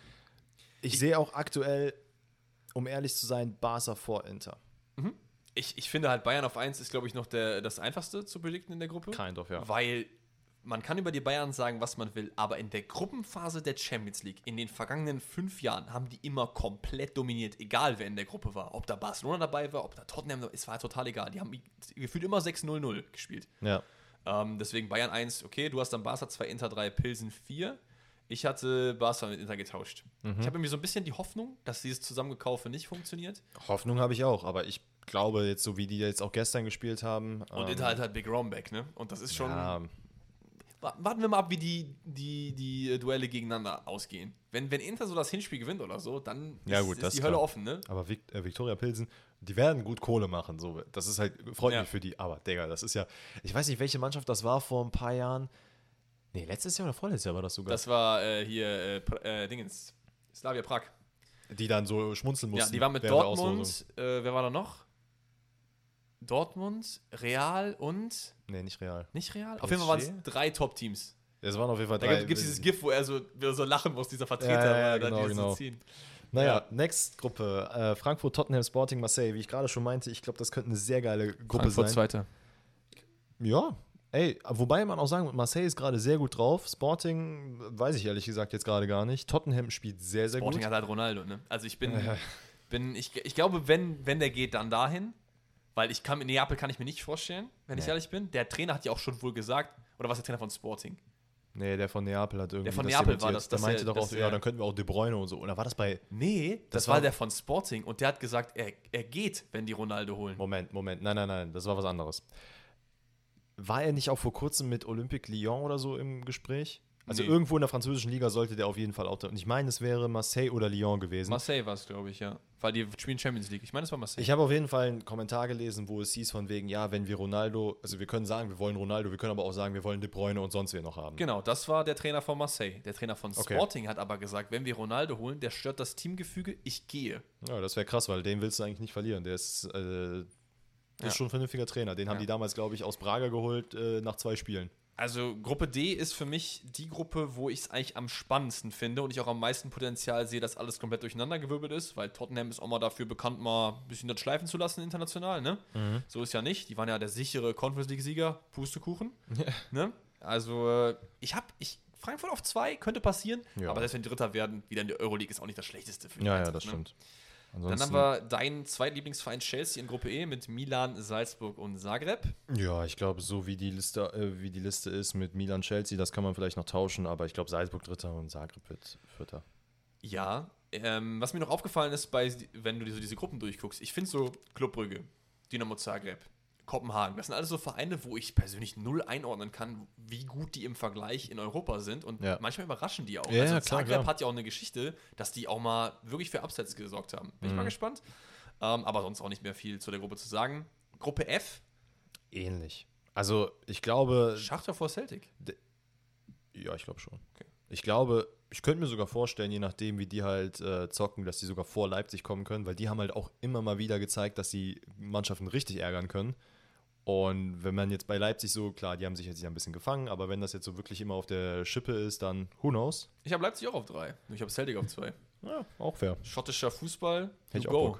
Ich sehe auch aktuell, um ehrlich zu sein, Barca vor Inter. Ich, ich finde halt Bayern auf eins ist, glaube ich, noch der, das einfachste zu predikten in der Gruppe. Kind of, ja. Weil man kann über die Bayern sagen, was man will, aber in der Gruppenphase der Champions League in den vergangenen fünf Jahren haben die immer komplett dominiert, egal wer in der Gruppe war. Ob da Barcelona dabei war, ob da Tottenham dabei war, es war total egal. Die haben gefühlt immer sechs null null gespielt. Ja. Ähm, deswegen Bayern eins, okay, du hast dann Barca zwei, Inter drei, Pilsen vier. Ich hatte Barca mit Inter getauscht. Ich habe irgendwie so ein bisschen die Hoffnung, dass dieses Zusammengekaufe nicht funktioniert. Hoffnung habe ich auch, aber ich glaube jetzt, so wie die jetzt auch gestern gespielt haben. Und Inter halt halt Big Romback, ne? Und das ist schon... Ja, warten wir mal ab, wie die, die, die Duelle gegeneinander ausgehen. Wenn, wenn Inter so das Hinspiel gewinnt oder so, dann Ja, ist, gut, ist das die ist Hölle klar. offen, ne? Aber Vic, äh, Viktoria Pilsen, die werden gut Kohle machen. So. Das ist halt, freut Ja. mich für die. Aber, Digga, das ist ja, ich weiß nicht, welche Mannschaft das war vor ein paar Jahren. Nee, letztes Jahr oder vorletztes Jahr war das sogar. Das war äh, hier, äh, Pr- äh, Dingens, Slavia Prag. die dann so schmunzeln mussten. Ja, die waren mit während der Auslosung. Dortmund, äh, wer war da noch? Dortmund, Real und, Nee, nicht real. nicht Real? P S G? Auf jeden Fall waren es drei Top-Teams. Es waren auf jeden Fall Da drei. gibt es dieses GIF, wo er so, wo er so lachen muss, dieser Vertreter, Ja, ja, ja, weil er da genau, dieses genau. so ziehen. Naja, Ja. next Gruppe. Äh, Frankfurt, Tottenham, Sporting, Marseille. Wie ich gerade schon meinte, ich glaube, das könnte eine sehr geile Gruppe sein. Zweiter. Ja, ey, wobei man auch sagen muss, Marseille ist gerade sehr gut drauf. Sporting weiß ich ehrlich gesagt jetzt gerade gar nicht. Tottenham spielt sehr, sehr Sporting gut. hat halt Ronaldo, ne? Also ich bin, Ja. bin ich, ich glaube, wenn, wenn der geht, dann dahin. Weil ich kann, Neapel kann ich mir nicht vorstellen, wenn ich Nee. ehrlich bin. Der Trainer hat ja auch schon wohl gesagt, oder was der Trainer von Sporting? Nee, der von Neapel hat irgendwie Der von das Neapel war dementiert. das, Der dass meinte er- doch auch, dass ja, er- dann könnten wir auch De Bruyne und so. Oder war das bei... Nee, das, Das war war- der von Sporting und der hat gesagt, er, er geht, wenn die Ronaldo holen. Moment, Moment. Nein, nein, nein, das war was anderes. War er nicht auch vor kurzem mit Olympique Lyon oder so im Gespräch? Also Nee. irgendwo in der französischen Liga sollte der auf jeden Fall auch... Und ich meine, es wäre Marseille oder Lyon gewesen. Marseille war es, glaube ich, ja. Weil die spielen Champions League. Ich meine, es war Marseille. Ich habe auf jeden Fall einen Kommentar gelesen, wo es hieß von wegen, ja, wenn wir Ronaldo, also wir können sagen, wir wollen Ronaldo, wir können aber auch sagen, wir wollen De Bruyne und sonst wen noch haben. Genau, das war der Trainer von Marseille. Der Trainer von Okay. Sporting hat aber gesagt, wenn wir Ronaldo holen, der stört das Teamgefüge, ich gehe. Ja, das wäre krass, weil den willst du eigentlich nicht verlieren. Der ist, äh, der Ja. ist schon ein vernünftiger Trainer. Den haben Ja. die damals, glaube ich, aus Braga geholt äh, nach zwei Spielen. Also Gruppe D ist für mich die Gruppe, wo ich es eigentlich am spannendsten finde und ich auch am meisten Potenzial sehe, dass alles komplett durcheinandergewirbelt ist, weil Tottenham ist auch mal dafür bekannt, mal ein bisschen das schleifen zu lassen international, ne? So ist ja nicht. Die waren ja der sichere Conference League-Sieger, Pustekuchen. Ne? Also äh, ich habe, ich, Frankfurt auf zwei könnte passieren, Ja. aber selbst wenn die Dritter werden, wieder in der Euroleague ist auch nicht das Schlechteste für die Ja, ja, Eintracht, das ne? stimmt. Dann Ansonsten, haben wir deinen Zweitlieblingsverein Chelsea in Gruppe E mit Milan, Salzburg und Zagreb. ja, ich glaube, so wie die Liste, äh, wie die Liste ist mit Milan, Chelsea, das kann man vielleicht noch tauschen, aber ich glaube, Salzburg Dritter und Zagreb wird Vierter. Ja, ähm, was mir noch aufgefallen ist, bei, wenn du dir so diese Gruppen durchguckst, ich finde so Club Brügge, Dynamo Zagreb, Kopenhagen, das sind alles so Vereine, wo ich persönlich null einordnen kann, wie gut die im Vergleich in Europa sind und Ja. manchmal überraschen die auch. Ja, also ja, klar, Zagreb klar. hat ja auch eine Geschichte, dass die auch mal wirklich für Absatz gesorgt haben. Bin ich Mhm. mal gespannt. Ähm, aber sonst auch nicht mehr viel zu der Gruppe zu sagen. Gruppe F, Ähnlich. Also, ich glaube, Schachter vor Celtic. ja, ich glaube schon. Okay. Ich glaube, ich könnte mir sogar vorstellen, je nachdem, wie die halt äh, zocken, dass die sogar vor Leipzig kommen können, weil die haben halt auch immer mal wieder gezeigt, dass sie Mannschaften richtig ärgern können. Und wenn man jetzt bei Leipzig so, klar, die haben sich jetzt ein bisschen gefangen, aber wenn das jetzt so wirklich immer auf der Schippe ist, dann who knows? Ich habe Leipzig auch auf drei. Ich habe Celtic auf zwei. Ja, auch fair. Schottischer Fußball, Hätte ich you auch go. Bock.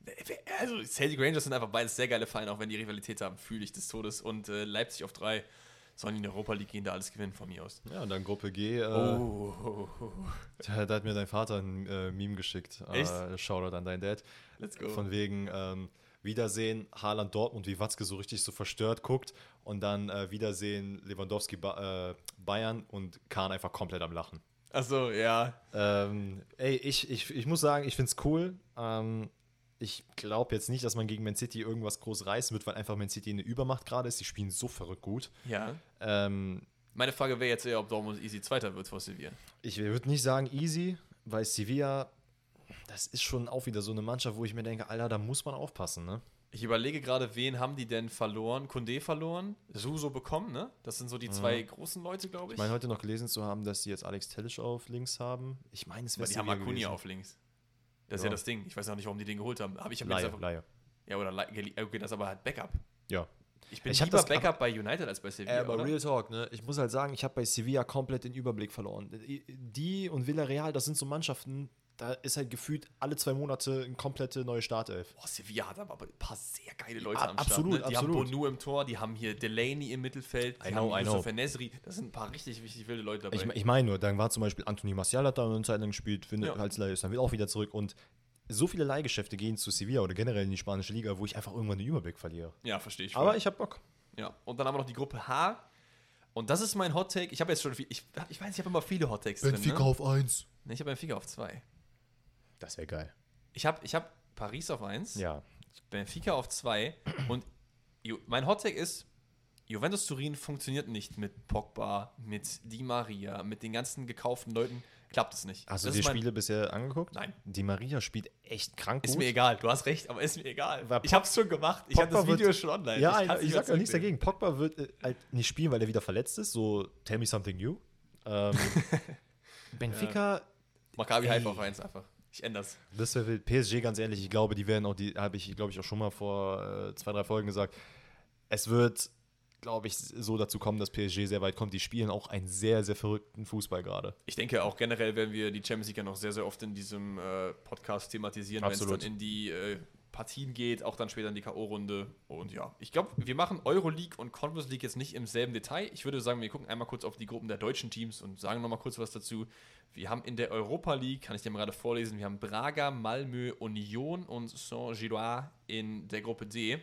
Also Celtic Rangers sind einfach beides sehr geile Vereine, auch wenn die Rivalität haben, fühle ich des Todes. Und äh, Leipzig auf drei sollen in die Europa League gehen, da alles gewinnen von mir aus. Ja, und dann Gruppe G, äh, Oh, da, da hat mir dein Vater ein äh, Meme geschickt. Echt? Äh, Shoutout an deinen Dad. let's go. Von wegen ähm, Wiedersehen, Haaland Dortmund, wie Watzke so richtig so verstört guckt und dann äh, Wiedersehen, Lewandowski ba äh, Bayern und Kahn einfach komplett am Lachen. Achso, ja. Ähm, ey, ich, ich, ich muss sagen, ich finde es cool. Ähm, ich glaube jetzt nicht, dass man gegen Man City irgendwas groß reißen wird, weil einfach Man City eine Übermacht gerade ist. Die spielen so verrückt gut. Ja. Ähm, Meine Frage wäre jetzt eher, ob Dortmund easy Zweiter wird vor Sevilla. ich würde nicht sagen easy, weil Sevilla, das ist schon auch wieder so eine Mannschaft, wo ich mir denke, Alter, da muss man aufpassen, ne? Ich überlege gerade, wen haben die denn verloren? Koundé verloren, Suso bekommen, ne? Das sind so die zwei großen Leute, glaube Ich ich. meine, heute noch gelesen zu haben, dass sie jetzt Alex Tellisch auf links haben. Ich meine, es wäre Aber die haben Sevilla Acuna gewesen. auf links. Das ist Ja. ja das Ding. Ich weiß auch nicht, warum die den geholt haben. Aber ich habe Laie, jetzt einfach, Laie. ja, oder Leih- geli- okay, das ist aber halt Backup. Ja. Ich bin Ich hab lieber das- Backup bei United als bei Sevilla, Äh, aber oder? Real Talk, ne? Ich muss halt sagen, ich habe bei Sevilla komplett den Überblick verloren. Die und Villarreal, das sind so Mannschaften, da ist halt gefühlt alle zwei Monate eine komplette neue Startelf. Boah, Sevilla hat aber ein paar sehr geile Leute A- am Start. absolut, Ne? Die absolut. haben Bonu im Tor, die haben hier Delaney im Mittelfeld, die I know, haben I Yusuf know. Nesri. Das sind ein paar richtig, richtig wilde Leute dabei. Ich, ich meine nur, dann war zum Beispiel Anthony Martial hat da eine Zeit lang gespielt, finde Ja. als Laie ist dann wieder auch wieder zurück und so viele Leihgeschäfte gehen zu Sevilla oder generell in die spanische Liga, wo ich einfach irgendwann den Überblick verliere. ja, verstehe ich. Aber voll. ich habe Bock. Ja, und dann haben wir noch die Gruppe H. Und das ist mein Hot Take. Ich habe jetzt schon viel, ich, ich weiß, ich habe immer viele Hot Takes drin. Ne? auf eins. Nee, ich habe Benfica auf zwei. Das wäre geil. Ich habe ich hab Paris auf eins, Ja. Benfica auf zwei und Ju- mein Hot Take ist, Juventus Turin funktioniert nicht mit Pogba, mit Di Maria, mit den ganzen gekauften Leuten. Klappt es nicht. Hast du Das die ist mein- Spiele bisher angeguckt? Nein. Di Maria spielt echt krank Ist gut. mir egal, du hast recht, aber ist mir egal. Weil ich Pog- hab's schon gemacht. Ich Pogba habe das Video wird- schon online. Ja, ich, kann's ich, nicht sag ja mehr nichts zurücknehmen. dagegen. Pogba wird äh, halt nicht spielen, weil er wieder verletzt ist. So, tell me something new. Ähm, Benfica, Maccabi Ey. Haifa auf eins einfach. Ich änder's. das wäre wild. P S G, ganz ehrlich, ich glaube, die werden auch, die habe ich, glaube ich, auch schon mal vor äh, zwei, drei Folgen gesagt. Es wird, glaube ich, so dazu kommen, dass P S G sehr weit kommt. Die spielen auch einen sehr, sehr verrückten Fußball gerade. Ich denke auch generell werden wir die Champions League ja noch sehr, sehr oft in diesem äh, Podcast thematisieren, wenn es Absolut. dann in die äh, Partien geht, auch dann später in die K O-Runde. Und ja, ich glaube, wir machen Euroleague und Conference League jetzt nicht im selben Detail. Ich würde sagen, wir gucken einmal kurz auf die Gruppen der deutschen Teams und sagen nochmal kurz was dazu. Wir haben in der Europa League, kann ich dir mal gerade vorlesen, wir haben Braga, Malmö, Union und Saint-Gilloise in der Gruppe D.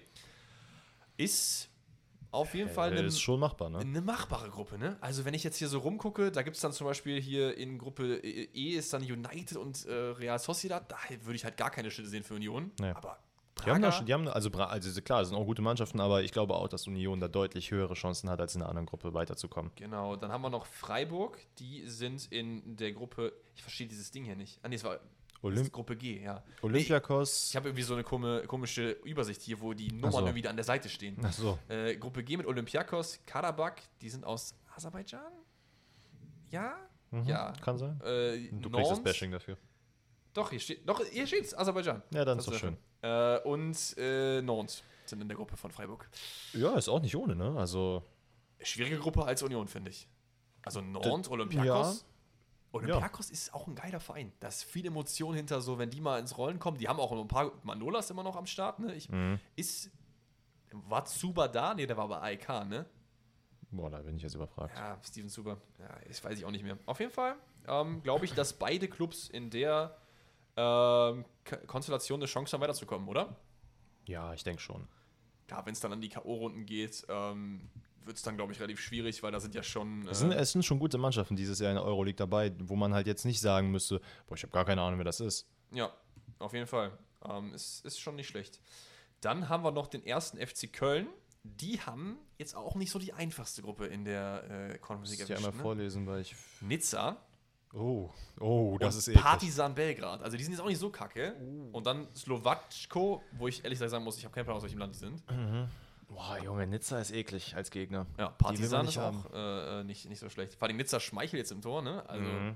Ist auf jeden Fall Äh, eine ist schon machbar, ne? eine machbare Gruppe, ne? Also wenn ich jetzt hier so rumgucke, da gibt es dann zum Beispiel hier in Gruppe E ist dann United und äh, Real Sociedad, da würde ich halt gar keine Schritte sehen für Union. Nee. Aber Die haben, Braga, da, schon- die haben also, Bra- also klar, es sind auch gute Mannschaften, aber ich glaube auch, dass Union da deutlich höhere Chancen hat, als in einer anderen Gruppe weiterzukommen. genau, dann haben wir noch Freiburg, die sind in der Gruppe, ich verstehe dieses Ding hier nicht. Ah nee, es war das Olymp ist Gruppe G, ja. Olympiakos. Ich habe irgendwie so eine komme, komische Übersicht hier, wo die Nummern so. irgendwie an der Seite stehen. Achso. Äh, Gruppe G mit Olympiakos, Karabakh, die sind aus Aserbaidschan? Ja? Mhm, Ja. Kann sein. Äh, Du kriegst das Nantes- Bashing dafür. Doch, hier steht, doch, hier steht's, Aserbaidschan. Ja, dann Das ist doch schön. Äh, und äh, Nantes sind in der Gruppe von Freiburg. Ja, ist auch nicht ohne, ne? Also, Schwierige Gruppe als Union, finde ich. Also Nantes, Olympiakos. Olympiakos ist auch ein geiler Verein. Da ist viel Emotion hinter, so wenn die mal ins Rollen kommen. Die haben auch noch ein paar Manolas immer noch am Start, ne? Ich, Mhm. ist, war Zuba da? Ne, der war bei A E K, ne? boah, da bin ich jetzt überfragt. Ja, Steven Zuber. Ja, das weiß ich auch nicht mehr. Auf jeden Fall ähm, glaube ich, dass beide Clubs in der ähm, K- Konstellation eine Chance haben, weiterzukommen, oder? Ja, ich denke schon. Klar, wenn es dann an die K O-Runden geht, ähm, wird es dann, glaube ich, relativ schwierig, weil da sind ja schon. Äh, Es sind, es sind schon gute Mannschaften dieses Jahr in der Euroleague dabei, wo man halt jetzt nicht sagen müsste, boah, ich habe gar keine Ahnung, wer das ist. ja, auf jeden Fall. Ähm, ist, ist schon nicht schlecht. Dann haben wir noch den ersten F C Köln. Die haben jetzt auch nicht so die einfachste Gruppe in der äh, Conference Muss League ich ja einmal ne? vorlesen, weil ich... Nizza Oh, oh, das und ist eklig. Partizan Belgrad. Also die sind jetzt auch nicht so kacke. Und dann Slowatschko, wo ich ehrlich gesagt sagen muss, ich habe keinen Plan, aus welchem Land die sind. Boah, Junge, Nizza ist eklig als Gegner. Ja, Die will man Partizan nicht ist haben. auch äh, nicht, nicht so schlecht. Vor allem Nizza Schmeichel jetzt im Tor, ne? Also Mhm.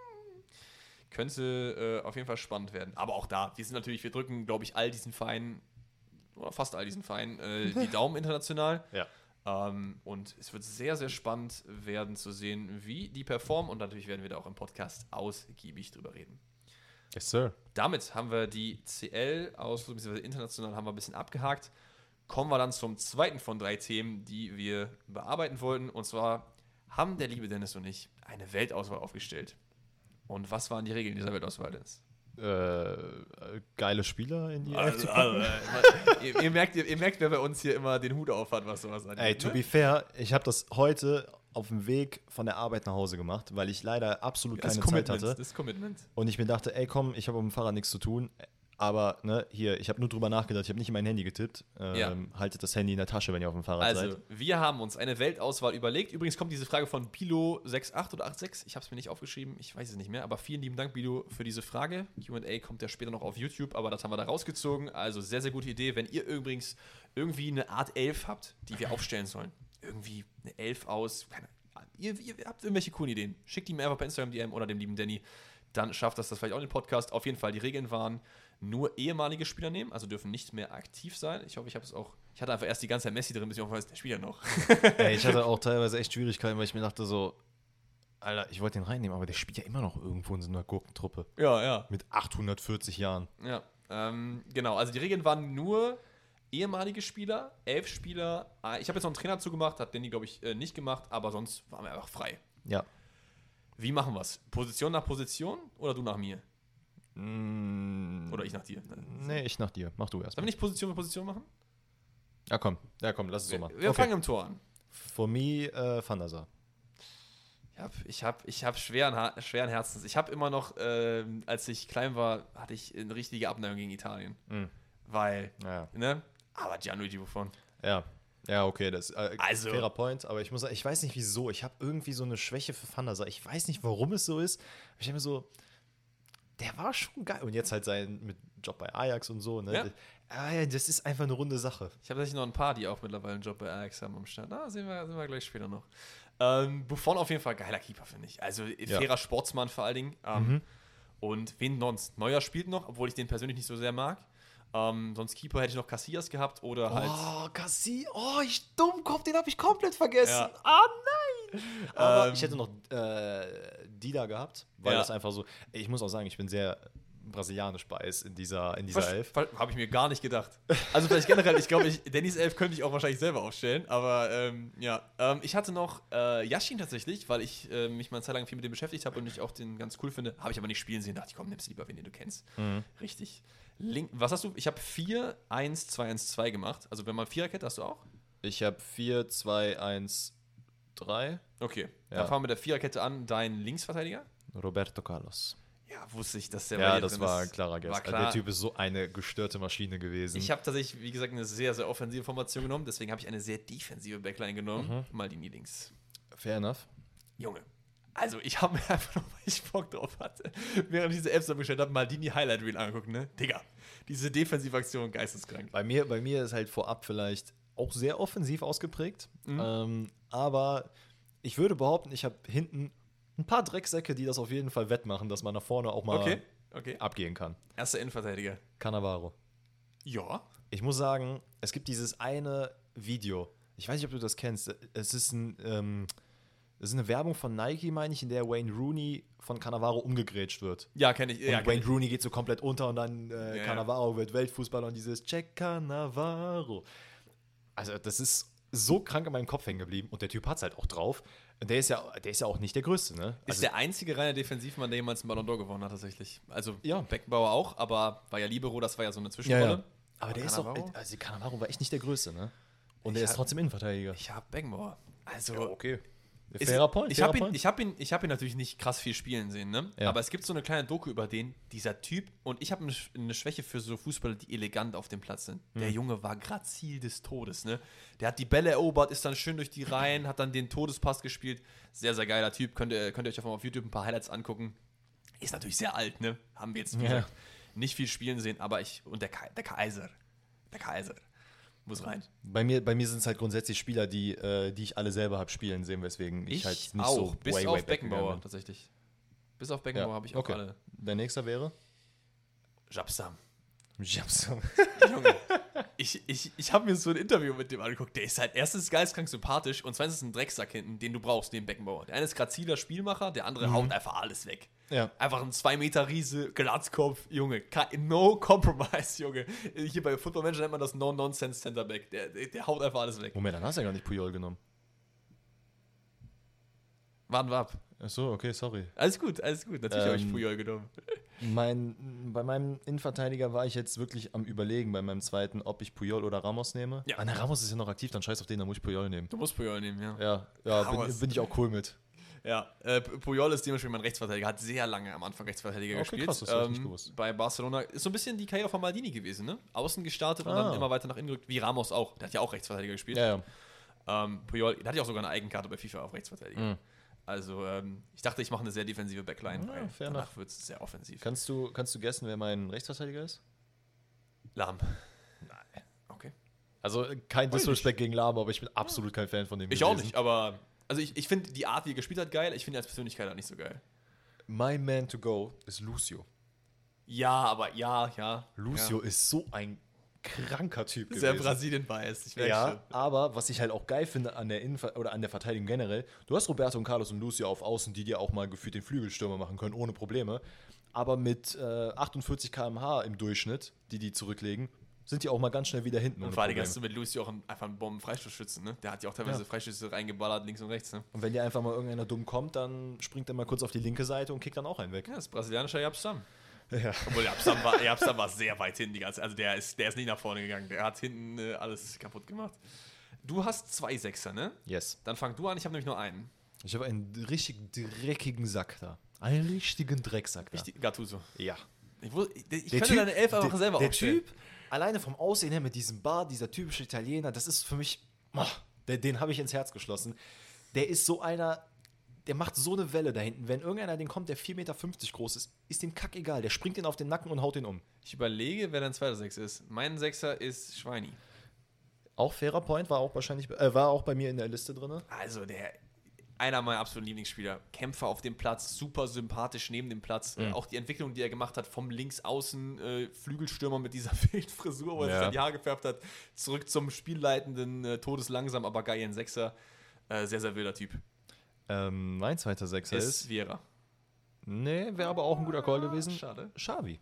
könnte äh, auf jeden Fall spannend werden. Aber auch da, wir sind natürlich, wir drücken, glaube ich, all diesen Vereinen, oder fast all diesen Vereinen, äh, die Daumen international. Ja. Ähm, und es wird sehr, sehr spannend werden zu sehen, wie die performen. Und natürlich werden wir da auch im Podcast ausgiebig drüber reden. Yes, sir. Damit haben wir die C L aus, beziehungsweise international haben wir ein bisschen abgehakt. Kommen wir dann zum zweiten von drei Themen, die wir bearbeiten wollten. Und zwar haben der liebe Dennis und ich eine Weltauswahl aufgestellt. Und was waren die Regeln dieser Weltauswahl, Dennis? Äh, geile Spieler in die Elf Also, zu also, packen. äh, ihr, ihr, merkt, ihr, ihr merkt, wer bei uns hier immer den Hut auf hat, was sowas angeht. Ey, to ne? be fair, ich habe das heute auf dem Weg von der Arbeit nach Hause gemacht, weil ich leider absolut Das keine Zeit Commitment, hatte. das Commitment. Und ich mir dachte, ey komm, ich habe auf dem Fahrrad nichts zu tun. Aber ne, hier, ich habe nur drüber nachgedacht, ich habe nicht in mein Handy getippt. Ähm, Ja. Haltet das Handy in der Tasche, wenn ihr auf dem Fahrrad Also, seid. wir haben uns eine Weltauswahl überlegt. Übrigens kommt diese Frage von Bilo achtundsechzig oder sechsundachtzig. Ich habe es mir nicht aufgeschrieben, ich weiß es nicht mehr. Aber vielen lieben Dank, Bilo, für diese Frage. Q und A kommt ja später noch auf YouTube, aber das haben wir da rausgezogen. Also, sehr, sehr gute Idee. Wenn ihr übrigens irgendwie eine Art Elf habt, die wir aufstellen sollen, irgendwie eine Elf aus, keine Ahnung, ihr, ihr habt irgendwelche coolen Ideen, schickt die mir einfach per Instagram D M oder dem lieben Danny. Dann schafft das das vielleicht auch in den Podcast. Auf jeden Fall, die Regeln waren, nur ehemalige Spieler nehmen, also dürfen nicht mehr aktiv sein. Ich hoffe, ich habe es auch. Ich hatte einfach erst die ganze Zeit Messi drin, bis ich auch weiß, der spielt ja noch. Ey, ich hatte auch teilweise echt Schwierigkeiten, weil ich mir dachte so, Alter, ich wollte den reinnehmen, aber der spielt ja immer noch irgendwo in so einer Gurkentruppe. Ja, ja. Mit achthundertvierzig Jahren. Ja, ähm, genau. Also die Regeln waren nur ehemalige Spieler, elf Spieler. Ah, Ich habe jetzt noch einen Trainer zugemacht, hat Danny, glaube ich, äh, nicht gemacht, aber sonst waren wir einfach frei. Ja. Wie machen wir es? Position nach Position oder du nach mir? Mm, Oder ich nach dir? Nee, ich nach dir. Mach du erst. Sollen wir nicht Position für Position machen? Ja, komm. Ja, komm, lass es so Wir, machen. wir Okay. fangen im Tor an. For me, äh, Van der Sar. Ich habe ich hab, ich hab schweren, Ha- schweren Herzens. Ich habe immer noch, ähm, als ich klein war, hatte ich eine richtige Abneigung gegen Italien. Mhm. Weil, Ja. ne? Aber Gianluigi Buffon. Ja. Ja, okay, das ist äh, Also- fairer Point, aber ich muss sagen, ich weiß nicht wieso. Ich habe irgendwie so eine Schwäche für Van der Sar. Ich weiß nicht, warum es so ist. Ich denke mir so, der war schon geil. Und jetzt halt sein mit Job bei Ajax und so, ne? Ja. Das, ah, ja, das ist einfach eine runde Sache. Ich habe tatsächlich noch ein paar, die auch mittlerweile einen Job bei Ajax haben am Start. Da sehen wir, sehen wir gleich später noch. Ähm, Buffon auf jeden Fall geiler Keeper, finde ich. Also fairer Sportsmann vor allen Dingen. Ähm, Mhm. Und wen sonst? Neuer spielt noch, obwohl ich den persönlich nicht so sehr mag. Ähm, sonst Keeper hätte ich noch Casillas gehabt oder halt. Oh, Cassie, oh, ich Dummkopf, den habe ich komplett vergessen. Ja. Ah, nein. Aber Ähm, ich hätte noch äh, Dida gehabt, weil Ja. das einfach so, ich muss auch sagen, ich bin sehr brasilianisch biased in dieser, in dieser Elf. Habe ich mir gar nicht gedacht. Also vielleicht generell, ich glaube, ich, Dannys Elf könnte ich auch wahrscheinlich selber aufstellen, aber ähm, ja. Ähm, ich hatte noch äh, Yashin tatsächlich, weil ich äh, mich mal eine Zeit lang viel mit dem beschäftigt habe und ich auch den ganz cool finde. Habe ich aber nicht spielen sehen, dachte ich, komm, nimmst du lieber wen, den du kennst. Mhm. Richtig. Link, was hast du? Ich habe vier eins zwei eins zwei gemacht. Also wenn man Viererkette hast du auch? Ich habe vier, zwei, eins, drei. Okay. Ja. Dann fangen wir mit der Viererkette an. Dein Linksverteidiger? Roberto Carlos. Ja, wusste ich, dass der bei Ja, dir das drin war ist. ein klarer Guess. War Also klar. der Typ ist so eine gestörte Maschine gewesen. Ich habe tatsächlich, wie gesagt, eine sehr, sehr offensive Formation genommen. Deswegen habe ich eine sehr defensive Backline genommen. Mhm. Maldini links. Fair enough. Junge. Also, ich habe mir einfach noch, weil ich Bock drauf hatte, während ich diese Apps bestellt habe, Maldini Highlight Reel angeguckt, ne? Digga, diese defensive Aktion geisteskrank. Bei mir, bei mir ist halt vorab vielleicht auch sehr offensiv ausgeprägt. Mhm. Ähm, aber ich würde behaupten, ich habe hinten ein paar Drecksäcke, die das auf jeden Fall wettmachen, dass man nach vorne auch mal Okay, okay. abgehen kann. Erster Innenverteidiger. Cannavaro. Ja. Ich muss sagen, es gibt dieses eine Video. Ich weiß nicht, ob du das kennst. Es ist ein, ähm, es ist eine Werbung von Nike, meine ich, in der Wayne Rooney von Cannavaro umgegrätscht wird. Ja, kenne ich. Und Ja, kenn Wayne ich. Rooney geht so komplett unter und dann äh, Ja, ja. Cannavaro wird Weltfußballer und dieses Check Cannavaro. Also das ist so krank in meinem Kopf hängen geblieben und der Typ hat es halt auch drauf. Und der ist ja, der ist ja auch nicht der Größte, ne? Ist Also, der einzige reine Defensivmann, der jemals einen Ballon d'Or gewonnen hat, tatsächlich. Also, Ja. Beckenbauer auch, aber war ja Libero, das war ja so eine ja, Zwischenrolle. ja. Aber der ist doch, Cannavaro? also Cannavaro war echt nicht der Größte, ne? Und Ich der ist hab- trotzdem Innenverteidiger. Ich habe Beckenbauer. Also, okay. Ist- Fairer Point, Ich fairer habe ihn, Point. ich hab ihn, ich hab ihn natürlich nicht krass viel spielen sehen, ne? Ja. Aber es gibt so eine kleine Doku über den, dieser Typ. Und ich habe eine, Sch- eine Schwäche für so Fußballer, die elegant auf dem Platz sind. Hm. Der Junge war grazil des Todes, ne? Der hat die Bälle erobert, ist dann schön durch die Reihen, hat dann den Todespass gespielt. Sehr, sehr geiler Typ. Könnt ihr, könnt ihr euch einfach mal auf YouTube ein paar Highlights angucken. Ist natürlich sehr alt, ne? Haben wir jetzt wie Ja. gesagt, nicht viel spielen sehen, aber ich. Und der, Kai, der Kaiser. Der Kaiser. Muss rein. Bei mir, bei mir sind es halt grundsätzlich Spieler, die, äh, die ich alle selber habe spielen sehen, weswegen ich, Ich, halt nicht auch. so Bis way, auf way back Beckenbauer, gegangen tatsächlich. Bis auf Beckenbauer Ja, habe ich auch okay. alle. bin. Der nächste wäre? Japsam. Japsam. Junge, ich, ich, ich habe mir so ein Interview mit dem angeguckt. Der ist halt erstens geistkrank sympathisch und zweitens ein Drecksack hinten, den du brauchst, den Beckenbauer. Der eine ist graziler Spielmacher, der andere haut einfach alles weg. Ja. Einfach ein zwei Meter Riese, Glatzkopf, Junge. Ke- No compromise, Junge. Hier bei Football Manager nennt man das No-Nonsense Centerback. Der, der, der haut einfach alles weg. Moment, dann hast du ja gar nicht Puyol genommen. Warten wir ab. Achso, okay, sorry. Alles gut, alles gut. Natürlich habe ich Ähm, Puyol genommen. Mein, bei meinem Innenverteidiger war ich jetzt wirklich am Überlegen, bei meinem zweiten, ob ich Puyol oder Ramos nehme. Ja. Ah, na, Ramos ist ja noch aktiv, dann scheiß auf den, dann muss ich Puyol nehmen. Du musst Puyol nehmen, ja. Ja, ja bin, Ramos. bin ich auch cool mit. Ja, äh, Puyol ist dementsprechend mein Rechtsverteidiger, hat sehr lange am Anfang Rechtsverteidiger Okay, gespielt. krass, das hab ich nicht gewusst. Bei Barcelona ist so ein bisschen die Karriere von Maldini gewesen, ne? Außen gestartet und Ah. dann immer weiter nach innen gerückt, wie Ramos auch. Der hat ja auch Rechtsverteidiger gespielt. Ja, ja. Ähm, Puyol, der hat ja auch sogar eine Eigenkarte bei FIFA auf Rechtsverteidiger. Mhm. Also, ähm, ich dachte, ich mache eine sehr defensive Backline, Ja, weil fair danach wird es sehr offensiv. Kannst du, kannst du guessen, wer mein Rechtsverteidiger ist? Lahm. Nein. Okay. Also kein Weiß Disrespect gegen Lahm, aber ich bin absolut kein Fan von dem Ich auch gewesen. nicht, aber also ich, ich finde die Art, wie er gespielt hat, geil. Ich finde ihn als Persönlichkeit halt nicht so geil. My man to go ist Lucio. Ja, aber ja, ja. Lucio ist so ein kranker Typ ja. Sehr gewesen. Brasilien-biased. Ich merke Ja, schon. aber was ich halt auch geil finde an der Innenver oder an der Verteidigung generell, du hast Roberto und Carlos und Lucio auf Außen, die dir auch mal gefühlt den Flügelstürmer machen können, ohne Probleme. Aber mit äh, achtundvierzig Kilometer pro Stunde im Durchschnitt, die die zurücklegen, sind die auch mal ganz schnell wieder hinten. Und ohne vor allem Probleme. hast du mit Lucy auch einen, einfach einen Bomben-Freistoßschützen, ne? Der hat ja auch teilweise Ja. Freischüsse reingeballert, links und rechts, ne? Und wenn dir einfach mal irgendeiner dumm kommt, dann springt er mal kurz auf die linke Seite und kickt dann auch einen weg. Ja, das ist brasilianischer Japsam. Ja. Obwohl Japsam war, Japsam war sehr weit hinten die ganze Also der ist, der ist nicht nach vorne gegangen. Der hat hinten äh, alles kaputt gemacht. Du hast zwei Sechser, ne? Yes. Dann fang du an, ich habe nämlich nur einen. Ich habe einen richtig dreckigen Sack da. Einen richtigen Drecksack da. Ich, Gattuso. Ja. Ich, wus- ich, ich Der könnte Typ- deine Elf einfach der, selber Der aufstellen. Typ, alleine vom Aussehen her mit diesem Bart, dieser typische Italiener, das ist für mich Oh, den, den habe ich ins Herz geschlossen. Der ist so einer, der macht so eine Welle da hinten. Wenn irgendeiner den kommt, der vier Meter fünfzig groß ist, ist dem kackegal. Der springt den auf den Nacken und haut den um. Ich überlege, wer dein zweiter Sechser ist. Mein Sechser ist Schweini. Auch fairer Point, war auch wahrscheinlich, äh, war auch bei mir in der Liste drin. Also der, einer meiner absoluten Lieblingsspieler. Kämpfer auf dem Platz, super sympathisch neben dem Platz. Mhm. Äh, auch die Entwicklung, die er gemacht hat, vom Linksaußen äh, Flügelstürmer mit dieser Frisur, wo er Ja. sich dann die Haare gefärbt hat, zurück zum spielleitenden, äh, todeslangsam, aber geilen Sechser. Äh, sehr, sehr wilder Typ. Ähm, mein zweiter Sechser ist, Ist Viera. nee, wäre aber auch ein guter Call gewesen. Schade. Xavi.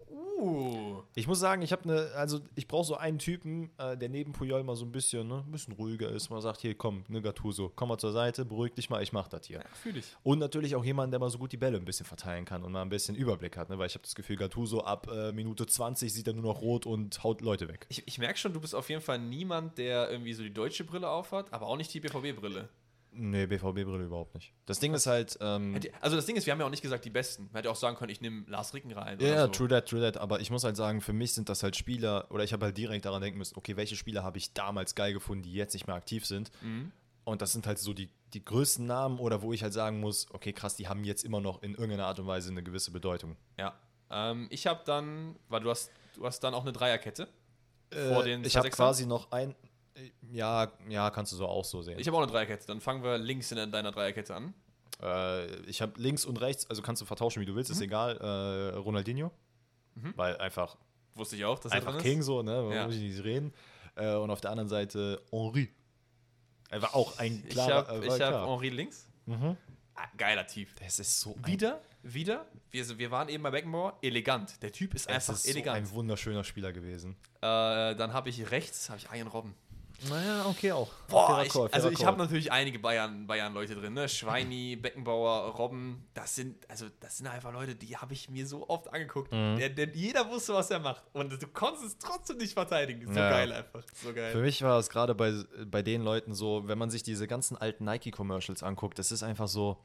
Uh. Ich muss sagen, ich habe eine, also ich brauche so einen Typen, äh, der neben Puyol mal so ein bisschen, ne, ein bisschen ruhiger ist. Man sagt, hier, komm, ne Gattuso, komm mal zur Seite, beruhig dich mal, ich mach das hier. Ja, fühl ich. Und natürlich auch jemanden, der mal so gut die Bälle ein bisschen verteilen kann und mal ein bisschen Überblick hat, ne? Weil ich habe das Gefühl, Gattuso ab äh, Minute zwanzig sieht er nur noch rot und haut Leute weg. Ich, ich merke schon, du bist auf jeden Fall niemand, der irgendwie so die deutsche Brille aufhat, aber auch nicht die B V B-Brille. Nee, B V B-Brille überhaupt nicht. Das Ding ist halt, ähm, Hätte- Also das Ding ist, wir haben ja auch nicht gesagt die Besten. Man hätte auch sagen können, ich nehme Lars Ricken rein. ja, oder ja, so. true that, true that, aber ich muss halt sagen, für mich sind das halt Spieler, oder ich habe halt direkt daran denken müssen, okay, welche Spieler habe ich damals geil gefunden, die jetzt nicht mehr aktiv sind. Mhm. Und das sind halt so die, die größten Namen, oder wo ich halt sagen muss, okay, krass, die haben jetzt immer noch in irgendeiner Art und Weise eine gewisse Bedeutung. Ja. Ähm, ich habe dann, weil du hast, du hast dann auch eine Dreierkette vor den ich zwei habe Sechsern. quasi noch ein, ja, ja, kannst du so auch so sehen. Ich habe auch eine Dreierkette. Dann fangen wir links in deiner Dreierkette an. Äh, ich habe links und rechts, also kannst du vertauschen, wie du willst, ist egal, äh, Ronaldinho, Mhm. weil einfach, Wusste ich auch, dass er einfach drin King ist. so, ne, Ja. muss ich nicht reden. Äh, und auf der anderen Seite Henri. Er war auch ein Ich klarer, habe äh, ich war hab klar. Henri links. Mhm. Ah, geiler Typ. Das ist so ein, Wieder, wieder, wir, wir waren eben bei Beckenbauer, elegant. Der Typ ist es einfach ist so elegant. ein wunderschöner Spieler gewesen. Äh, dann habe ich rechts, habe ich Ian Robben. Naja, okay auch. Boah, Fairer ich, Call, also fairer ich Call. habe natürlich einige Bayern, Bayern-Leute drin, ne? Schweini, Beckenbauer, Robben, das sind, also das sind einfach Leute, die habe ich mir so oft angeguckt. Mhm. Der, der, jeder wusste, was er macht. Und du konntest es trotzdem nicht verteidigen. So Ja. geil einfach. So geil. Für mich war es gerade bei, bei den Leuten so, wenn man sich diese ganzen alten Nike-Commercials anguckt, das ist einfach so,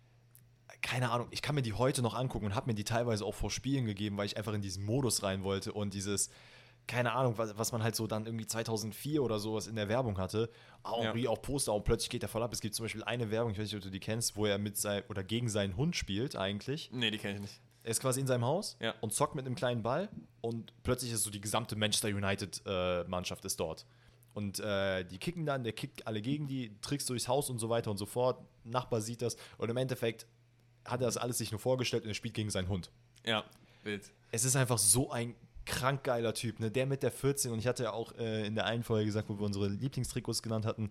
keine Ahnung, ich kann mir die heute noch angucken und habe mir die teilweise auch vor Spielen gegeben, weil ich einfach in diesen Modus rein wollte und dieses, keine Ahnung, was, was man halt so dann irgendwie zweitausendvier oder sowas in der Werbung hatte. Henri Ja. auch Poster und plötzlich geht er voll ab. Es gibt zum Beispiel eine Werbung, ich weiß nicht, ob du die kennst, wo er mit sein, oder gegen seinen Hund spielt eigentlich. Nee, die kenne ich nicht. Er ist quasi in seinem Haus Ja. und zockt mit einem kleinen Ball und plötzlich ist so die gesamte Manchester United-Mannschaft ist dort. Und äh, die kicken dann, der kickt alle gegen die, Tricks durchs Haus und so weiter und so fort. Nachbar sieht das und im Endeffekt hat er das alles sich nur vorgestellt und er spielt gegen seinen Hund. Ja, wild. Es ist einfach so ein krank geiler Typ, ne? Der mit der vierzehn, und ich hatte ja auch äh, in der einen Folge gesagt, wo wir unsere Lieblingstrikots genannt hatten,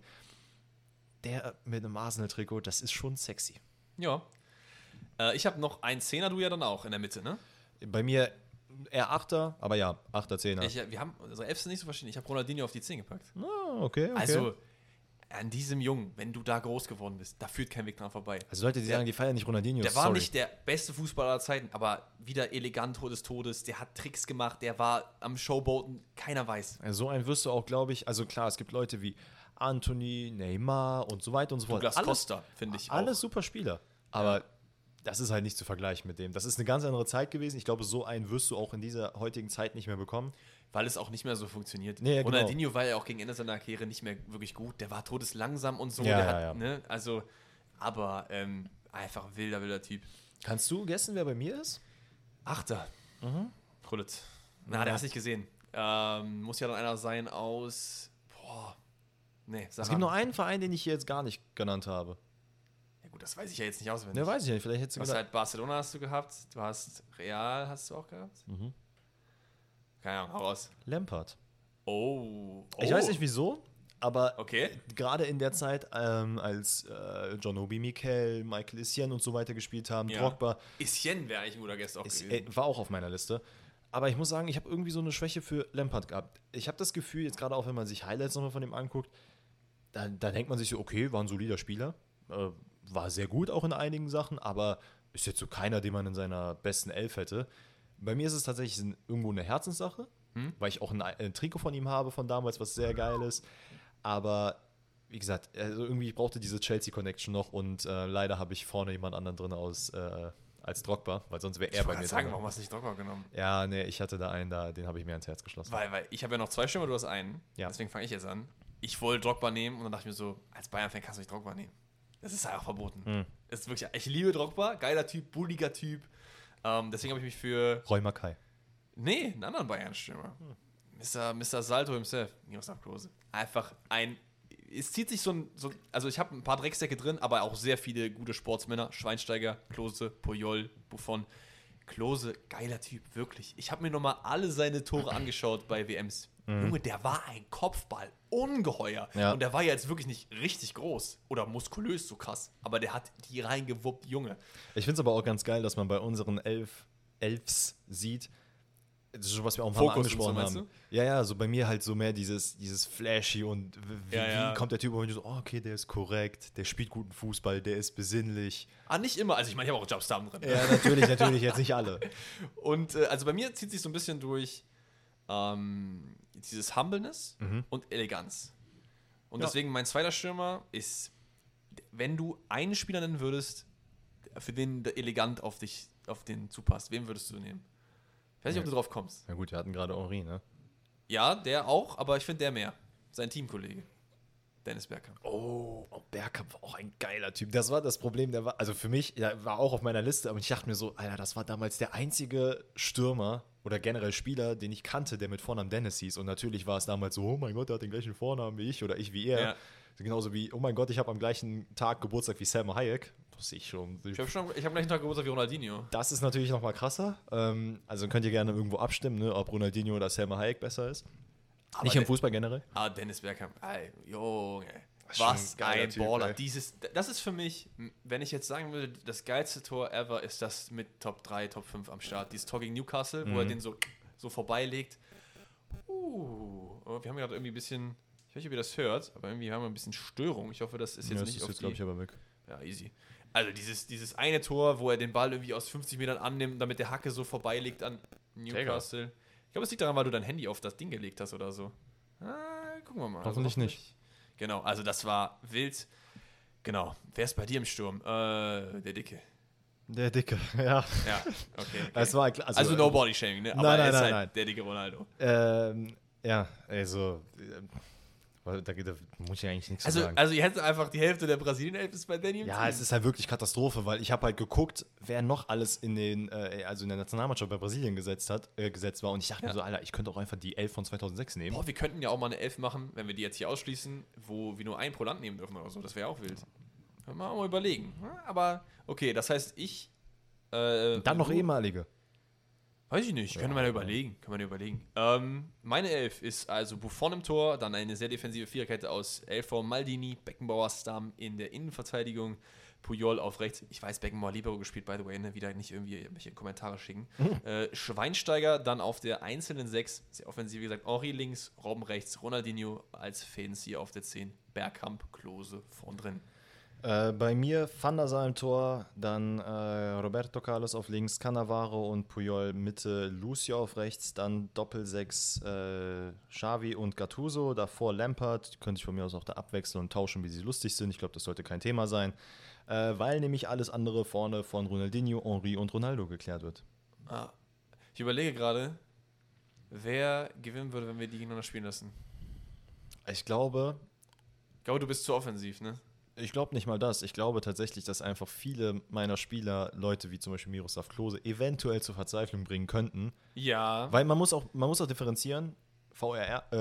der mit einem Arsenal-Trikot, das ist schon sexy. Ja. Äh, ich habe noch einen Zehner, du ja dann auch in der Mitte, ne? Bei mir eher Achter, aber ja, Achter, Zehner. Ich, wir haben, unsere Elf sind nicht so verschieden. Ich habe Ronaldinho auf die zehn gepackt. Ah, okay, okay. Also, an diesem Jungen, wenn du da groß geworden bist, da führt kein Weg dran vorbei. Also Leute, die Der- sagen, die feiern nicht Ronaldinho, Der war sorry. nicht der beste Fußballer aller Zeiten, aber wieder elegant des Todes. Der hat Tricks gemacht, der war am Showboaten, keiner weiß. So einen wirst du auch, glaube ich, also klar, es gibt Leute wie Anthony, Neymar und so weiter und so fort. Douglas alles, Costa, finde ich alles auch. super Spieler. Aber das ist halt nicht zu vergleichen mit dem. Das ist eine ganz andere Zeit gewesen. Ich glaube, so einen wirst du auch in dieser heutigen Zeit nicht mehr bekommen. Weil es auch nicht mehr so funktioniert. Nee, ja, genau. Ronaldinho war ja auch gegen Ende seiner Karriere nicht mehr wirklich gut. Der war todeslangsam und so. Ja, der ja, hat, ja. Ne, also, aber ähm, einfach wilder, wilder Typ. Kannst du guessen, wer bei mir ist? Achter. Mhm. Krullet. Na, Ja. der hast nicht gesehen. Ähm, muss ja dann einer sein aus. Boah. Nee, sag Es gibt an. noch einen Verein, den ich hier jetzt gar nicht genannt habe. Ja, gut, das weiß ich ja jetzt nicht auswendig. Ne, weiß ich nicht. Vielleicht hättest du Du hast gedacht. halt Barcelona hast du gehabt, du hast Real hast du auch gehabt. Mhm. Keine Ahnung, hau raus. Lampard. Oh. oh. Ich weiß nicht wieso, aber Okay. gerade in der Zeit, ähm, als äh, John Obi Mikel, Michael Essien und so weiter gespielt haben, Ja. Drogba, Isien wäre eigentlich ein guter Gast auch ist, gewesen. äh, war auch auf meiner Liste. Aber ich muss sagen, ich habe irgendwie so eine Schwäche für Lampard gehabt. Ich habe das Gefühl, jetzt gerade auch wenn man sich Highlights nochmal von ihm anguckt, da, da denkt man sich so, okay, war ein solider Spieler, äh, war sehr gut auch in einigen Sachen, aber ist jetzt so keiner, den man in seiner besten Elf hätte. Bei mir ist es tatsächlich ein, irgendwo eine Herzenssache, Hm? weil ich auch ein, ein Trikot von ihm habe von damals, was sehr geil ist. Aber wie gesagt, also irgendwie ich brauchte diese Chelsea-Connection noch und äh, leider habe ich vorne jemand anderen drin aus, äh, als Drogba, weil sonst wäre Ich er bei wollte mir sagen, drin. warum hast du nicht Drogba genommen? Ja, nee, ich hatte da einen, da, den habe ich mir ans Herz geschlossen. Weil, weil ich habe ja noch zwei Stürmer, du hast einen. Ja. Deswegen fange ich jetzt an. ich wollte Drogba nehmen und dann dachte ich mir so, als Bayern-Fan kannst du nicht Drogba nehmen. Das ist einfach verboten. Mhm. Das ist wirklich, ich liebe Drogba, geiler Typ, bulliger Typ. Ähm, deswegen habe ich mich für, Roy Mackay. nee, einen anderen Bayern-Stürmer. Hm. Mister Mister Salto himself, Miroslav Klose. Einfach ein, es zieht sich so ein, so, also ich habe ein paar Drecksäcke drin, aber auch sehr viele gute Sportsmänner. Schweinsteiger, Klose, Puyol, Buffon. Klose, geiler Typ, wirklich. Ich habe mir nochmal alle seine Tore angeschaut bei W Ms. Mhm. Junge, der war ein Kopfball, ungeheuer. Ja. Und der war ja jetzt wirklich nicht richtig groß oder muskulös so krass, aber der hat die reingewuppt, Junge. Ich finde es aber auch ganz geil, dass man bei unseren Elf, Elfs sieht, das ist schon, was wir auch ein paar Fokus Mal angesprochen so, haben. Du? Ja, ja, so bei mir halt so mehr dieses, dieses Flashy und wie, ja, ja. wie kommt der Typ, wo du so, oh, okay, der ist korrekt, der spielt guten Fußball, der ist besinnlich. Ah, nicht immer, also ich meine, ich habe auch Jobstam drin. Ja, natürlich, natürlich, jetzt nicht alle. Und äh, also bei mir zieht sich so ein bisschen durch ähm, dieses Humbleness mhm. und Eleganz. Und ja. deswegen mein zweiter Stürmer ist, wenn du einen Spieler nennen würdest, für den der elegant auf dich, auf den zupasst, wen würdest du nehmen? Ich weiß nicht, ob du drauf kommst. Na gut, wir hatten gerade Henri, ne? Ja, der auch, aber ich finde der mehr. Sein Teamkollege. Dennis Bergkamp. Oh, oh, Bergkamp war auch ein geiler Typ. Das war das Problem, der war, also für mich, der war auch auf meiner Liste, aber ich dachte mir so, Alter, das war damals der einzige Stürmer oder generell Spieler, den ich kannte, der mit Vornamen Dennis hieß. Und natürlich war es damals so, oh mein Gott, der hat den gleichen Vornamen wie ich oder ich wie er. Ja. Genauso wie, oh mein Gott, ich habe am gleichen Tag Geburtstag wie Salma Hayek. Das ich schon. Ich habe schon, ich habe gleichen Tag Geburtstag wie Ronaldinho. Das ist natürlich noch mal krasser. Ähm, also könnt ihr gerne irgendwo abstimmen, ne, ob Ronaldinho oder Salma Hayek besser ist. Aber nicht im Fußball generell. Ah, Dennis Bergkamp. Ey, Junge. Was ein typ, Baller. Ey. Dieses, das ist für mich, wenn ich jetzt sagen würde, das geilste Tor ever ist das mit Top drei, Top fünf am Start. Dieses Tor gegen Newcastle, mhm. wo er den so, so vorbeilegt. Uh, wir haben gerade irgendwie ein bisschen, ich weiß nicht, ob ihr das hört, aber irgendwie haben wir ein bisschen Störung. Ich hoffe, das ist jetzt ja, nicht das auf ist jetzt, die... glaube ich, aber weg. Ja, easy. Also dieses, dieses eine Tor, wo er den Ball irgendwie aus fünfzig Metern annimmt, damit der Hacke so vorbeilegt an Newcastle. Träger. Ich glaube, es liegt daran, weil du dein Handy auf das Ding gelegt hast oder so. Ah, gucken wir mal. Hoffentlich also, nicht. Genau, also das war wild. Genau. Wer ist bei dir im Sturm? Äh, der Dicke. Der Dicke, ja. Ja, okay. okay. Es war, also, also no body shaming, ne? Aber nein, nein, er ist nein, halt nein. der dicke Ronaldo. Ähm, ja, also... Da, da muss ich eigentlich nichts also, sagen. Also ihr hättet einfach die Hälfte der Brasilien-Elf ist bei Danny im Ja, Team. es ist halt wirklich Katastrophe, weil ich habe halt geguckt, wer noch alles in den, äh, also in der Nationalmannschaft bei Brasilien gesetzt hat, äh, gesetzt war und ich dachte ja. mir so, Alter, ich könnte auch einfach die Elf von zweitausendsechs nehmen. Boah, wir könnten ja auch mal eine Elf machen, wenn wir die jetzt hier ausschließen, wo wir nur einen pro Land nehmen dürfen oder so, das wäre auch wild. Können wir auch mal überlegen. Aber, okay, das heißt, ich... Äh, Dann noch du, ehemalige. Weiß ich nicht, können wir ja überlegen. Können wir überlegen. Ähm, meine Elf ist also Buffon im Tor, dann eine sehr defensive Viererkette aus Elfer, Maldini, Beckenbauer, Stam in der Innenverteidigung, Puyol auf rechts. Ich weiß, Beckenbauer Libero gespielt, by the way, ne? Wieder nicht irgendwie irgendwelche Kommentare schicken. äh, Schweinsteiger dann auf der einzelnen sechs, sehr offensiv, wie gesagt, Henri links, Robben rechts, Ronaldinho als Fädenzieher auf der zehn, Bergkamp, Klose vorn drin. Äh, bei mir Van der Sar im Tor, dann äh, Roberto Carlos auf links, Cannavaro und Puyol Mitte, Lucio auf rechts, dann Doppelsechs äh, Xavi und Gattuso, davor Lampard, die könnte ich von mir aus auch da abwechseln und tauschen, wie sie lustig sind. Ich glaube, das sollte kein Thema sein, äh, weil nämlich alles andere vorne von Ronaldinho, Henri und Ronaldo geklärt wird. Ah, ich überlege gerade, wer gewinnen würde, wenn wir die gegeneinander spielen lassen. Ich glaube... Ich glaube, du bist zu offensiv, ne? Ich glaube nicht mal das. Ich glaube tatsächlich, dass einfach viele meiner Spieler, Leute wie zum Beispiel Miroslav Klose, eventuell zur Verzweiflung bringen könnten. Ja. Weil man muss auch, man muss auch differenzieren, V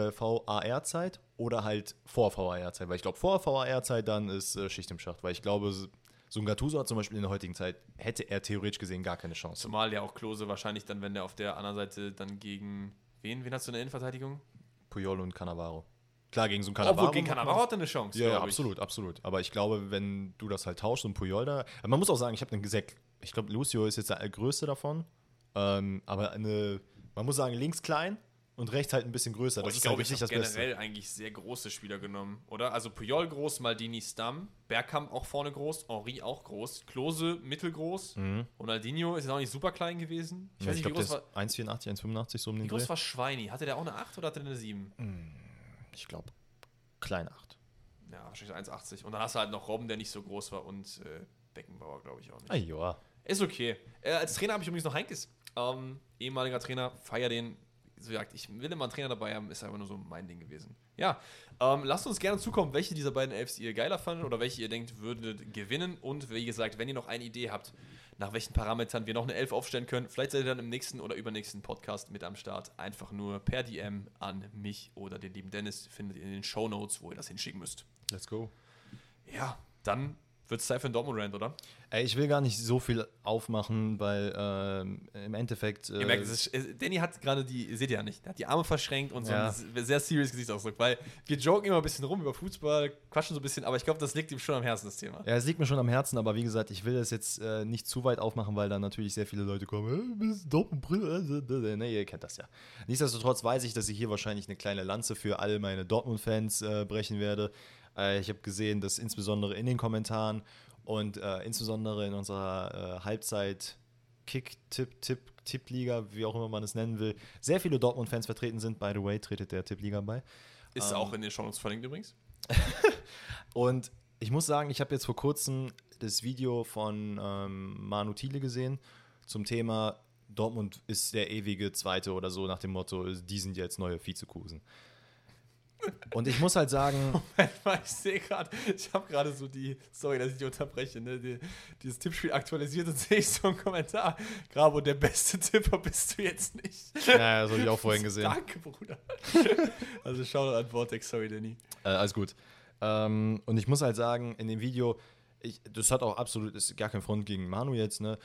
A R-Zeit oder halt vor V A R-Zeit. Weil ich glaube, vor V A R-Zeit dann ist äh, Schicht im Schacht. Weil ich glaube, so ein Gattuso hat zum Beispiel in der heutigen Zeit, hätte er theoretisch gesehen gar keine Chance. Zumal ja auch Klose wahrscheinlich dann, wenn der auf der anderen Seite dann gegen, wen, wen hast du in der Innenverteidigung? Puyol und Cannavaro. Klar, gegen so einen Cannavaro. Obwohl, gegen Cannavaro hat er eine Chance. Ja, ja, absolut, absolut. Aber ich glaube, wenn du das halt tauschst und Puyol da. Man muss auch sagen, ich habe einen Gesek. Ich glaube, Lucio ist jetzt der größte davon. Ähm, aber eine, man muss sagen, links klein und rechts halt ein bisschen größer. Oh, das ich ist glaube, halt ich nicht habe das generell Beste. eigentlich sehr große Spieler genommen, oder? Also Puyol groß, Maldini Stam, Bergkamp auch vorne groß, Henri auch groß, Klose mittelgroß, Mhm. Ronaldinho ist jetzt auch nicht super klein gewesen. Ich Ja, weiß ich nicht, glaube, wie groß der war, ist eins Komma vierundachtzig, eins Komma fünfundachtzig so um den wie Dreh. groß war Schweini? Hatte der auch eine acht oder hatte der eine sieben? Ich glaube, klein acht. Ja, wahrscheinlich eins Komma achtzig. Und dann hast du halt noch Robben, der nicht so groß war und äh, Beckenbauer, glaube ich auch nicht. Ah, ja. Ist okay. Äh, als Trainer habe ich übrigens noch Heinkes. Ähm, ehemaliger Trainer, feier den so gesagt, ich will immer einen Trainer dabei haben, ist einfach nur so mein Ding gewesen. Ja, ähm, lasst uns gerne zukommen, welche dieser beiden Elfs ihr geiler fandet oder welche ihr denkt, würdet gewinnen. Und wie gesagt, wenn ihr noch eine Idee habt, nach welchen Parametern wir noch eine Elf aufstellen können, vielleicht seid ihr dann im nächsten oder übernächsten Podcast mit am Start. Einfach nur per D M an mich oder den lieben Dennis, findet ihr in den Shownotes, wo ihr das hinschicken müsst. Let's go. Ja, dann wird es Zeit für einen Dortmund-Rant, oder? Ey, ich will gar nicht so viel aufmachen, weil ähm, im Endeffekt. Äh, Ihr merkt, es ist, Danny hat gerade die, seht ihr ja nicht, der hat die Arme verschränkt und so Ja. einen sehr serious Gesichtsausdruck, weil wir joken immer ein bisschen rum über Fußball, quatschen so ein bisschen, aber ich glaube, das liegt ihm schon am Herzen, das Thema. Ja, es liegt mir schon am Herzen, aber wie gesagt, ich will das jetzt äh, nicht zu weit aufmachen, weil dann natürlich sehr viele Leute kommen, äh, bist Dortmund-Brille, ne, ihr kennt das ja. Nichtsdestotrotz weiß ich, dass ich hier wahrscheinlich eine kleine Lanze für all meine Dortmund-Fans äh, brechen werde. Äh, ich habe gesehen, dass insbesondere in den Kommentaren und äh, insbesondere in unserer äh, Halbzeit Kick-Tipp-Tipp-Tipp-Liga, wie auch immer man es nennen will, sehr viele Dortmund-Fans vertreten sind. By the way, tretet der Tipp-Liga bei. Ist Ähm, auch in den Shownotes verlinkt übrigens. Und ich muss sagen, ich habe jetzt vor kurzem das Video von ähm, Manu Thiele gesehen zum Thema Dortmund ist der ewige Zweite oder so, nach dem Motto, die sind jetzt neue Vizekusen. Und ich muss halt sagen, Moment mal, ich sehe gerade, ich habe gerade so die, sorry, dass ich die unterbreche, ne, die, dieses Tippspiel aktualisiert und sehe ich so einen Kommentar. Grabo, der beste Tipper bist du jetzt nicht. ja, das habe ich auch vorhin gesehen. Danke, Bruder. Also schau an Vortex, sorry, Danny. Äh, alles gut. Ähm, und ich muss halt sagen, in dem Video, ich, das hat auch absolut, ist gar kein Front gegen Manu jetzt, ne?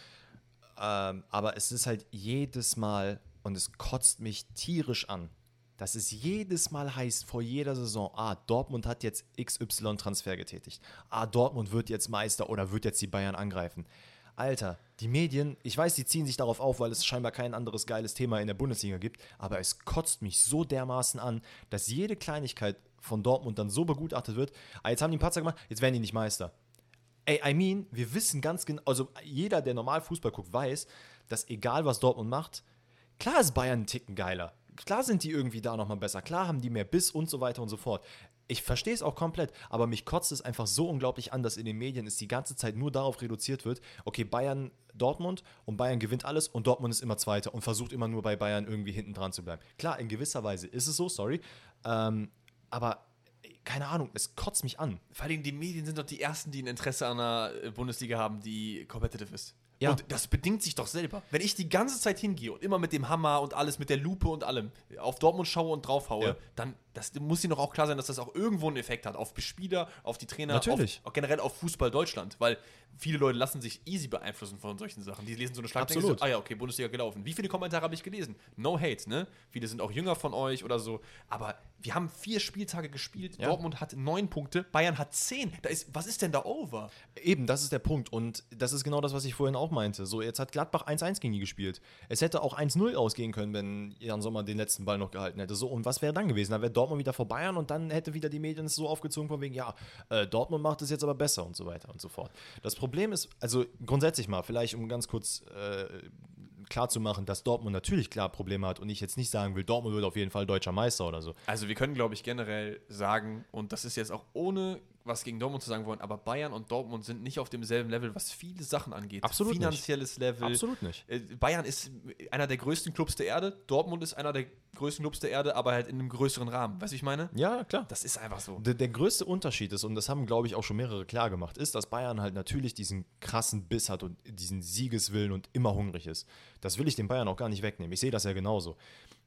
Ähm, aber es ist halt jedes Mal, und es kotzt mich tierisch an, dass es jedes Mal heißt, vor jeder Saison, ah, Dortmund hat jetzt X Y-Transfer getätigt. Ah, Dortmund wird jetzt Meister oder wird jetzt die Bayern angreifen. Alter, die Medien, ich weiß, die ziehen sich darauf auf, weil es scheinbar kein anderes geiles Thema in der Bundesliga gibt, aber es kotzt mich so dermaßen an, dass jede Kleinigkeit von Dortmund dann so begutachtet wird, ah, jetzt haben die einen Patzer gemacht, jetzt werden die nicht Meister. Ey, I mean, wir wissen ganz genau, also jeder, der normal Fußball guckt, weiß, dass egal was Dortmund macht, klar ist Bayern einen Ticken geiler. Klar sind die irgendwie da nochmal besser. Klar haben die mehr Biss und so weiter und so fort. Ich verstehe es auch komplett, aber mich kotzt es einfach so unglaublich an, dass in den Medien es die ganze Zeit nur darauf reduziert wird, okay, Bayern, Dortmund und Bayern gewinnt alles und Dortmund ist immer Zweiter und versucht immer nur bei Bayern irgendwie hinten dran zu bleiben. Klar, in gewisser Weise ist es so, sorry, ähm, aber keine Ahnung, es kotzt mich an. Vor allem die Medien sind doch die Ersten, die ein Interesse an einer Bundesliga haben, die competitive ist. Ja. Und das bedingt sich doch selber. Wenn ich die ganze Zeit hingehe und immer mit dem Hammer und alles, mit der Lupe und allem auf Dortmund schaue und draufhaue, Ja. dann das muss dir doch auch klar sein, dass das auch irgendwo einen Effekt hat. Auf Spieler, auf die Trainer, Natürlich. auf, auch generell auf Fußball Deutschland. Weil viele Leute lassen sich easy beeinflussen von solchen Sachen. Die lesen so eine Schlagzeile und Absolut. so, ah ja, okay, Bundesliga gelaufen. Wie viele Kommentare habe ich gelesen? No hate, ne? Viele sind auch jünger von euch oder so. Aber wir haben vier Spieltage gespielt. Ja. Dortmund hat neun Punkte, Bayern hat zehn. Da ist, was ist denn da over? Eben, das ist der Punkt. Und das ist genau das, was ich vorhin auch meinte. So, jetzt hat Gladbach eins eins gegen die gespielt. Es hätte auch eins null ausgehen können, wenn Jan Sommer den letzten Ball noch gehalten hätte. So, und was wäre dann gewesen? Da wäre Dortmund wieder vor Bayern und dann hätte wieder die Medien es so aufgezogen von wegen, ja, äh, Dortmund macht es jetzt aber besser und so weiter und so fort. Das Problem ist, also grundsätzlich mal, vielleicht um ganz kurz äh, klar zu machen, dass Dortmund natürlich klar Probleme hat und ich jetzt nicht sagen will, Dortmund wird auf jeden Fall deutscher Meister oder so. Also wir können, glaube ich, generell sagen, und das ist jetzt auch ohne was gegen Dortmund zu sagen wollen, aber Bayern und Dortmund sind nicht auf demselben Level, was viele Sachen angeht. Absolut nicht. Finanzielles Level. Absolut nicht. Äh, Bayern ist einer der größten Clubs der Erde, Dortmund ist einer der größten Clubs der Erde, aber halt in einem größeren Rahmen. Weißt du, wie ich meine? Ja, klar. Das ist einfach so. Der, der größte Unterschied ist, und das haben, glaube ich, auch schon mehrere klar gemacht, ist, dass Bayern halt natürlich diesen krassen Biss hat und diesen Siegeswillen und immer hungrig ist. Das will ich den Bayern auch gar nicht wegnehmen. Ich sehe das ja genauso.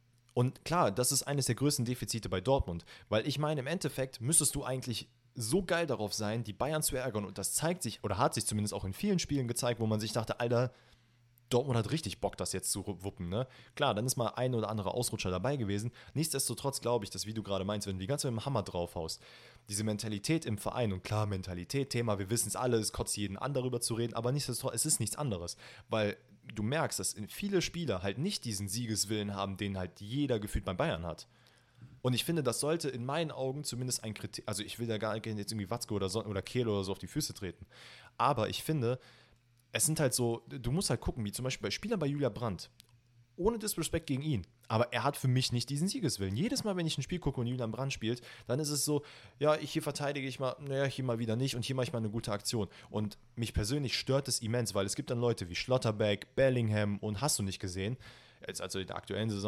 Und klar, das ist eines der größten Defizite bei Dortmund, weil ich meine, im Endeffekt müsstest du eigentlich so geil darauf sein, die Bayern zu ärgern, und das zeigt sich, oder hat sich zumindest auch in vielen Spielen gezeigt, wo man sich dachte, Alter, Dortmund hat richtig Bock, das jetzt zu wuppen, ne? Klar, dann ist mal ein oder andere Ausrutscher dabei gewesen. Nichtsdestotrotz glaube ich, dass, wie du gerade meinst, wenn du die ganze Zeit mit dem Hammer draufhaust, diese Mentalität im Verein, und klar, Mentalität, Thema, wir wissen es alle, es kotzt jeden an, darüber zu reden, aber nichtsdestotrotz, es ist nichts anderes, weil du merkst, dass viele Spieler halt nicht diesen Siegeswillen haben, den halt jeder gefühlt bei Bayern hat. Und ich finde, das sollte in meinen Augen zumindest ein Kriterium, also ich will da gar nicht jetzt irgendwie Watzke oder, so, oder Kehl oder so auf die Füße treten, aber ich finde, es sind halt so, du musst halt gucken, wie zum Beispiel bei Spielern bei Julia Brandt, ohne Disrespect gegen ihn, aber er hat für mich nicht diesen Siegeswillen. Jedes Mal, wenn ich ein Spiel gucke und Julian Brandt spielt, dann ist es so, ja, ich hier verteidige ich mal, naja, hier mal wieder nicht und hier mache ich mal eine gute Aktion. Und mich persönlich stört es immens, weil es gibt dann Leute wie Schlotterbeck, Bellingham und hast du nicht gesehen, jetzt also in der aktuellen Saison,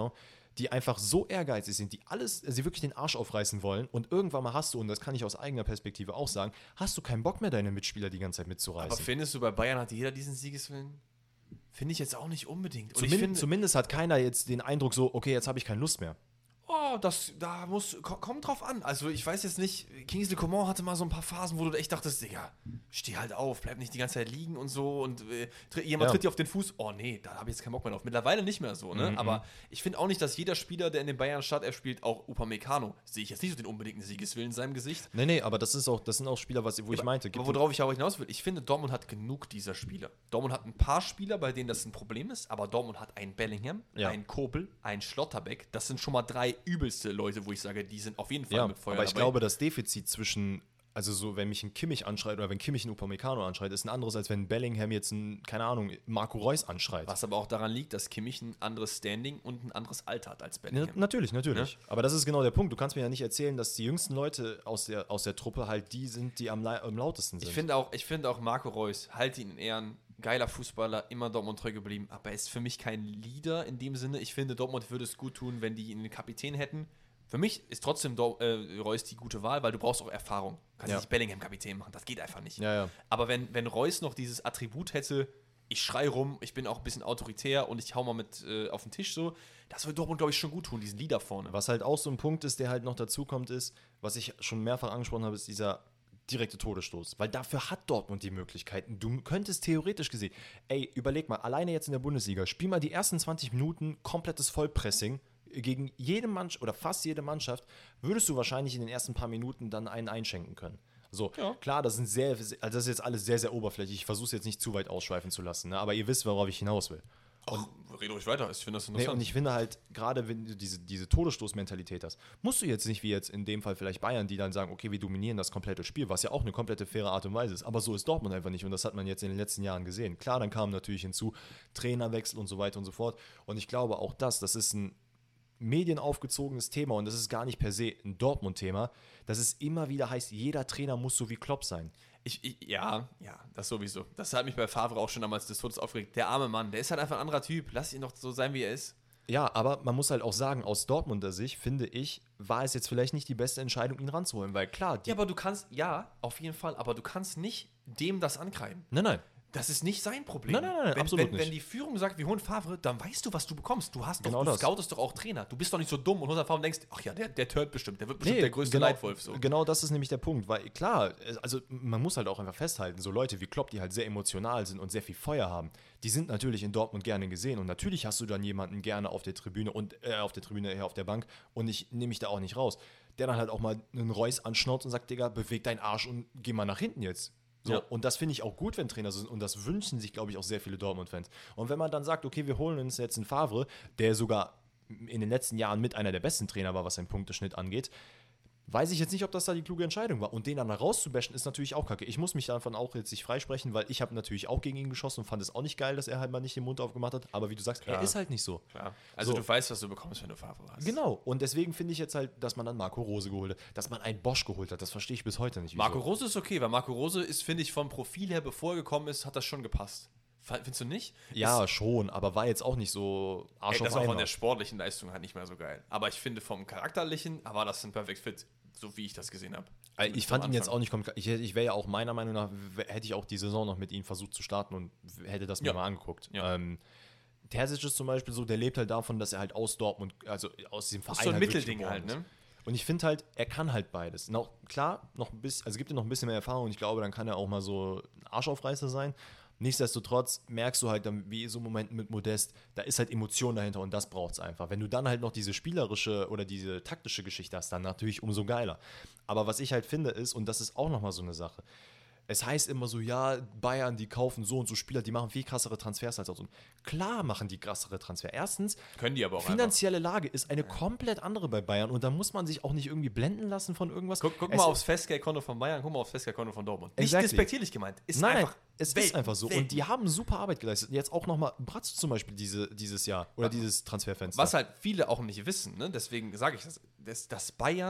die einfach so ehrgeizig sind, die alles, sie wirklich den Arsch aufreißen wollen und irgendwann mal hast du, und das kann ich aus eigener Perspektive auch sagen, hast du keinen Bock mehr, deine Mitspieler die ganze Zeit mitzureißen. Aber findest du, bei Bayern hat jeder diesen Siegeswillen? Finde ich jetzt auch nicht unbedingt. Und Zumin- ich finde, zumindest hat keiner jetzt den Eindruck so, okay, jetzt habe ich keine Lust mehr. oh, das, da muss, ko- kommt drauf an. Also ich weiß jetzt nicht, Kingsley Coman hatte mal so ein paar Phasen, wo du echt dachtest, Digga, steh halt auf, bleib nicht die ganze Zeit liegen und so und äh, tr- jemand Ja. tritt dir auf den Fuß. Oh nee, da habe ich jetzt keinen Bock mehr drauf. Mittlerweile nicht mehr so, ne? Mhm. Aber ich finde auch nicht, dass jeder Spieler, der in den Bayern Startelf spielt, auch Upamecano, sehe ich jetzt nicht so den unbedingten Siegeswillen in seinem Gesicht. Nee, nee, aber das ist auch, das sind auch Spieler, was, wo ich meinte. Aber Gibt worauf ich auch hinaus will, ich finde, Dortmund hat genug dieser Spieler. Dortmund hat ein paar Spieler, bei denen das ein Problem ist, aber Dortmund hat einen Bellingham, Ja. einen Kobel, einen Schlotterbeck. Das sind schon mal drei übelste Leute, wo ich sage, die sind auf jeden Fall ja, mit Feuer aber ich dabei. glaube, das Defizit zwischen, also so, wenn mich ein Kimmich anschreit oder wenn Kimmich einen Upamecano anschreit, ist ein anderes, als wenn Bellingham jetzt ein, keine Ahnung, Marco Reus anschreit. Was aber auch daran liegt, dass Kimmich ein anderes Standing und ein anderes Alter hat als Ja, Bellingham. natürlich, natürlich. Aber das ist genau der Punkt. Du kannst mir ja nicht erzählen, dass die jüngsten Leute aus der, aus der Truppe halt die sind, die am, la- am lautesten sind. Ich finde auch, ich finde auch Marco Reus, halte ihn in Ehren, geiler Fußballer, immer Dortmund treu geblieben, aber er ist für mich kein Leader in dem Sinne. Ich finde, Dortmund würde es gut tun, wenn die einen Kapitän hätten. Für mich ist trotzdem Dor- äh, Reus die gute Wahl, weil du brauchst auch Erfahrung. Du kannst Ja. nicht Bellingham Kapitän machen, das geht einfach nicht. Ja, ja. Aber wenn, wenn Reus noch dieses Attribut hätte, ich schrei rum, ich bin auch ein bisschen autoritär und ich hau mal mit äh, auf den Tisch so, das würde Dortmund, glaube ich, schon gut tun, diesen Leader vorne. Was halt auch so ein Punkt ist, der halt noch dazu kommt, ist, was ich schon mehrfach angesprochen habe, ist dieser direkte Todesstoß. Weil dafür hat Dortmund die Möglichkeiten. Du könntest theoretisch gesehen, ey, überleg mal, alleine jetzt in der Bundesliga, spiel mal die ersten zwanzig Minuten komplettes Vollpressing gegen jede Mannschaft oder fast jede Mannschaft, würdest du wahrscheinlich in den ersten paar Minuten dann einen einschenken können. So, Ja. klar, das sind sehr, also das ist jetzt alles sehr, sehr oberflächlich. Ich versuche es jetzt nicht zu weit ausschweifen zu lassen, ne? Aber ihr wisst, worauf ich hinaus will. Ach, red ruhig weiter, ich finde das Nee, interessant. und ich finde halt, gerade wenn du diese, diese Todesstoßmentalität hast, musst du jetzt nicht wie jetzt in dem Fall vielleicht Bayern, die dann sagen, okay, wir dominieren das komplette Spiel, was ja auch eine komplette faire Art und Weise ist. Aber so ist Dortmund einfach nicht und das hat man jetzt in den letzten Jahren gesehen. Klar, dann kam natürlich hinzu Trainerwechsel und so weiter und so fort. Und ich glaube auch das, das ist ein medienaufgezogenes Thema und das ist gar nicht per se ein Dortmund-Thema, dass es immer wieder heißt, jeder Trainer muss so wie Klopp sein. Ich, ich, ja, ja, das sowieso. Das hat mich bei Favre auch schon damals des Todes aufgeregt. Der arme Mann, der ist halt einfach ein anderer Typ. Lass ihn doch so sein, wie er ist. Ja, aber man muss halt auch sagen, aus Dortmunder Sicht, finde ich, war es jetzt vielleicht nicht die beste Entscheidung, ihn ranzuholen, weil klar, die Ja, aber du kannst, ja, auf jeden Fall, aber du kannst nicht dem das ankreiden. Nein, nein. Das ist nicht sein Problem. Nein, nein, nein, wenn, absolut wenn, nicht. Wenn die Führung sagt, wir holen Favre, dann weißt du, was du bekommst. Du hast doch, Genau du das. scoutest doch auch Trainer. Du bist doch nicht so dumm und holst Favre und denkst, ach ja, der, der tört bestimmt, der wird bestimmt Nee, der größte genau, Leitwolf. So. Genau das ist nämlich der Punkt, weil klar, also man muss halt auch einfach festhalten, so Leute wie Klopp, die halt sehr emotional sind und sehr viel Feuer haben, die sind natürlich in Dortmund gerne gesehen und natürlich hast du dann jemanden gerne auf der Tribüne und äh, auf der Tribüne her auf der Bank und ich nehme mich da auch nicht raus, der dann halt auch mal einen Reus anschnauzt und sagt, Digga, beweg deinen Arsch und geh mal nach hinten jetzt. So, Ja. und das finde ich auch gut, wenn Trainer so sind. Und das wünschen sich, glaube ich, auch sehr viele Dortmund-Fans. Und wenn man dann sagt, okay, wir holen uns jetzt einen Favre, der sogar in den letzten Jahren mit einer der besten Trainer war, was den Punkteschnitt angeht, weiß ich jetzt nicht, ob das da die kluge Entscheidung war. Und den dann da rauszubashen, ist natürlich auch kacke. Ich muss mich davon auch jetzt nicht freisprechen, weil ich habe natürlich auch gegen ihn geschossen und fand es auch nicht geil, dass er halt mal nicht den Mund aufgemacht hat. Aber wie du sagst, Klar. er ist halt nicht so. Klar. Also So. du weißt, was du bekommst, wenn du Favre hast. Genau. Und deswegen finde ich jetzt halt, dass man dann Marco Rose geholt hat, dass man einen Bosch geholt hat. Das verstehe ich bis heute nicht. wieso. Marco Rose ist okay, weil Marco Rose ist, finde ich, vom Profil her, bevor er gekommen ist, hat das schon gepasst. Findest du nicht? Ja, Ist, schon, aber war jetzt auch nicht so Arsch ey, das auf auch von Eimer. der sportlichen Leistung halt nicht mehr so geil. Aber ich finde, vom charakterlichen war das ein Perfect Fit, so wie ich das gesehen habe. Also ich fand ihn jetzt auch nicht komplett. Ich, ich wäre ja auch meiner Meinung nach, w- hätte ich auch die Saison noch mit ihm versucht zu starten und w- hätte das mir Ja. mal angeguckt. Ja. Ähm, Terzic ist zum Beispiel so, der lebt halt davon, dass er halt aus Dortmund, also aus diesem Verein. Das ist so ein halt wirklich Mittelding geboren halt, ist. ne? Und ich finde halt, er kann halt beides. Noch, klar, noch ein bisschen, also gibt ihm noch ein bisschen mehr Erfahrung und ich glaube, dann kann er auch mal so ein Arschaufreißer sein. Nichtsdestotrotz merkst du halt dann, wie so Momenten mit Modest, da ist halt Emotion dahinter und das braucht es einfach. Wenn du dann halt noch diese spielerische oder diese taktische Geschichte hast, dann natürlich umso geiler. Aber was ich halt finde ist, und das ist auch nochmal so eine Sache, es heißt immer so, ja, Bayern, die kaufen so und so Spieler, die machen viel krassere Transfers als Dortmund. Klar machen die krassere Transfers. Erstens, Können die aber auch finanzielle Lage ist eine komplett andere bei Bayern und da muss man sich auch nicht irgendwie blenden lassen von irgendwas. Guck, guck Es mal ist- aufs Festgeldkonto von Bayern, guck mal aufs Festgeldkonto von Dortmund. Exactly. Nicht despektierlich gemeint. Ist Nein, einfach nein, es Welt- ist einfach so. Welt- Und die haben super Arbeit geleistet. Jetzt auch nochmal Bratz zum Beispiel diese, dieses Jahr oder dieses Transferfenster. Was halt viele auch nicht wissen, ne? Deswegen sage ich das, dass, dass Bayern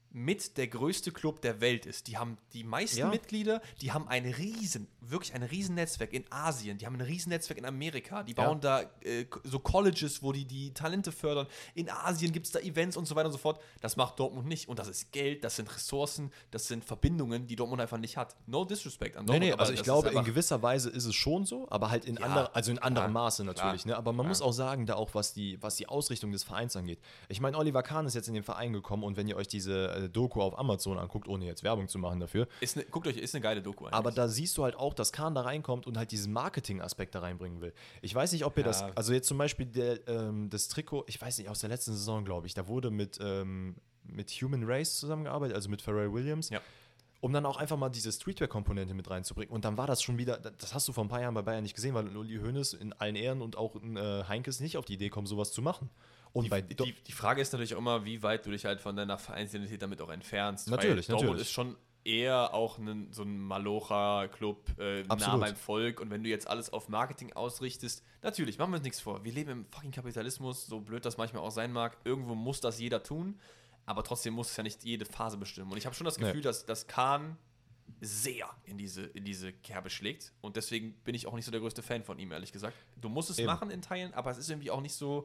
mit der größte Club der Welt ist. Die haben die meisten Ja. Mitglieder, die haben ein riesen, wirklich ein riesen Netzwerk in Asien, die haben ein riesen Netzwerk in Amerika, die Ja. bauen da äh, so Colleges, wo die die Talente fördern. In Asien gibt es da Events und so weiter und so fort. Das macht Dortmund nicht. Und das ist Geld, das sind Ressourcen, das sind Verbindungen, die Dortmund einfach nicht hat. No disrespect an Nee, Dortmund. nee, aber also ich das glaube, ist in einfach- gewisser Weise ist es schon so, aber halt in Ja, anderer, also in anderem klar, Maße natürlich. klar, Ne? Aber man klar. muss auch sagen, da auch was die, was die Ausrichtung des Vereins angeht. Ich meine, Oliver Kahn ist jetzt in den Verein gekommen und wenn ihr euch diese äh, Doku auf Amazon anguckt, ohne jetzt Werbung zu machen dafür, Ist ne, guckt euch, ist eine geile Doku eigentlich. aber da siehst du halt auch, dass Kahn da reinkommt und halt diesen Marketing-Aspekt da reinbringen will. Ich weiß nicht, ob ihr Ja. das, also jetzt zum Beispiel der, ähm, das Trikot, ich weiß nicht, aus der letzten Saison, glaube ich, da wurde mit, ähm, mit Human Race zusammengearbeitet, also mit Pharrell Williams. Ja. Um dann auch einfach mal diese Streetwear-Komponente mit reinzubringen. Und dann war das schon wieder, das hast du vor ein paar Jahren bei Bayern nicht gesehen, weil Uli Hoeneß in allen Ehren und auch in, äh, Heinkes nicht auf die Idee kommen, sowas zu machen. Und Die, bei die, Do- die, die Frage ist natürlich auch immer, wie weit du dich halt von deiner Vereinsidentität damit auch entfernst. Natürlich, weil Dortmund natürlich. ist schon eher auch ein, so ein Malocha-Club, äh, nah Absolut. beim Volk. Und wenn du jetzt alles auf Marketing ausrichtest, natürlich, machen wir uns nichts vor. Wir leben im fucking Kapitalismus, so blöd das manchmal auch sein mag. Irgendwo muss das jeder tun, aber trotzdem muss es ja nicht jede Phase bestimmen. Und ich habe schon das Nee. Gefühl, dass, dass Kahn sehr in diese, in diese Kerbe schlägt. Und deswegen bin ich auch nicht so der größte Fan von ihm, ehrlich gesagt. Du musst es Eben. machen in Teilen, aber es ist irgendwie auch nicht so.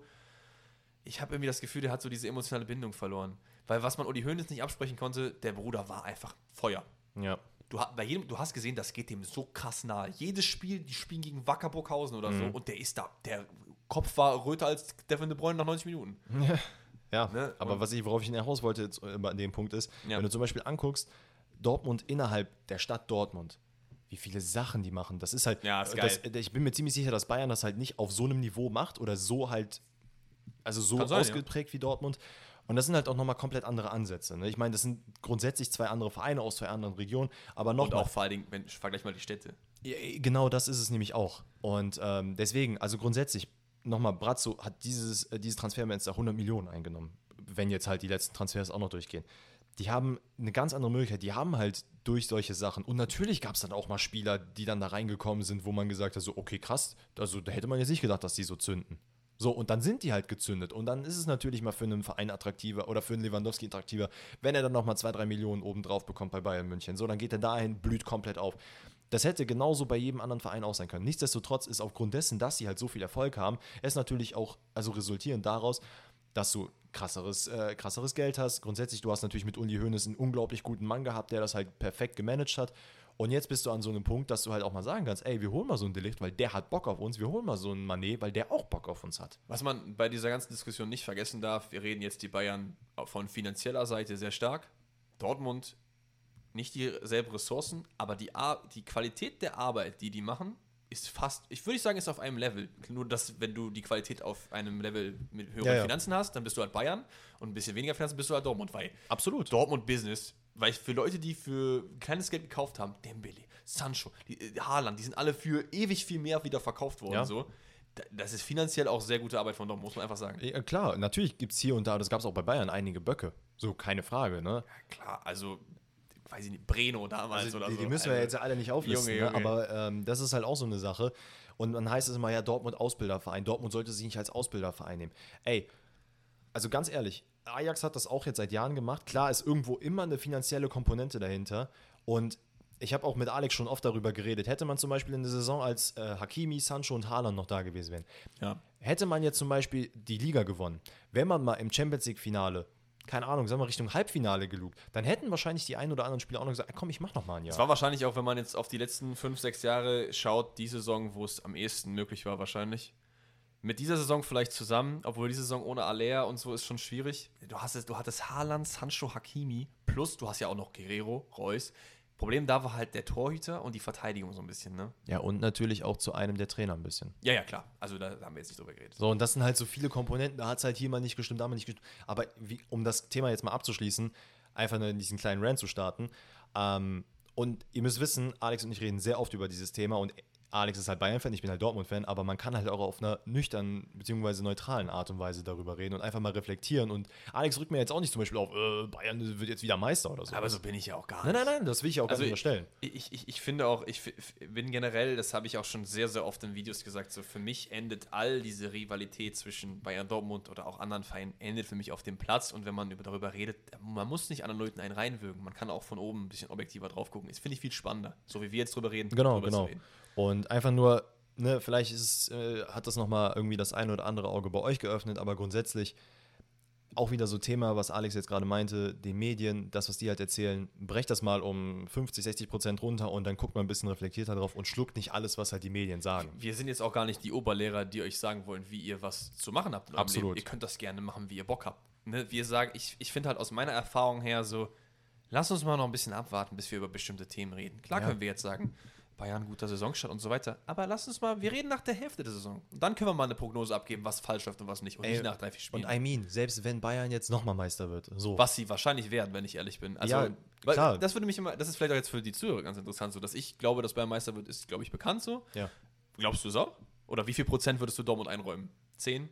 Ich habe irgendwie das Gefühl, der hat so diese emotionale Bindung verloren. Weil was man Uli Hoeneß nicht absprechen konnte, der Bruder war einfach Feuer. ja. Du, ha- bei jedem, du hast gesehen, das geht dem so krass nahe. Jedes Spiel, die spielen gegen Wacker Burghausen oder Mhm. so und der ist da. Der Kopf war röter als Devin De Bruyne nach neunzig Minuten. Ja, Ne? aber Und- was ich, worauf ich hinaus wollte jetzt äh, an dem Punkt ist, Ja. wenn du zum Beispiel anguckst, Dortmund innerhalb der Stadt Dortmund, wie viele Sachen die machen, das ist halt, Ja, ist das, geil. ich bin mir ziemlich sicher, dass Bayern das halt nicht auf so einem Niveau macht oder so halt, also so Kann sein, ausgeprägt wie Dortmund. Und das sind halt auch nochmal komplett andere Ansätze. Ne? Ich meine, das sind grundsätzlich zwei andere Vereine aus zwei anderen Regionen, aber Und nochmal. auch vor allen Dingen, wenn, vergleich mal die Städte. Ja, genau das ist es nämlich auch. Und ähm, deswegen, also grundsätzlich, nochmal, Brazzo hat dieses, äh, dieses Transferfenster hundert Millionen eingenommen, wenn jetzt halt die letzten Transfers auch noch durchgehen. Die haben eine ganz andere Möglichkeit. Die haben halt durch solche Sachen. Und natürlich gab es dann auch mal Spieler, die dann da reingekommen sind, wo man gesagt hat, so, okay, krass, also da hätte man jetzt nicht gedacht, dass die so zünden. So, und dann sind die halt gezündet. Und dann ist es natürlich mal für einen Verein attraktiver oder für einen Lewandowski attraktiver, wenn er dann nochmal zwei, drei Millionen obendrauf bekommt bei Bayern München. So, dann geht er dahin, blüht komplett auf. Das hätte genauso bei jedem anderen Verein auch sein können. Nichtsdestotrotz ist aufgrund dessen, dass sie halt so viel Erfolg haben, es natürlich auch, also resultierend daraus, dass du krasseres, äh, krasseres Geld hast. Grundsätzlich, du hast natürlich mit Uli Hoeneß einen unglaublich guten Mann gehabt, der das halt perfekt gemanagt hat. Und jetzt bist du an so einem Punkt, dass du halt auch mal sagen kannst, ey, wir holen mal so einen Delikt, weil der hat Bock auf uns. Wir holen mal so einen Mané, weil der auch Bock auf uns hat. Was man bei dieser ganzen Diskussion nicht vergessen darf, wir reden jetzt die Bayern von finanzieller Seite sehr stark. Dortmund nicht dieselben Ressourcen, aber die, Ar- die Qualität der Arbeit, die die machen, ist fast, ich würde nicht sagen, ist auf einem Level. Nur, dass wenn du die Qualität auf einem Level mit höheren Ja, ja. Finanzen hast, dann bist du halt Bayern und ein bisschen weniger Finanzen bist du halt Dortmund, weil Absolut. Dortmund Business, weil für Leute, die für kleines Geld gekauft haben, Dembele, Sancho, die, äh, Haaland, die sind alle für ewig viel mehr wieder verkauft worden. Ja. So. Da- Das ist finanziell auch sehr gute Arbeit von Dortmund, muss man einfach sagen. Ja, klar, natürlich gibt es hier und da, das gab es auch bei Bayern, einige Böcke. So, keine Frage, ne? Klar, also, weiß ich nicht, Breno damals Also, oder die, so. die müssen wir Also, jetzt ja alle nicht auflisten, Junge, ne? Junge. Aber ähm, das ist halt auch so eine Sache. Und dann heißt es immer, ja, Dortmund Ausbilderverein. Dortmund sollte sich nicht als Ausbilderverein nehmen. Ey, also ganz ehrlich, Ajax hat das auch jetzt seit Jahren gemacht. Klar ist irgendwo immer eine finanzielle Komponente dahinter. Und ich habe auch mit Alex schon oft darüber geredet. Hätte man zum Beispiel in der Saison, als äh, Hakimi, Sancho und Haaland noch da gewesen wären, Ja. hätte man jetzt zum Beispiel die Liga gewonnen, wenn man mal im Champions League-Finale, keine Ahnung, sagen wir Richtung Halbfinale gelugt, dann hätten wahrscheinlich die ein oder anderen Spieler auch noch gesagt, komm, ich mach noch mal ein Es Jahr. war wahrscheinlich auch, wenn man jetzt auf die letzten fünf, sechs Jahre schaut, die Saison, wo es am ehesten möglich war, wahrscheinlich. Mit dieser Saison vielleicht zusammen, obwohl diese Saison ohne Aller und so ist schon schwierig. Du, hast es, du hattest Haaland, Sancho, Hakimi, plus du hast ja auch noch Guerrero, Reus. Problem da war halt der Torhüter und die Verteidigung so ein bisschen, ne? Ja, und natürlich auch zu einem der Trainer ein bisschen. Ja, ja, klar. Also da haben wir jetzt nicht drüber geredet. So, und das sind halt so viele Komponenten, da hat es halt hier mal nicht gestimmt, da mal nicht gestimmt. Aber wie, um das Thema jetzt mal abzuschließen, einfach nur in diesen kleinen Rant zu starten. Ähm, und ihr müsst wissen, Alex und ich reden sehr oft über dieses Thema und Alex ist halt Bayern-Fan, ich bin halt Dortmund-Fan, aber man kann halt auch auf einer nüchternen bzw. neutralen Art und Weise darüber reden und einfach mal reflektieren. Und Alex rückt mir jetzt auch nicht zum Beispiel auf, äh, Bayern wird jetzt wieder Meister oder so. Aber so bin ich ja auch gar Nein, nicht. nein, nein, das will ich ja auch Also gar nicht unterstellen. Ich, ich, ich finde auch, ich bin generell, das habe ich auch schon sehr, sehr oft in Videos gesagt, so für mich endet all diese Rivalität zwischen Bayern Dortmund oder auch anderen Vereinen, endet für mich auf dem Platz. Und wenn man über, darüber redet, man muss nicht anderen Leuten einen reinwürgen. Man kann auch von oben ein bisschen objektiver drauf gucken. Das finde ich viel spannender, so wie wir jetzt drüber reden. Genau, drüber genau. zu reden. Und einfach nur, ne, vielleicht ist es, äh, hat das nochmal irgendwie das eine oder andere Auge bei euch geöffnet, aber grundsätzlich auch wieder so Thema, was Alex jetzt gerade meinte, die Medien, das, was die halt erzählen, brecht das mal um fünfzig, sechzig Prozent runter und dann guckt man ein bisschen reflektierter drauf und schluckt nicht alles, was halt die Medien sagen. Wir sind jetzt auch gar nicht die Oberlehrer, die euch sagen wollen, wie ihr was zu machen habt in eurem Absolut. Leben. Ihr könnt das gerne machen, wie ihr Bock habt. Ne? Wir sagen, ich, ich finde halt aus meiner Erfahrung her so, lass uns mal noch ein bisschen abwarten, bis wir über bestimmte Themen reden. Klar Ja. können wir jetzt sagen, Bayern, guter Saisonstart und so weiter. Aber lass uns mal, wir reden nach der Hälfte der Saison. Und dann können wir mal eine Prognose abgeben, was falsch läuft und was nicht. Und Ey, nicht nach drei, vier Spielen. Und I mean, selbst wenn Bayern jetzt nochmal Meister wird, so. Was sie wahrscheinlich werden, wenn ich ehrlich bin. Also, Ja, weil klar. das würde mich immer, das ist vielleicht auch jetzt für die Zuhörer ganz interessant, so dass ich glaube, dass Bayern Meister wird, ist, glaube ich, bekannt so. Ja. Glaubst du es auch? Oder wie viel Prozent würdest du Dortmund einräumen? Zehn?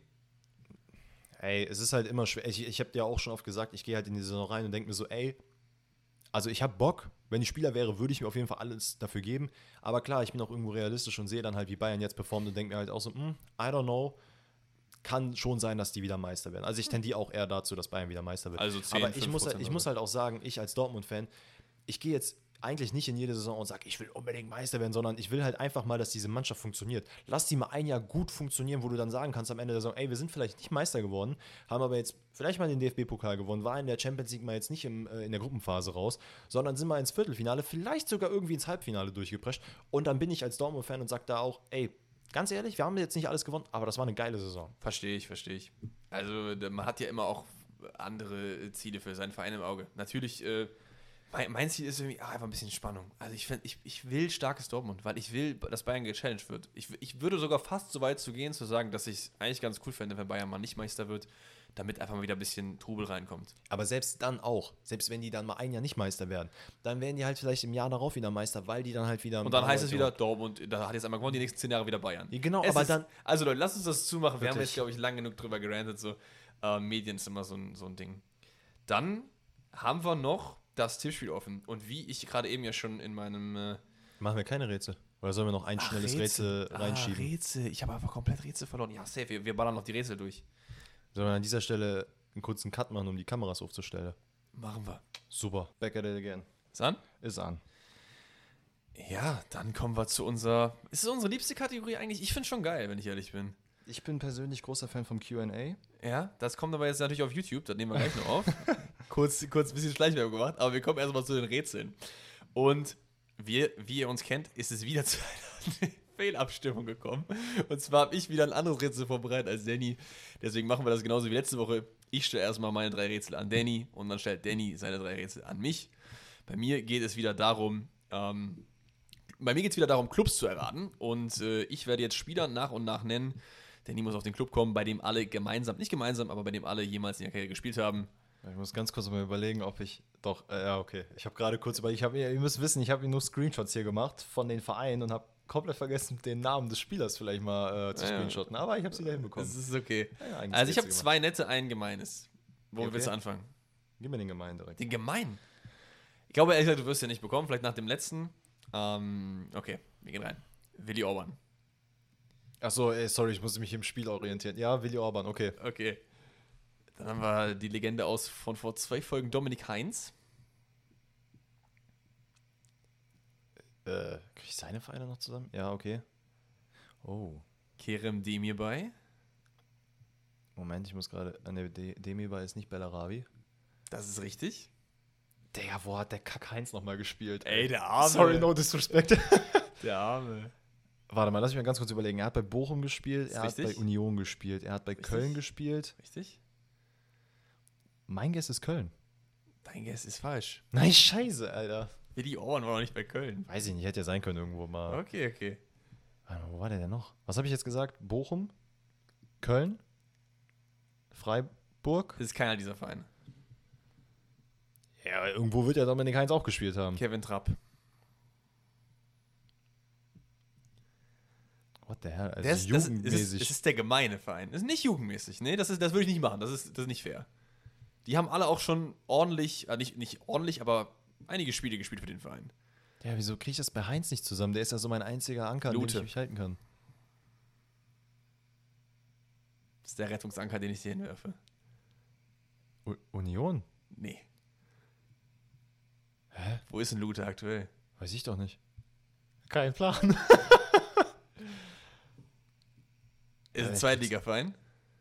Ey, es ist halt immer schwer. Ich, ich habe dir auch schon oft gesagt, ich gehe halt in die Saison rein und denke mir so, ey, also ich habe Bock, wenn ich Spieler wäre, würde ich mir auf jeden Fall alles dafür geben. Aber klar, ich bin auch irgendwo realistisch und sehe dann halt, wie Bayern jetzt performt und denke mir halt auch so, hm, I don't know, kann schon sein, dass die wieder Meister werden. Also ich tendiere auch eher dazu, dass Bayern wieder Meister wird. Also zehn, Aber ich muss, halt, ich oder muss so. halt auch sagen, ich als Dortmund-Fan, ich gehe jetzt eigentlich nicht in jede Saison und sage, ich will unbedingt Meister werden, sondern ich will halt einfach mal, dass diese Mannschaft funktioniert. Lass die mal ein Jahr gut funktionieren, wo du dann sagen kannst am Ende der Saison, ey, wir sind vielleicht nicht Meister geworden, haben aber jetzt vielleicht mal den D F B-Pokal gewonnen, war in der Champions League mal jetzt nicht im, äh, in der Gruppenphase raus, sondern sind mal ins Viertelfinale, vielleicht sogar irgendwie ins Halbfinale durchgeprescht. Und dann bin ich als Dortmund-Fan und sage da auch, ey, ganz ehrlich, wir haben jetzt nicht alles gewonnen, aber das war eine geile Saison. Verstehe ich, verstehe ich. Also da- man hat ja immer auch andere Ziele für seinen Verein im Auge. Natürlich, äh, mein, mein Ziel ist irgendwie ah, einfach ein bisschen Spannung. Also ich, find, ich, ich will starkes Dortmund, weil ich will, dass Bayern gechallenged wird. Ich, ich würde sogar fast so weit zu gehen, zu sagen, dass ich es eigentlich ganz cool fände, wenn Bayern mal nicht Meister wird, damit einfach mal wieder ein bisschen Trubel reinkommt. Aber selbst dann auch, selbst wenn die dann mal ein Jahr nicht Meister werden, dann werden die halt vielleicht im Jahr darauf wieder Meister, weil die dann halt wieder... Und dann heißt es wieder Dortmund, da hat jetzt einmal gewonnen, die nächsten zehn Jahre wieder Bayern. Ja, genau, Es aber ist, dann... Also Leute, lasst uns das zumachen. Wir haben Wirklich. jetzt, glaube ich, lang genug drüber gerantet. So. Äh, Medien ist immer so ein, so ein Ding. Dann haben wir noch das Tippspiel offen. Und wie ich gerade eben ja schon in meinem... Äh, Machen wir keine Rätsel? Oder sollen wir noch ein Ach, schnelles Rätsel, reinschieben? Ah, Rätsel. Ich habe einfach komplett Rätsel verloren. Ja, safe. Wir, wir ballern noch die Rätsel durch. Sollen wir an dieser Stelle einen kurzen Cut machen, um die Kameras aufzustellen? Machen wir. Super. Back at it again. Ist an? Ist an. Ja, dann kommen wir zu unserer... Ist es unsere liebste Kategorie eigentlich? Ich finde es schon geil, wenn ich ehrlich bin. Ich bin persönlich großer Fan vom Q and A. Ja, das kommt aber jetzt natürlich auf YouTube, das nehmen wir gleich noch auf. kurz, kurz ein bisschen Schleichwerbung gemacht, aber wir kommen erstmal zu den Rätseln. Und wir, wie ihr uns kennt, ist es wieder zu einer Fehlabstimmung gekommen. Und zwar habe ich wieder ein anderes Rätsel vorbereitet als Danny. Deswegen machen wir das genauso wie letzte Woche. Ich stelle erstmal meine drei Rätsel an Danny und dann stellt Danny seine drei Rätsel an mich. Bei mir geht es wieder darum, ähm, bei mir geht es wieder darum, Clubs zu erraten. Und äh, ich werde jetzt Spieler nach und nach nennen. Danny muss auf den Club kommen, bei dem alle gemeinsam, nicht gemeinsam, aber bei dem alle jemals in der Karriere gespielt haben. Ich muss ganz kurz mal überlegen, ob ich doch, äh, ja, okay. Ich habe gerade kurz überlegt, ich hab, ihr müsst wissen, ich habe nur Screenshots hier gemacht von den Vereinen und habe komplett vergessen, den Namen des Spielers vielleicht mal äh, zu Ja. screenshotten. Aber ich habe es wieder hinbekommen. Das ist okay. Ja, ja, eigentlich Also ich habe Rätsel zwei nette, ein gemeines. Wo Okay. willst du anfangen? gemacht. Gib mir den gemeinen direkt. Den gemeinen? Ich glaube ehrlich gesagt, du wirst den nicht bekommen, vielleicht nach dem letzten. Ähm, okay, wir gehen rein. Willi Orban. Achso, ey, sorry, ich musste mich im Spiel orientieren. Ja, Willi Orban, okay. Okay. Dann haben wir die Legende aus von vor zwei Folgen, Dominik Heinz. Äh, krieg ich seine Vereine noch zusammen? Ja, okay. Oh. Kerem Demirbay. Moment, ich muss gerade. An der Demirbay ist nicht Bellarabi. Das ist richtig. Digga, wo hat der Kack-Heinz nochmal gespielt? Ey, der Arme. Sorry, no disrespect. Der Arme. Warte mal, lass mich mal ganz kurz überlegen. Er hat bei Bochum gespielt, Ist er richtig. hat bei Union gespielt, er hat bei Richtig. Köln gespielt. Richtig? Mein Guess ist Köln. Dein Guess ist falsch. Nein, scheiße, Alter. Willi Orban war noch nicht bei Köln. Weiß ich nicht, hätte ja sein können irgendwo mal. Okay, okay. Warte mal, wo war der denn noch? Was habe ich jetzt gesagt? Bochum? Köln? Freiburg? Das ist keiner dieser Vereine. Ja, irgendwo wird ja Dominik Heinz auch gespielt haben. Kevin Trapp. What the hell? Also Der ist, das, jugendmäßig. es, ist, es ist der gemeine Verein. Das ist nicht jugendmäßig. Nee, das, ist, das würde ich nicht machen. Das ist, das ist nicht fair. Die haben alle auch schon ordentlich, äh, nicht, nicht ordentlich, aber einige Spiele gespielt für den Verein. Ja, wieso kriege ich das bei Heinz nicht zusammen? Der ist ja so mein einziger Anker, an dem Lute. ich mich halten kann. Das ist der Rettungsanker, den ich dir hinwerfe. U Union? Nee. Hä? Wo ist denn Lute aktuell? Weiß ich doch nicht. Kein Plan. Ist ein Äh, Zweitligaverein.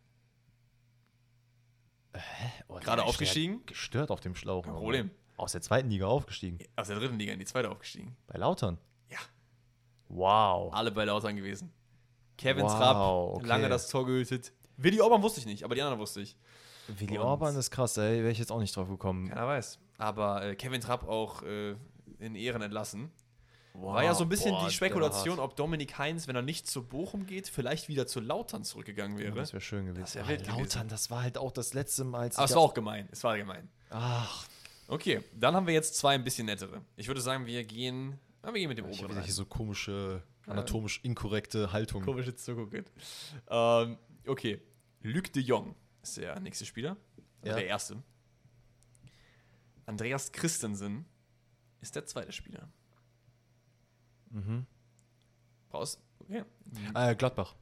Oh, Gerade der aufgestiegen? steht Gestört auf dem Schlauch. Kein Problem. Aus der zweiten Liga aufgestiegen. Aus der dritten Liga in die zweite aufgestiegen. Bei Lautern. Ja. Wow. Alle bei Lautern gewesen. Kevin Wow, Trapp, okay. lange das Tor gehütet. Willi Orban wusste ich nicht, aber die anderen wusste ich. Willi Und- Orban ist krass, ey. Wäre ich jetzt auch nicht drauf gekommen. Keiner weiß. Aber äh, Kevin Trapp auch äh, in Ehren entlassen. Wow. War ja so ein bisschen Boah, die Spekulation, der war hart. ob Dominik Heinz, wenn er nicht zu Bochum geht, vielleicht wieder zu Lautern zurückgegangen Ja, wäre. das wäre schön gewesen. Das wär Ah, wild gewesen. Lautern, das war halt auch das letzte Mal. Als Aber ich es war auch gemein. Es war gemein. Ach, Okay, dann haben wir jetzt zwei ein bisschen nettere. Ich würde sagen, wir gehen, na, wir gehen mit dem ich habe oberen wieder rein. hier so komische, anatomisch inkorrekte Haltung. Komische Zugucken. Ähm, okay, Luc de Jong ist der nächste Spieler. Also Ja. der erste. Andreas Christensen ist der zweite Spieler. Mhm. Raus. Okay. Äh, Gladbach.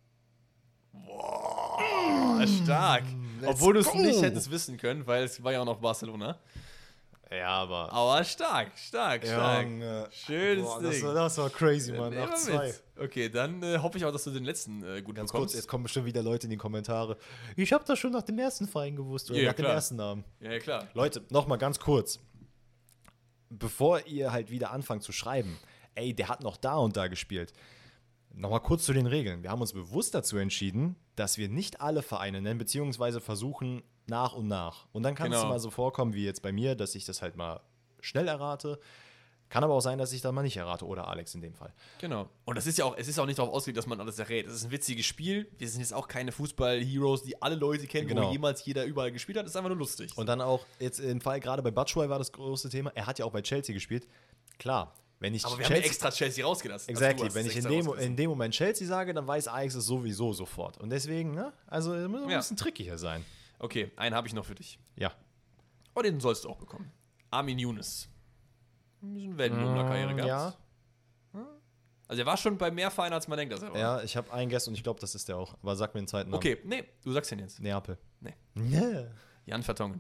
Boah, stark. let's Obwohl du es go. nicht hättest wissen können, weil es war ja auch noch Barcelona. Ja, aber. Aber stark, stark, stark. Junge. Schönes Boah, Ding. das, war, das war crazy, Nehmen Mann. wir acht zwei. mit. Okay, dann äh, hoffe ich auch, dass du den letzten äh, gut Ganz kurz, bekommst. jetzt kommen bestimmt wieder Leute in die Kommentare. Ich habe das schon nach dem ersten Verein gewusst oder Ja, nach dem klar. ersten Namen. Ja, ja, klar. Leute, nochmal ganz kurz. Bevor ihr halt wieder anfangt zu schreiben, ey, der hat noch da und da gespielt. Nochmal kurz zu den Regeln. Wir haben uns bewusst dazu entschieden, dass wir nicht alle Vereine nennen, beziehungsweise versuchen nach und nach. Und dann kann es Genau. mal so vorkommen, wie jetzt bei mir, dass ich das halt mal schnell errate. Kann aber auch sein, dass ich dann mal nicht errate, oder Alex in dem Fall. Genau. Und das ist ja auch, es ist auch nicht darauf ausgelegt, dass man alles errät. Es ist ein witziges Spiel. Wir sind jetzt auch keine Fußball-Heroes, die alle Leute kennen, Genau. wo jemals jeder überall gespielt hat. Das ist einfach nur lustig. Und dann auch jetzt im Fall, gerade bei Batshuayi war das große Thema, er hat ja auch bei Chelsea gespielt. Klar, wenn ich Aber wir haben ja extra Chelsea rausgelassen. Also Exactly. du hast Wenn es ich in extra dem, rausgelassen. in dem Moment Chelsea sage, dann weiß Ajax es sowieso sofort. Und deswegen, ne? Also, es muss ein Ja. bisschen trickiger sein. Okay, einen habe ich noch für dich. Ja. Oh, den sollst du auch bekommen. Armin Younes. Ein bisschen Weltenbummler-Karriere gehabt. Ja, Also er war schon bei mehr Vereinen, als man denkt, dass er war. ja, ich habe einen Guest und ich glaube, das ist der auch. Aber sag mir den zweiten Namen. Okay, nee, du sagst den jetzt. Neapel. Nee. Nee. Jan Vertongen.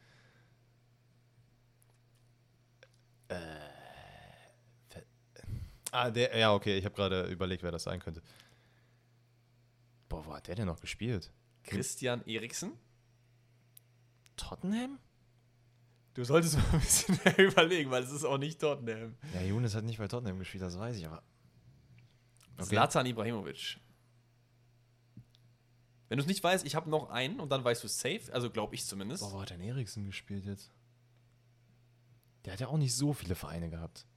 Ah, der, ja, okay, ich habe gerade überlegt, wer das sein könnte. Boah, wo hat der denn noch gespielt? Christian Eriksen. Tottenham? Du solltest mal ein bisschen mehr überlegen, weil es ist auch nicht Tottenham. Ja, Younes hat nicht bei Tottenham gespielt, das weiß ich, aber. Okay. Zlatan Ibrahimovic. Wenn du es nicht weißt, ich habe noch einen und dann weißt du es safe, also glaube ich zumindest. Boah, wo hat denn Eriksen gespielt jetzt? Der hat ja auch nicht so viele Vereine gehabt.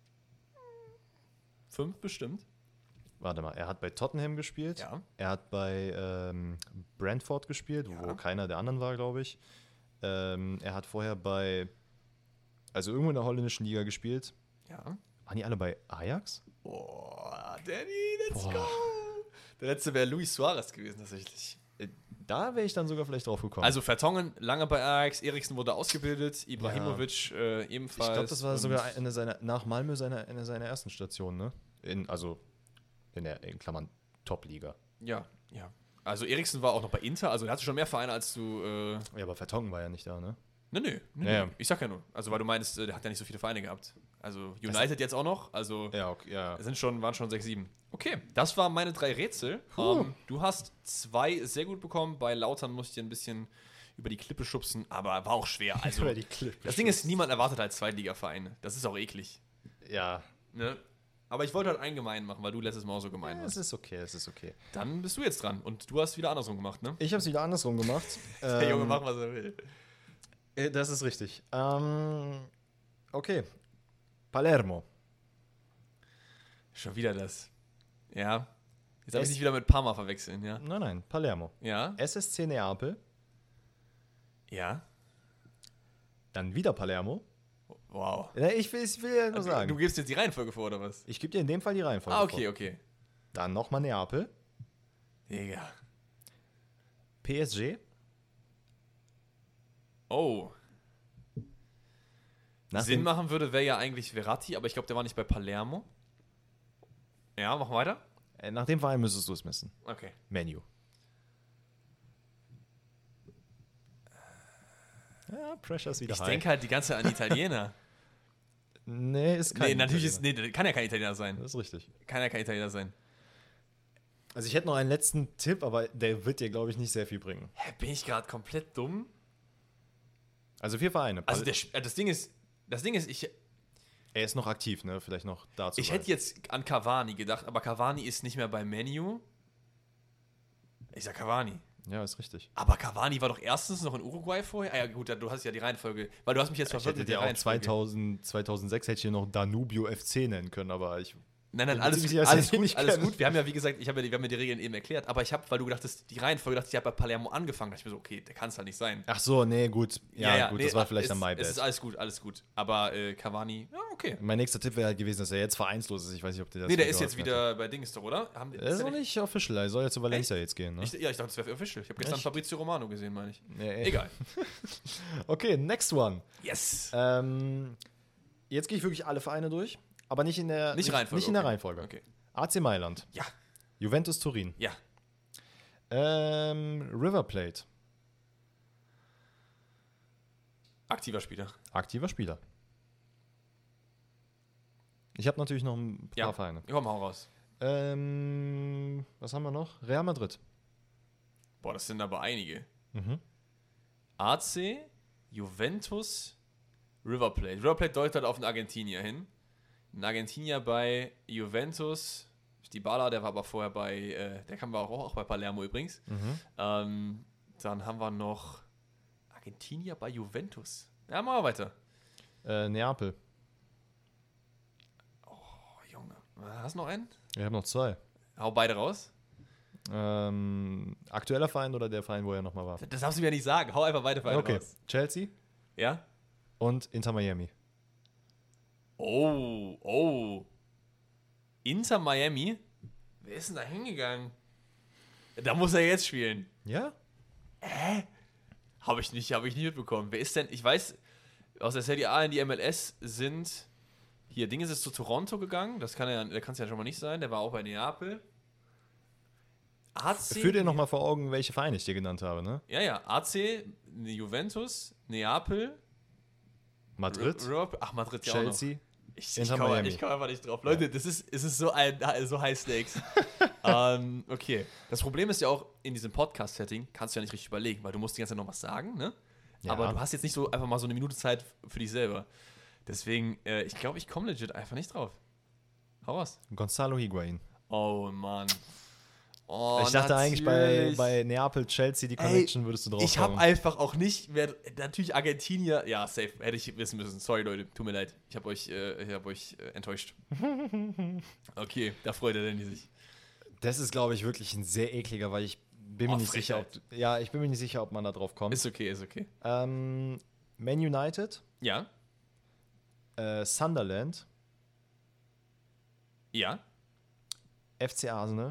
Fünf bestimmt. Warte mal, er hat bei Tottenham gespielt. Ja. Er hat bei ähm, Brentford gespielt, Ja. wo keiner der anderen war, glaube ich. Ähm, er hat vorher bei, also irgendwo in der holländischen Liga gespielt. Ja. Waren die alle bei Ajax? Boah, Danny, let's Boah. go. Der letzte wäre Luis Suarez gewesen, tatsächlich. Äh, Da wäre ich dann sogar vielleicht drauf gekommen. Also Vertongen lange bei Ajax, Eriksen wurde ausgebildet, Ibrahimovic äh, ebenfalls. ich glaube, das war und- sogar eine seiner, nach Malmö seine, eine seiner ersten Stationen, ne? In, also in der, in Klammern, Top-Liga. Ja, ja. Also Eriksen war auch noch bei Inter, also der hatte schon mehr Vereine als du. Äh, Ja, aber Vertongen war ja nicht da, ne? nö, nö, nö, Ja, ja. nö. Ich sag ja nur. Also weil du meinst, äh, der hat ja nicht so viele Vereine gehabt. Also United jetzt auch noch, also Ja, okay, ja. es sind schon, waren schon sechs, sieben. Okay, das waren meine drei Rätsel. Puh. Ähm, du hast zwei sehr gut bekommen. Bei Lautern musste ich dir ein bisschen über die Klippe schubsen, aber war auch schwer. Also, Über die Klippe das Ding ist, niemand erwartet halt Zweitliga-Vereine. Das ist auch eklig. Ja, Ne? Aber ich wollte halt einen gemein machen, weil du letztes Mal auch so gemein es warst. ist okay, es ist okay. Dann bist du jetzt dran und du hast wieder andersrum gemacht, ne? Ich habe es wieder andersrum gemacht. Der Junge Ähm, macht, was er will. äh, Das ist richtig. Ähm, okay. Palermo. Schon wieder das. Ja. Jetzt darf ich Es- nicht wieder mit Parma verwechseln, ja? Nein, nein, Palermo. Ja? S S C Neapel, Ja? dann wieder Palermo. Wow. Ja, Ich will, ich will ja nur Du sagen. gibst jetzt die Reihenfolge vor, oder was? Ich gebe dir in dem Fall die Reihenfolge Ah, okay, vor. okay. Dann nochmal Neapel. Digga. P S G. Oh. Nach Sinn dem- machen würde, wäre ja eigentlich Verratti, aber ich glaube, der war nicht bei Palermo. Ja, machen wir weiter. Äh, Nach dem Verein müsstest du es messen. Okay. Menu. Ja, Pressure ist wieder Ich high. denke halt die ganze Zeit an Italiener. Nee, ist kein nee, natürlich Italiener. ist, nee, kann ja kein Italiener sein. Das ist richtig. Kann ja kein Italiener sein. Also ich hätte noch einen letzten Tipp, aber der wird dir, glaube ich, nicht sehr viel bringen. Hä, bin ich gerade komplett dumm? Also vier Vereine. Also Pal- der, Sch- äh, das Ding ist, das Ding ist, ich, er ist noch aktiv, ne? Vielleicht noch dazu. ich hätte jetzt an Cavani gedacht, aber Cavani ist nicht mehr bei Menu. Ich sag Cavani. Ja, ist richtig. Aber Cavani war doch erstens noch in Uruguay vorher. Ah ja, gut, du hast ja die Reihenfolge, weil du hast mich jetzt Ich verwirrt hätte mit der dir auch Reihenfolge. zweitausend, zweitausendsechs hätte ich hier noch Danubio F C nennen können, aber ich. Nein, nein, bin alles, ziemlich sicher, dass alles ich den gut, nicht alles kenne. gut. Wir haben ja, wie gesagt, ich habe ja, die- wir haben ja die Regeln eben erklärt, aber ich habe, weil du gedacht hast, die Reihenfolge, dachte ich, ich habe bei Palermo angefangen, dachte ich mir so, okay, der kann es halt nicht sein. Ach so, nee, gut. Ja, gut, nee, das war vielleicht es, an my Es ist bad. alles gut, alles gut. Aber äh, Cavani, ja, okay. Mein nächster Tipp wäre halt gewesen, dass er jetzt vereinslos ist. Ich weiß nicht, ob dir das Nee, der viel ist jetzt geholfen hätte. wieder bei Dings doch, oder? Haben die, Er ist der noch nicht official. Er soll ja zu Valencia jetzt gehen, ne? Ich, ja, ich dachte, das wäre official. Ich habe gestern Echt? Fabrizio Romano gesehen, meine ich. Ja, ey. Egal. Okay, next one. Yes. Ähm, jetzt gehe ich wirklich alle Vereine durch, aber nicht in der, Nicht Reihenfolge, Nicht in der okay. Reihenfolge. Okay. A C Mailand, Ja, Juventus Turin, ja. ähm, River Plate, Aktiver Spieler. aktiver Spieler. Ich habe natürlich noch ein paar Ja. Vereine. Komm, hau raus. Ähm, was haben wir noch? Real Madrid. Boah, das sind aber einige. Mhm. A C, Juventus, River Plate. River Plate deutet halt auf den Argentinier hin. Ein Argentinier bei Juventus. Dybala, der war aber vorher bei, äh, der kam auch, auch bei Palermo übrigens. Mhm. Ähm, dann haben wir noch Argentinier bei Juventus. Ja, machen wir weiter. Äh, Neapel. Oh, Junge. Hast du noch einen? Ich habe noch zwei. Hau beide raus. Ähm, aktueller Verein oder der Verein, wo er nochmal war? Das darfst du mir nicht sagen. Hau einfach beide Vereine Okay. raus. Chelsea Ja? und Inter Miami. Oh, oh. Inter Miami? Wer ist denn da hingegangen? Da muss er jetzt spielen. Ja? Habe ich nicht, habe ich nicht mitbekommen. Wer ist denn, ich weiß, aus der Serie A in die M L S sind, hier, Ding ist es zu Toronto gegangen, das kann ja, der kann es ja schon mal nicht sein, der war auch bei Neapel. A C, Führ dir nochmal vor Augen, welche Vereine ich dir genannt habe, ne? Ja, ja, A C, Juventus, Neapel, Madrid, R- R- ach, Madrid ja auch noch. Chelsea. Ich, ich, Inter komme, Miami. ich komme einfach nicht drauf. Leute, das ist, es ist so, ein, so High Stakes. ähm, okay. Das Problem ist ja auch, in diesem Podcast-Setting kannst du ja nicht richtig überlegen, weil du musst die ganze Zeit noch was sagen, ne? Ja. Aber du hast jetzt nicht so einfach mal so eine Minute Zeit für dich selber. Deswegen, äh, ich glaube, ich komme legit einfach nicht drauf. Hau raus. Gonzalo Higuain. Oh, Mann. Oh, ich dachte eigentlich bei, natürlich. bei Neapel, Chelsea, die Connection würdest du drauf Ich habe kommen. einfach auch nicht mehr, natürlich Argentinier, ja, safe, hätte ich wissen müssen. Sorry, Leute, tut mir leid. Ich habe euch, äh, ich hab euch äh, enttäuscht. Okay, da freut er denn sich. Das ist, glaube ich, wirklich ein sehr ekliger, weil ich bin Oh, mir nicht sicher, ob, Frechheit. ja, ich bin mir nicht sicher, ob man da drauf kommt. Ist okay, ist okay. Ähm, Man United, Ja, äh, Sunderland, ja, F C Arsenal,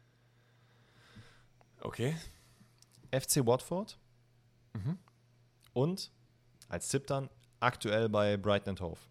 okay. F C Watford Mhm. und als Tipp dann aktuell bei Brighton and Hove.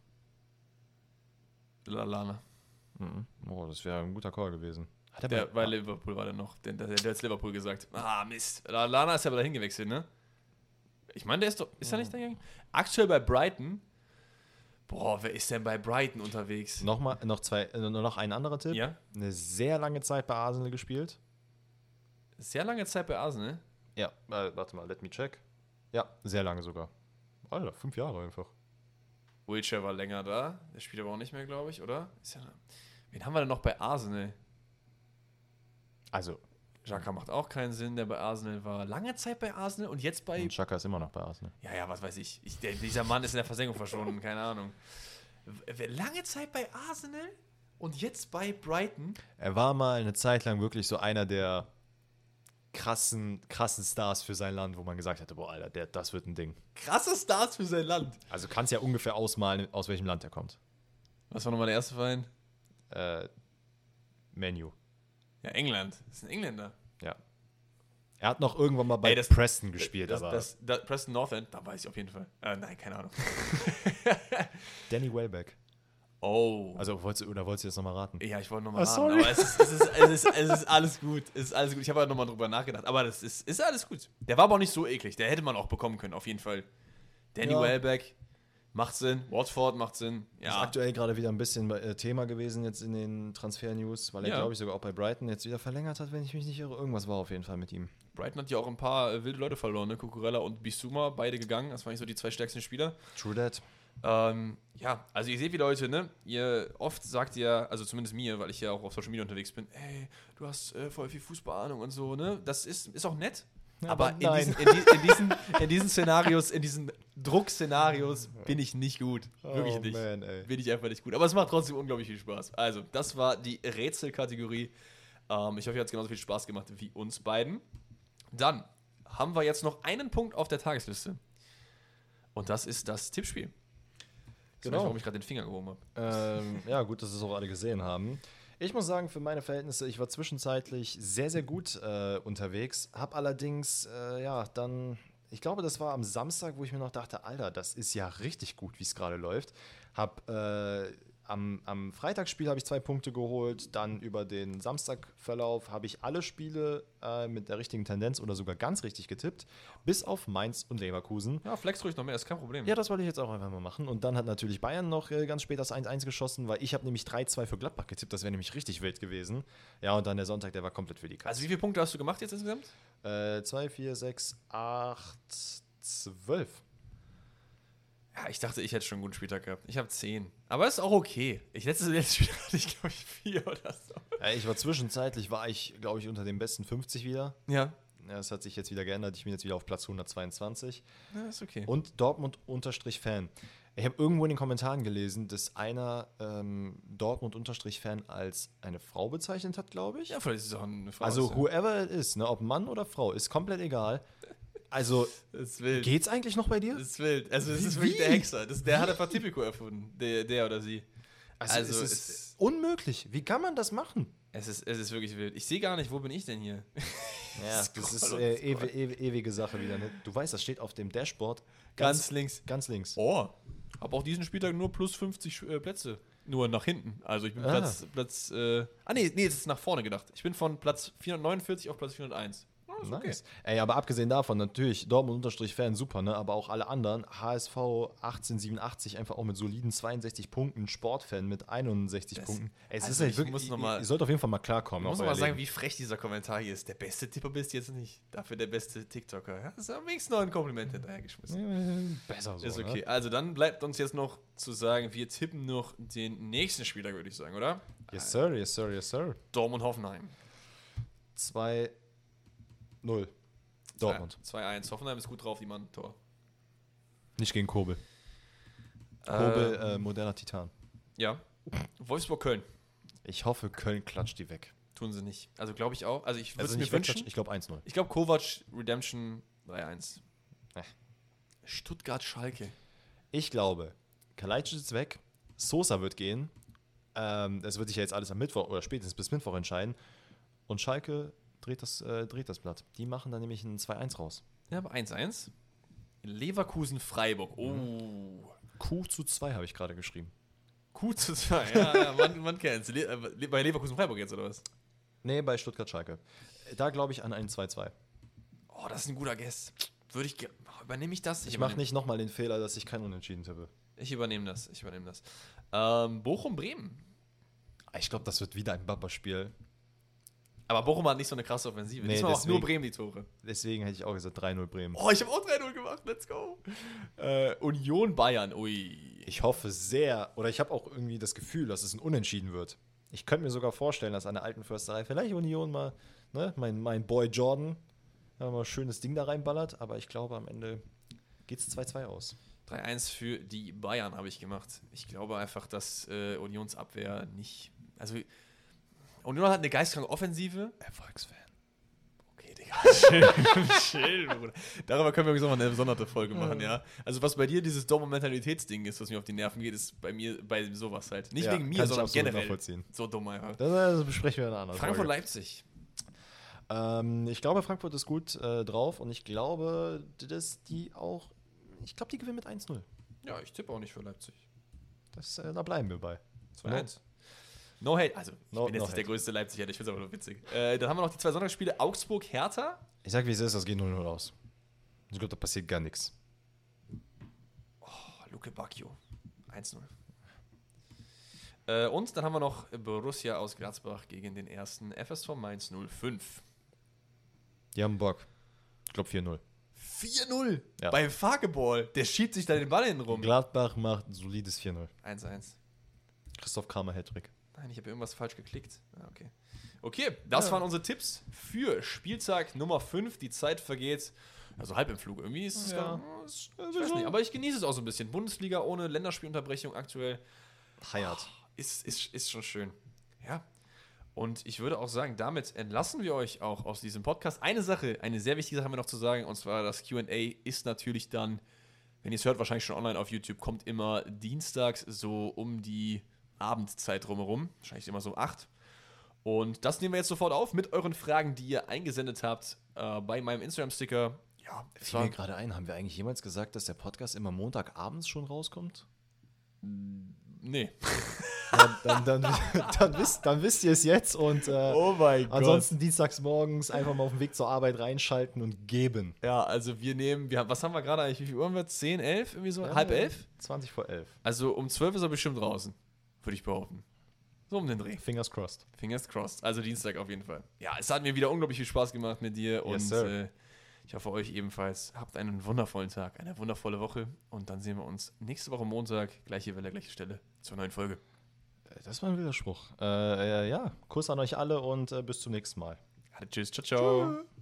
Lalana. Mhm. Oh, das wäre ein guter Call gewesen. Hat er Der, bei, bei Liverpool war der noch. Der, der, der hat jetzt Liverpool gesagt. Ah, Mist. Lalana ist ja aber dahin gewechselt, ne? Ich meine, der ist doch. Ist er nicht dahin? Aktuell bei Brighton. Boah, wer ist denn bei Brighton unterwegs? noch, mal, noch, zwei, äh, nur noch ein anderer Tipp. Ja? Eine sehr lange Zeit bei Arsenal gespielt. Sehr lange Zeit bei Arsenal. Ja, äh, warte mal, let me check. Ja, sehr lange sogar. Alter, fünf Jahre einfach. Wilshere war länger da. Der spielt aber auch nicht mehr, glaube ich, oder? Ist ja, wen haben wir denn noch bei Arsenal? Also, Xhaka macht auch keinen Sinn, der bei Arsenal war. Lange Zeit bei Arsenal und jetzt bei. und Xhaka ist immer noch bei Arsenal. Ja, ja, was weiß ich. ich der, dieser Mann ist in der Versenkung verschwunden, keine Ahnung. W- Lange Zeit bei Arsenal und jetzt bei Brighton. Er war mal eine Zeit lang wirklich so einer der krassen, krassen Stars für sein Land, wo man gesagt hätte, boah, Alter, der, das wird ein Ding. Krasse Stars für sein Land. Also kannst ja ungefähr ausmalen, aus welchem Land er kommt. Was war nochmal der erste Verein? Äh, Menu. Ja, England. Das ist ein Engländer. Ja. Er hat noch irgendwann mal bei Ey, das, Preston gespielt, das, aber das, das, das, Preston North End, da weiß ich auf jeden Fall. Äh, nein, keine Ahnung. Danny Welbeck. Oh. Also, wolltest du, oder wolltest du jetzt nochmal raten? Ja, ich wollte nochmal Oh, raten, sorry. aber es ist, es, ist, es, ist, es ist alles gut. Es ist alles gut. Ich habe halt nochmal drüber nachgedacht, aber das ist, ist alles gut. Der war aber auch nicht so eklig. Der hätte man auch bekommen können, auf jeden Fall. Danny Ja. Welbeck macht Sinn. Watford macht Sinn. Ist Ja, aktuell gerade wieder ein bisschen äh, Thema gewesen jetzt in den Transfer-News, weil er, Ja. glaube ich, sogar auch bei Brighton jetzt wieder verlängert hat, wenn ich mich nicht irre. Irgendwas war auf jeden Fall mit ihm. Brighton hat ja auch ein paar äh, wilde Leute verloren, ne? Cucurella und Bissouma, beide gegangen. Das waren nicht so die zwei stärksten Spieler. True that. Ähm, ja, also ihr seht, wie Leute, ne? Ihr oft sagt ihr, also zumindest mir, weil ich ja auch auf Social Media unterwegs bin, ey, du hast äh, voll viel Fußballahnung und so, ne? Das ist, ist auch nett. Ja, aber aber in nein. diesen, in, die, in, diesen, in diesen Szenarios, in diesen Druckszenarios bin ich nicht gut. Wirklich Oh, nicht. man, ey. Bin ich einfach nicht gut. Aber es macht trotzdem unglaublich viel Spaß. Also, das war die Rätselkategorie. Ähm, ich hoffe, ihr hat es genauso viel Spaß gemacht wie uns beiden. Dann haben wir jetzt noch einen Punkt auf der Tagesliste. Und das ist das Tippspiel. Genau. Genau. Warum ich gerade den Finger gehoben habe. Ähm, ja, gut, dass es auch alle gesehen haben. Ich muss sagen, für meine Verhältnisse, ich war zwischenzeitlich sehr, sehr gut äh, unterwegs. Hab allerdings, äh, ja, dann, ich glaube, das war am Samstag, wo ich mir noch dachte, Alter, das ist ja richtig gut, wie es gerade läuft. Hab äh, am, am Freitagsspiel habe ich zwei Punkte geholt, dann über den Samstagverlauf habe ich alle Spiele äh, mit der richtigen Tendenz oder sogar ganz richtig getippt, bis auf Mainz und Leverkusen. Ja, flex ruhig noch mehr, ist kein Problem. Ja, das wollte ich jetzt auch einfach mal machen. Und dann hat natürlich Bayern noch äh, ganz spät das eins eins geschossen, weil ich habe nämlich drei zwei für Gladbach getippt. Das wäre nämlich richtig wild gewesen. Ja, und dann der Sonntag, der war komplett für die Katze. Also, wie viele Punkte hast du gemacht jetzt insgesamt? zwei, vier, sechs, acht, zwölf. Ja, ich dachte, ich hätte schon einen guten Spieltag gehabt. Ich habe zehn. Aber ist auch okay. Ich letztes letztes Spiel hatte ich, glaube ich, vier oder so. Ja, ich war zwischenzeitlich, war ich, glaube ich, unter den besten fünfzig wieder. Ja. Ja, das hat sich jetzt wieder geändert. Ich bin jetzt wieder auf Platz hundertzweiundzwanzig. Ja, ist okay. Und Dortmund-Fan. Ich habe irgendwo in den Kommentaren gelesen, dass einer ähm, Dortmund-Fan als eine Frau bezeichnet hat, glaube ich. Ja, vielleicht ist es auch eine Frau. Also whoever it is, ne, ob Mann oder Frau, ist komplett egal. Also, Das ist wild. geht's eigentlich noch bei dir? Das ist wild. Also, es Wie- ist wirklich wie? der Hexer. Das, der hat einfach Typico erfunden. Der, der oder sie. Also, es es, ist unmöglich. Wie kann man das machen? es, ist, es ist wirklich wild. Ich sehe gar nicht, wo bin ich denn hier? Ja, das Scroll ist und äh, scroll. ewi ewi ewige Sache wieder. Ne? Du weißt, das steht auf dem Dashboard Ganz links. Ganz links. Oh, habe auch diesen Spieltag nur plus fünfzig äh, Plätze. Nur nach hinten. Also ich bin Ah. Platz, Platz äh, ah nee, nee, das ist nach vorne gedacht. Ich bin von Platz vierhundertneunundvierzig auf Platz vierhunderteins. Oh, ist okay. Nice. Ey, aber abgesehen davon, natürlich, Dortmund-Fan, super, ne? Aber auch alle anderen, H S V achtzehnhundertsiebenundachtzig einfach auch mit soliden zweiundsechzig Punkten, Sportfan mit einundsechzig Das- Punkten. Ey, es also ist halt ich wirklich, muss noch ihr, mal- ihr sollt auf jeden Fall mal klarkommen. Ich muss auf mal euer sagen, Leben. wie frech dieser Kommentar hier ist. Der beste Tipper bist du jetzt nicht. Dafür der beste TikToker. Ja, das ist am wenigsten noch ein Kompliment hinterhergeschmissen. Besser so, Ist ne? okay. Also dann bleibt uns jetzt noch zu sagen, wir tippen noch den nächsten Spieler, würde ich sagen, oder? Yes, sir, yes, sir, yes, sir. Dortmund Hoffenheim. zwei null. Dortmund. zwei eins. Hoffenheim ist gut drauf, die Mann. Tor. Nicht gegen Kobel. Ähm, Kobel, äh, moderner Titan. Ja. Wolfsburg-Köln. Ich hoffe, Köln klatscht die weg. Tun sie nicht. Also glaube ich auch. Also ich würde Also es mir nicht wünschen. wegklatschen, ich glaube eins null. Ich glaube Kovac, Redemption drei eins. Äh. Stuttgart-Schalke. Ich glaube, Kalajdzic ist weg, Sosa wird gehen. Ähm, das wird sich ja jetzt alles am Mittwoch oder spätestens bis Mittwoch entscheiden. Und Schalke dreht das, äh, dreht das Blatt. Die machen dann nämlich ein zwei eins raus. Ja, aber eins eins. Leverkusen-Freiburg. Oh. Q zu zwei habe ich gerade geschrieben. Q zu zwei. Ja, ja, man, man kennt's. Le äh, bei Leverkusen-Freiburg jetzt, oder was? Nee, bei Stuttgart-Schalke. Da glaube ich an ein zwei zwei. Oh, das ist ein guter Guess. Würde ich. ge- Übernehme ich das? Ich mache übernehm- nicht nochmal den Fehler, dass ich kein Unentschieden tippe. Ich übernehme das. Ich übernehme das. Ähm, Bochum-Bremen. Ich glaube, das wird wieder ein Baba-Spiel. Aber Bochum hat nicht so eine krasse Offensive. Nee, Diesmal auch nur deswegen- Bremen die Tore. Deswegen hätte ich auch gesagt drei null Bremen. Oh, ich habe auch drei null gemacht. Let's go. Äh, Union Bayern. Ui. Ich hoffe sehr, oder ich habe auch irgendwie das Gefühl, dass es ein Unentschieden wird. Ich könnte mir sogar vorstellen, dass an der alten Försterei vielleicht Union mal, ne, mein, mein Boy Jordan, ja, mal ein schönes Ding da reinballert, aber ich glaube, am Ende geht es zwei zwei aus. drei eins für die Bayern habe ich gemacht. Ich glaube einfach, dass äh, Unionsabwehr nicht. Also, Union hat eine geistkranke Offensive. Erfolgsfan. Okay, Chill, chill, Bruder. Darüber können wir übrigens noch mal eine besondere Folge machen, ja. Also was bei dir dieses dumme Mentalitätsding ist, was mir auf die Nerven geht, ist bei mir bei sowas halt. Nicht Ja, wegen mir, kann ich sondern absolut generell. nachvollziehen. So dumm einfach. Das, das besprechen wir in einer anderen Folge. Frankfurt-Leipzig. Ähm, ich glaube, Frankfurt ist gut äh, drauf und ich glaube, dass die auch, ich glaube, die gewinnen mit eins null. Ja, ich tippe auch nicht für Leipzig. Das, äh, da bleiben wir bei. zwei eins. No hate. Also, ich No- bin jetzt no nicht hate. der größte Leipziger, ich finde es aber nur witzig. Äh, dann haben wir noch die zwei Sonntagsspiele. Augsburg-Hertha. Ich sag, wie es ist, das geht null null aus. Ich glaube, da passiert gar nichts. Oh, Luke Bacchio. eins null. Äh, und dann haben wir noch Borussia aus Gladbach gegen den ersten F S V Mainz null fünf. Die haben Bock. Ich glaube vier null. vier null. Ja. Bei Fageball. Der schiebt sich da den Ball hinten rum. Gladbach macht ein solides vier null. eins eins. Christoph Kramer Hattrick. Nein, ich habe irgendwas falsch geklickt. Ah, okay. Okay, das Ja. waren unsere Tipps für Spieltag Nummer fünf. Die Zeit vergeht, also halb im Flug. Irgendwie ist es Ja. gar, ich weiß nicht, aber ich genieße es auch so ein bisschen. Bundesliga ohne Länderspielunterbrechung aktuell Hayat. ist, ist, ist schon schön. Ja. Und ich würde auch sagen, damit entlassen wir euch auch aus diesem Podcast. Eine Sache, eine sehr wichtige Sache haben wir noch zu sagen, und zwar das Q and A ist natürlich dann, wenn ihr es hört, wahrscheinlich schon online auf YouTube, kommt immer dienstags so um die Abendzeit drumherum. Wahrscheinlich immer so um acht. Und das nehmen wir jetzt sofort auf mit euren Fragen, die ihr eingesendet habt äh, bei meinem Instagram-Sticker. Ja, es Fiel war, mir gerade ein, haben wir eigentlich jemals gesagt, dass der Podcast immer Montagabends schon rauskommt? nee. Ja, dann, dann, dann, dann, wisst, dann wisst ihr es jetzt und äh, Oh mein ansonsten dienstags morgens einfach mal auf dem Weg zur Arbeit reinschalten und geben. Ja, also wir nehmen, wir haben, was haben wir gerade eigentlich, wie viel Uhr haben wir? zehn, elf, irgendwie so? Ja, Halb elf? zwanzig vor elf. Also um zwölf ist er bestimmt draußen, würde ich behaupten. So um den Dreh. Fingers crossed. Fingers crossed. Also Dienstag auf jeden Fall. Ja, es hat mir wieder unglaublich viel Spaß gemacht mit dir und Yes, sir. äh, ich hoffe euch ebenfalls. Habt einen wundervollen Tag, eine wundervolle Woche und dann sehen wir uns nächste Woche Montag, gleiche Welle, gleiche Stelle, zur neuen Folge. Das war ein wilder Spruch. Äh, äh, ja, Kuss an euch alle und äh, bis zum nächsten Mal. Tschüss, ciao, ciao. Tschö.